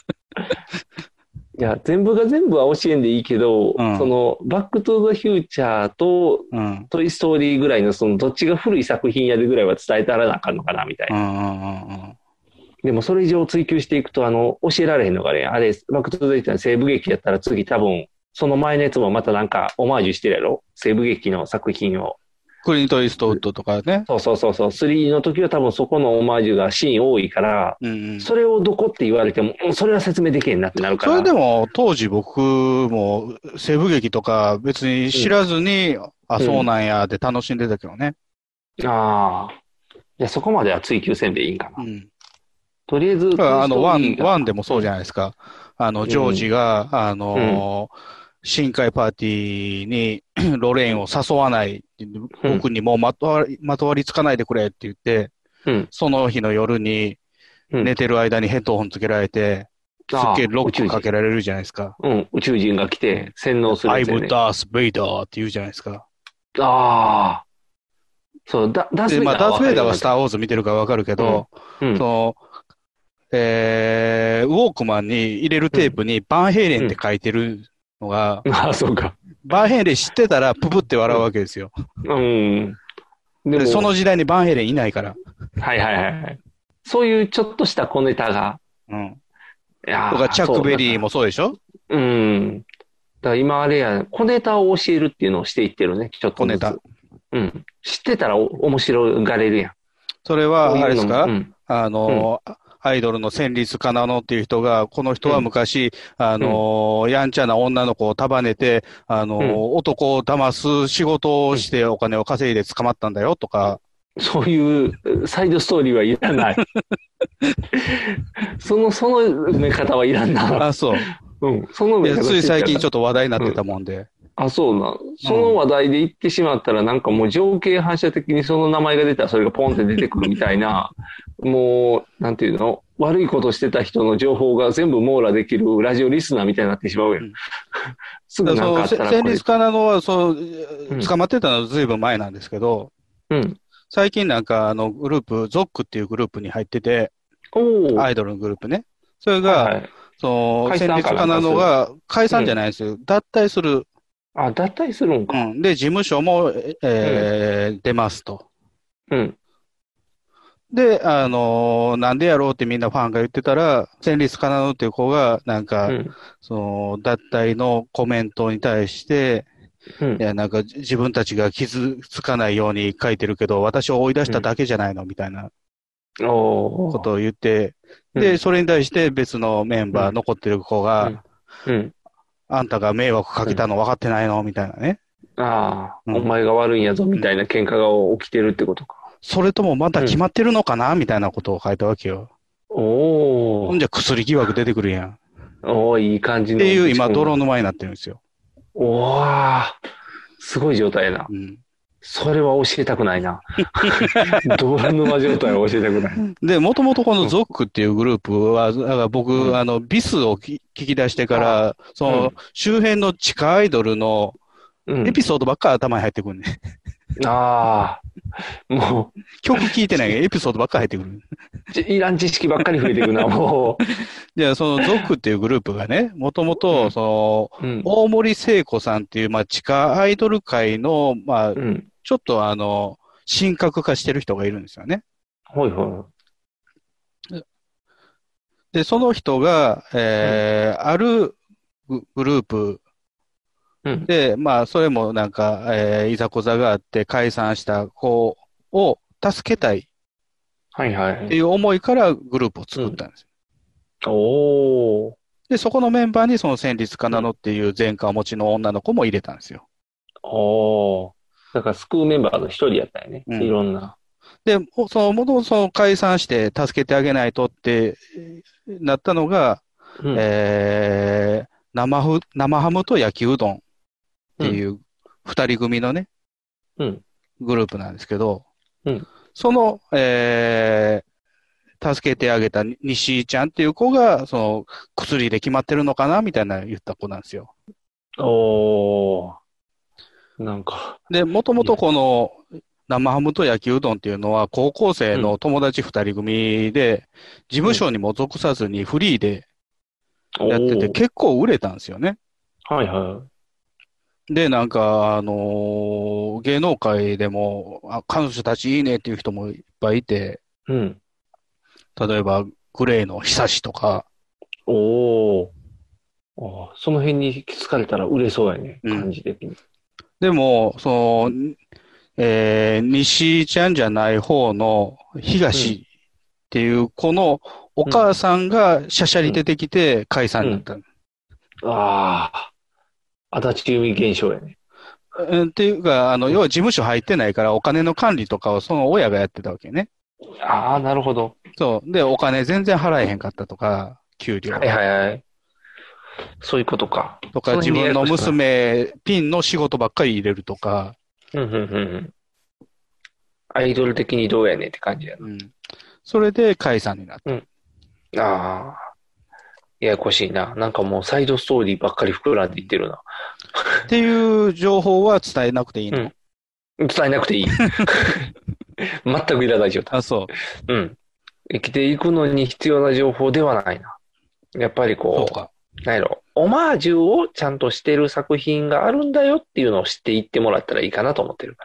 や、全部が全部は教えんでいいけど、うん、その、バックトゥーザフューチャーと、うん、トイストーリーぐらいの、その、どっちが古い作品やるぐらいは伝えたらなあかんのかな、みたいな。うんうんうん、でも、それ以上追求していくと、あの、教えられへんのがね、あれ、バックトゥーザフューチャーの西部劇やったら次多分、その前のやつもまたなんか、オマージュしてるやろ？西部劇の作品を。 クリント・イーストウッドとかね。 そうそうそうそう。スリーの時は多分そこのオマージュがシーン多いから、うんうん、それをどこって言われても、それは説明できへんなってなるから。 それでも、当時僕も西部劇とか別に知らずに、うん、あ、そうなんやって楽しんでたけどね。 うん、ああ。いや、そこまでは追求せんでいいんかな。うん、とりあえず、 あの、ワン、ワンでもそうじゃないですか。あの、ジョージが、うん、あの、 深海パーティーにロレーンを誘わない、僕にもうまとわり、まとわりつかないでくれって言って、 うん、 その日の夜に寝てる間にヘッドホンつけられて、すっげえロックかけられるじゃないですか。 うん、宇宙人が来て洗脳するやつ、ね。 I'm Darth Vader って言うじゃないですか。 ああ。そう、ダダースベイダーは。 まあ、ダース・ベイダーはスター・ウォーズ見てるからわかるけど、うんうん、その、えー、ウォークマンに入れるテープにバンヘイレンって書いてるのが、 うん、ああ、そうか。 バンヘイレン知ってたらププって笑うわけですよ。 うん。 でもその時代にバンヘイレンいないから。 はいはいはい。そういうちょっとした小ネタが。 うん。いやとか、チャックベリーもそうでしょ？ うん。だから今あれや、小ネタを教えるっていうのをしていってるね、ちょっとずつ。小ネタ。うん。知ってたら面白がれるやん。 それは、あれですか、うん、あの、うん、アイドルの戦慄かなのっていう人が、この人は昔、うん、あの、やんちゃな女の子を束ねて、あの、うん、男を騙す仕事をしてお金を稼いで捕まったんだよとか。 そういうサイドストーリーはいらない。その、その目方はいらんな。 あ、そう。 うん。その目方つい最近ちょっと話題になってたもんで。うん、 あ、そうな。その話題で言ってしまったら、なんかもう情景反射的にその名前が出たらそれがポンって出てくるみたいな、もう、なんていうの、悪いことしてた人の情報が全部網羅できるラジオリスナーみたいになってしまうやん。うん、すぐなんかあったらこれ。 戦慄かなのは、そう、捕まってたのはずいぶん前なんですけど、うん。最近なんかあのグループ、ゾックっていうグループに入ってて、アイドルのグループね。それが、はい、その、戦慄かなのが解散じゃないですよ。うん、脱退する。 あ、脱退するんか。 うん。で、事務所も、えーうん、出ますと。 うん。 で、あのー、なんでやろうってみんなファンが言ってたら、戦慄かなのっていう子が、なんか、うん、その、脱退のコメントに対して、うん、いや、なんか自分たちが傷つかないように書いてるけど、私を追い出しただけじゃないの、みたいなことを言って、うん、で、それに対して別のメンバー、うん、残ってる子が、うんうん、あんたが迷惑かけたの分かってないのみたいなね。 ああ、うん、お前が悪いんやぞ、みたいな喧嘩が起きてるってことか。 それともまだ決まってるのかな、みたいなことを書いたわけよ。 おー。 ほんじゃ薬疑惑出てくるやん。 おー、いい感じの。 っていう今、泥沼になってるんですよ。 おー、すごい状態やな。うん、それは教えたくないな。泥沼状態は教えたくない。 で、もともとこのゾックっていうグループは、だから僕、うん、あの、ビスを聞き出してから、その、うん、周辺の地下アイドルのエピソードばっかり頭に入ってくるね。 うん、ああ、もう。 曲聴いてないけど、エピソードばっかり入ってくる。 いらん知識ばっかり増えていくな、もう。 じゃあ、そのゾックっていうグループがね、もともと、その、うん、大森聖子さんっていう、まあ、地下アイドル界の、まあ、うん、ちょっとあの、神格化してる人がいるんですよね。 はいはい。 で、その人が、えー、うん、あるグループで、うん、まあ、それもなんか、えー、いざこざがあって解散した子を助けたい。 はいはい。 っていう思いからグループを作ったんですよ。うん、おー。 で、そこのメンバーにその戦慄かなのっていう前科を持ちの女の子も入れたんですよ。 おー。だから救うメンバーの一人やったよね。うん、いろんな。 で、その、もともとその解散して助けてあげないとってなったのが、うん、えー、生ふ、生ハムと焼きうどんっていう二人組のね、うん、グループなんですけど、うん、その、えー、助けてあげた西井ちゃんっていう子が、その、薬で決まってるのかなみたいな言った子なんですよ。 おー。なんか。 で、もともとこの生ハムと焼きうどんっていうのは高校生の友達二人組で、事務所にも属さずにフリーでやってて結構売れたんですよね。 はいはい。 で、なんか、あのー、芸能界でも、あ、彼女たちいいねっていう人もいっぱいいて、 うん。 例えば、グレーの久しとか。 おー。あ、その辺に引きつかれたら売れそうやね、感じ的に。うん、 でも、その、えー、西ちゃんじゃない方の東っていう子のお母さんがしゃしゃり出てきて解散になった。うんうん、ああ。足立由美現象やね。 っていうか、あの、要は事務所入ってないからお金の管理とかをその親がやってたわけね。 ああ、なるほど。 そう。で、お金全然払えへんかったとか、給料。 はいはいはい。 そういうことか。 とか、自分の娘、ピンの仕事ばっかり入れるとか。 うんうんうん。アイドル的にどうやねんって感じやな。 うん。それで解散になった。うん。 ああ。ややこしいな。なんかもうサイドストーリーばっかり膨らんでいってるな。 っていう情報は伝えなくていいの？ うん、伝えなくていい。全くいらない状態。 あ、そう。 うん。生きていくのに必要な情報ではないな。やっぱりこう、 そうか。 なんやろ、オマージュをちゃんとしてる作品があるんだよっていうのを知っていってもらったらいいかなと思ってるから。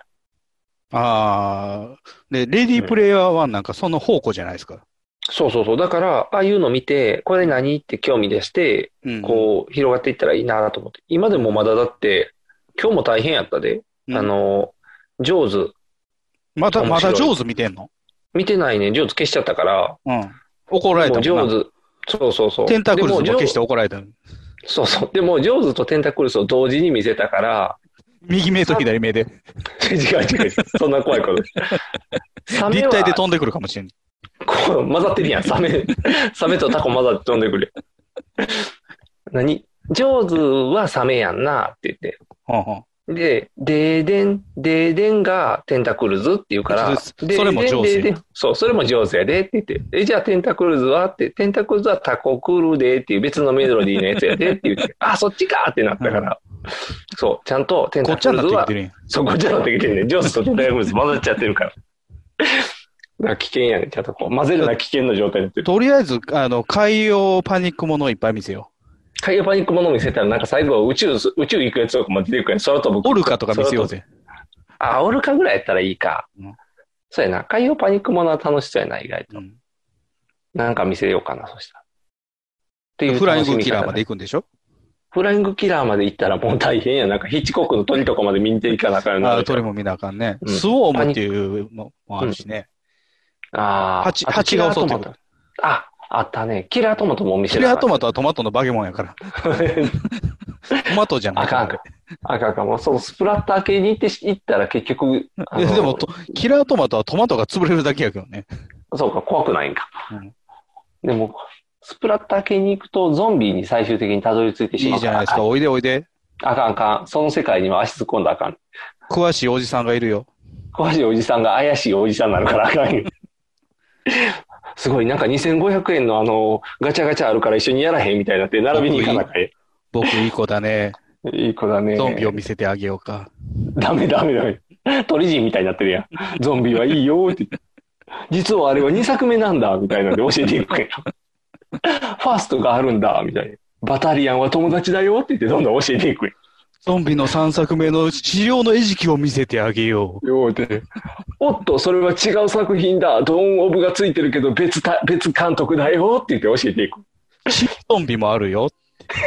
ああ。で、レディープレイヤーワンなんかその宝庫じゃないですか。 そうそうそう。だから、ああいうの見て、これ何って興味出して、うん、こう、広がっていったらいいなと思って。今でもまだだって、今日も大変やったで。うん、あの、ジョーズ。 まだ、まだジョーズ見てんの？ 見てないね。ジョーズ消しちゃったから。 うん。怒られたもんな。 ジョーズ。そうそうそう。 テンタクルズも消して怒られた。 そうそう。でも、ジョーズとテンタクルズを同時に見せたから。 右目と左目で。 違う違う。そんな怖いこと。 立体で飛んでくるかもしれん。 こう混ざってるやん。サメ、サメとタコ混ざって飛んでくる。何？ジョーズはサメやんなって言って。 はあはあ、で、デーデン、デーデンがテンタクルズって言うから、それも上手。 そう、それも上手やでって言って。え、じゃあテンタクルズはって、テンタクルズはタコクルでっていう別のメロディーのやつやでって言って、あ、そっちかってなったから。うん、そう、ちゃんとテンタクルズは、そう、こっちゃなってきてるね。ジョーズとテンタクルズ混ざっちゃってるから。だから危険やね。ちゃんとこう、混ぜるな危険な状態になってる。 とりあえず、あの、海洋パニックものをいっぱい見せよう。 海洋パニックものを見せたら、なんか最後、宇宙、宇宙行くやつとかも出てくるやん。空飛ぶ。 オルカとか見せようぜ。 あ、オルカぐらいやったらいいか。うん、そうやな。海洋パニックものは楽しそうやな、意外と。うん、なんか見せようかな、そしたら。っていう。 フライングキラーまで行くんでしょ？ フライングキラーまで行ったらもう大変や。なんかヒッチコックの鳥とかまで見に行かなあかんな。 あ、鳥も見なあかんね。うん、スウォームっていうのもあるしね。 うん、ああ。 蜂、蜂が襲ってくる。 あ、あったね。キラートマトもお店で。 キラートマトはトマトの化け物やから。トマトじゃない。 あかんか。あかんか。もうそのスプラッター系に行って、行ったら結局。 でも、キラートマトはトマトが潰れるだけやけどね。 そうか、怖くないんか。うん、でも、スプラッター系に行くとゾンビに最終的にたどり着いてしまう。 いいじゃないですか。おいでおいで。 あかんあかん。その世界には足突っ込んだらあかん。 詳しいおじさんがいるよ。 詳しいおじさんが怪しいおじさんになるからあかんよ。すごい、なんかにせんごひゃくえんのあの、ガチャガチャあるから一緒にやらへんみたいになって並びに行かなかい。 僕いい子だね。 いい子だね。 ゾンビを見せてあげようか。 ダメダメダメ。鳥人みたいになってるやん。ゾンビはいいよって。実はあれはにさくめなんだ、みたいなんで教えていくやん。ファーストがあるんだ、みたいな。バタリアンは友達だよって言ってどんどん教えていくやん。 ゾンビのさんさくめの治療の餌食を見せてあげよう。 ようて。おっと、それは違う作品だ。ドーンオブがついてるけど別た、別監督だよって言って教えていく。 ゾンビもあるよ。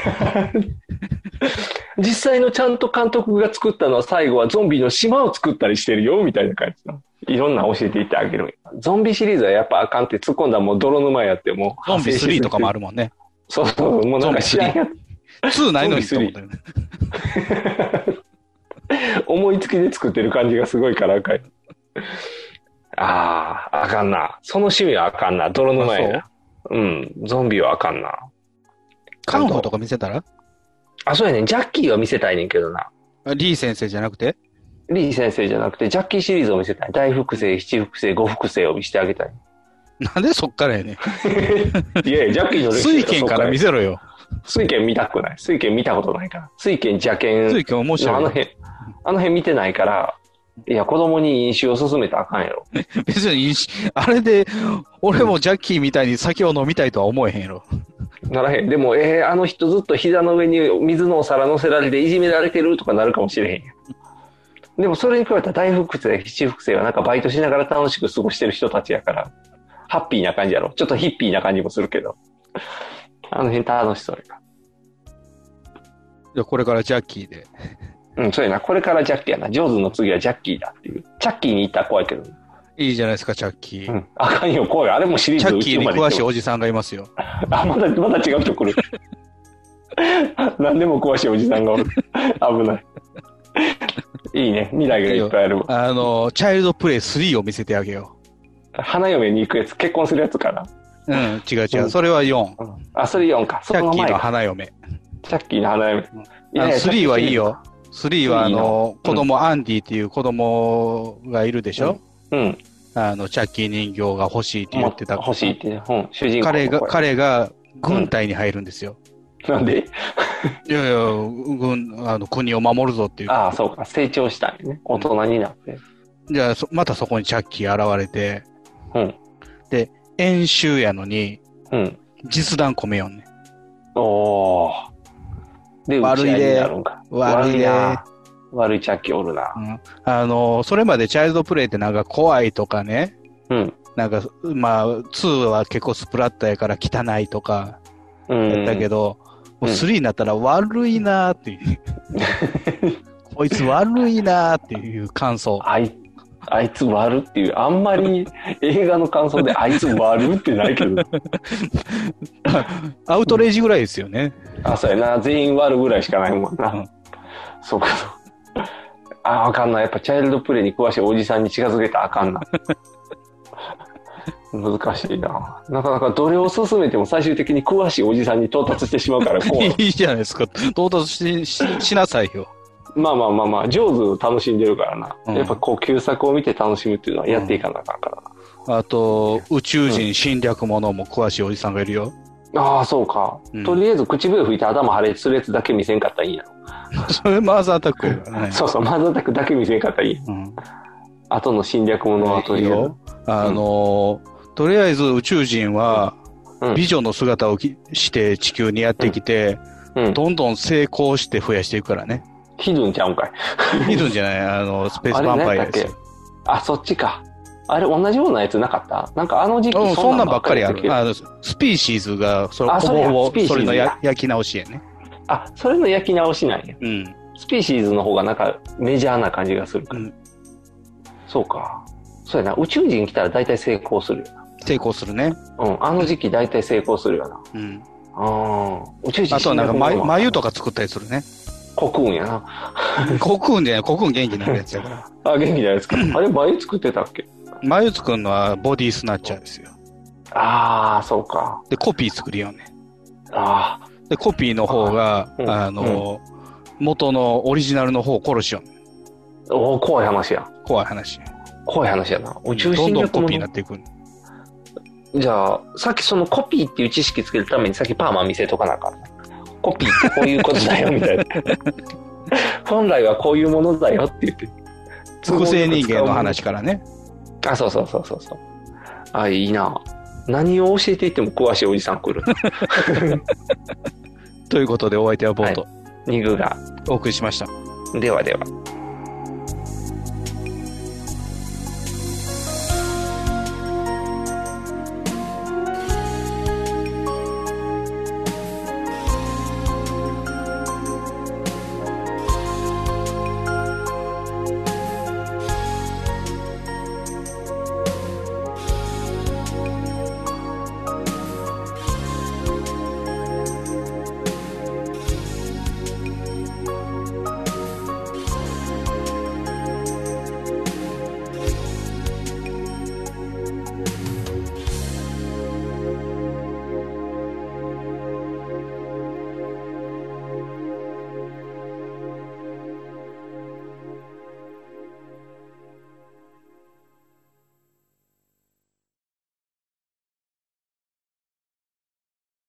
実際のちゃんと監督が作ったのは最後はゾンビの島を作ったりしてるよ、みたいな感じの。いろんな教えていってあげる。ゾンビシリーズはやっぱあかんって突っ込んだらもう泥沼やってもう。 ゾンビスリーとかもあるもんね。 そうそう、もうなんか知らんやつ。ツーないのにと思ったよね。 思いつきで作ってる感じがすごいからあかん。ああ、あかんな。その趣味はあかんな。泥沼やな。うん、ゾンビはあかんな。 カンフーとか見せたら？ あ、そうやね。ジャッキーは見せたいねんけどな。 リー先生じゃなくて？ リー先生じゃなくて、ジャッキーシリーズを見せたい。大複製、七複製、五複製を見せてあげたい。 なんでそっからやねん。いやいや、ジャッキーの歴史。 水拳から見せろよ。 水拳見たくない。水拳見たことないから。水拳、邪剣。 水拳面白い。 あの辺、あの辺見てないから、いや、子供に飲酒を勧めたらあかんやろ。 別に飲酒、あれで、俺もジャッキーみたいに酒を飲みたいとは思えへんやろ。 ならへん。でも、えー、あの人ずっと膝の上に水のお皿乗せられていじめられてるとかなるかもしれへん。でも、それに比べたら大複製、七複製はなんかバイトしながら楽しく過ごしてる人たちやから、ハッピーな感じやろ。ちょっとヒッピーな感じもするけど。あの辺楽しそうやから。 じゃあこれからジャッキーで。 うん、そうやな。これからジャッキーやな。ジョーズの次はジャッキーだっていう。チャッキーに行ったら怖いけど。 いいじゃないですか、チャッキー。 うん。あかんよ、怖い。あれもシリーズチャッキーに詳しいおじさんがいますよ。 あ、まだ、まだ違う人来る。何でも詳しいおじさんがおる。危ない。いいね。未来がいっぱいある。 あの、チャイルドプレイスリーを見せてあげよう。花嫁に行くやつ、結婚するやつかな。 うん、違う違う。うん、それはよん。 あ、それよんか。 チャッキーの花嫁。 チャッキーの花嫁。 いやいやスリーはいいよ。スリーはあの、子供アンディっていう子供がいるでしょ。 うん。 あの、チャッキー人形が欲しいって言ってた。 欲しいってね。うん。主人公。 彼が、彼が軍隊に入るんですよ。 なんでいやいや、軍、あの、国を守るぞっていう。 ああ、そうか。成長したいね。大人になって。 じゃあ、またそこにチャッキー現れて。 うん。 で、演習やのに、 うん。 実弾込めよんね。 おー。で、 悪いで。 悪いで。悪いチャッキーおるな。 うん。あの、それまでチャイルドプレイってなんか怖いとかね。 うん。 なんか、まあ、ツーは結構スプラッターやから汚いとか、やったけど、もうスリーになったら悪いなーっていう。こいつ悪いなーっていう感想。 あい、あいつ悪っていう、あんまり映画の感想であいつ悪ってないけど。 アウトレイジぐらいですよね。 あ、そうやな。全員悪ぐらいしかないもんな。うん、そうか。あ、あかんな。やっぱチャイルドプレイに詳しいおじさんに近づけたらあかんな。難しいな。なかなかどれを進めても最終的に詳しいおじさんに到達してしまうから怖い。 いいじゃないですか。到達し、し、しなさいよ。 まあまあまあまあ、上手を楽しんでるからな。うん、やっぱこう、旧作を見て楽しむっていうのはやっていかなあかんからな。 うん、あと、宇宙人侵略者も詳しいおじさんがいるよ。 ああ、そうか。うん、とりあえず口笛吹いて頭破裂するやつだけ見せんかったらいいやろ。 それマーズアタックやからね。 そうそう、マーズアタックだけ見せんかったらいい。うん、後の侵略者はとりあえず。 あのー、とりあえず宇宙人は、美女の姿をして地球にやってきて、うんうん、どんどん成功して増やしていくからね。 ヒドゥンちゃうんかい。 ヒドゥンじゃない、あの、スペースヴァンパイアですよ。 あ、そっちか。あれ、同じようなやつなかったなんかあの時期そんなんばっかりある。あのスピーシーズが、それほぼほぼ、それのや焼き直しやね。 あ、それの焼き直しなんや。 うん。 スピーシーズの方がなんかメジャーな感じがするから。うん、そうか。そうやな。宇宙人来たら大体成功するよな。 成功するね。 うん。あの時期大体成功するよな。 うん。 ああ。宇宙人あとなんか眉、眉とか作ったりするね。 コクーンやな。 コクーンじゃない、コクーン元気になるやつやから。 あ、元気じゃないですか。あれ、眉作ってたっけ？ 眉作るのはボディスナッチャーですよ。 ああ、そうか。 で、コピー作るよね。 ああ。 で、コピーの方が、あ,、うん、あの、うん、元のオリジナルの方を殺しよね。 おお、怖い話や。 怖い話。 怖い話やな。宇宙侵略どんどんコピーになっていく。 じゃあ、さっきそのコピーっていう知識つけるためにさっきパーマ見せとかなあかん。コピーってこういうことだよみたいな。本来はこういうものだよって言って。 複製人間の話からね。 あ、そうそうそうそうそう。あ、いいな。何を教えていっても詳しいおじさん来る。 ということでお相手はボート。 はい、ニグがお送りしました。 ではでは。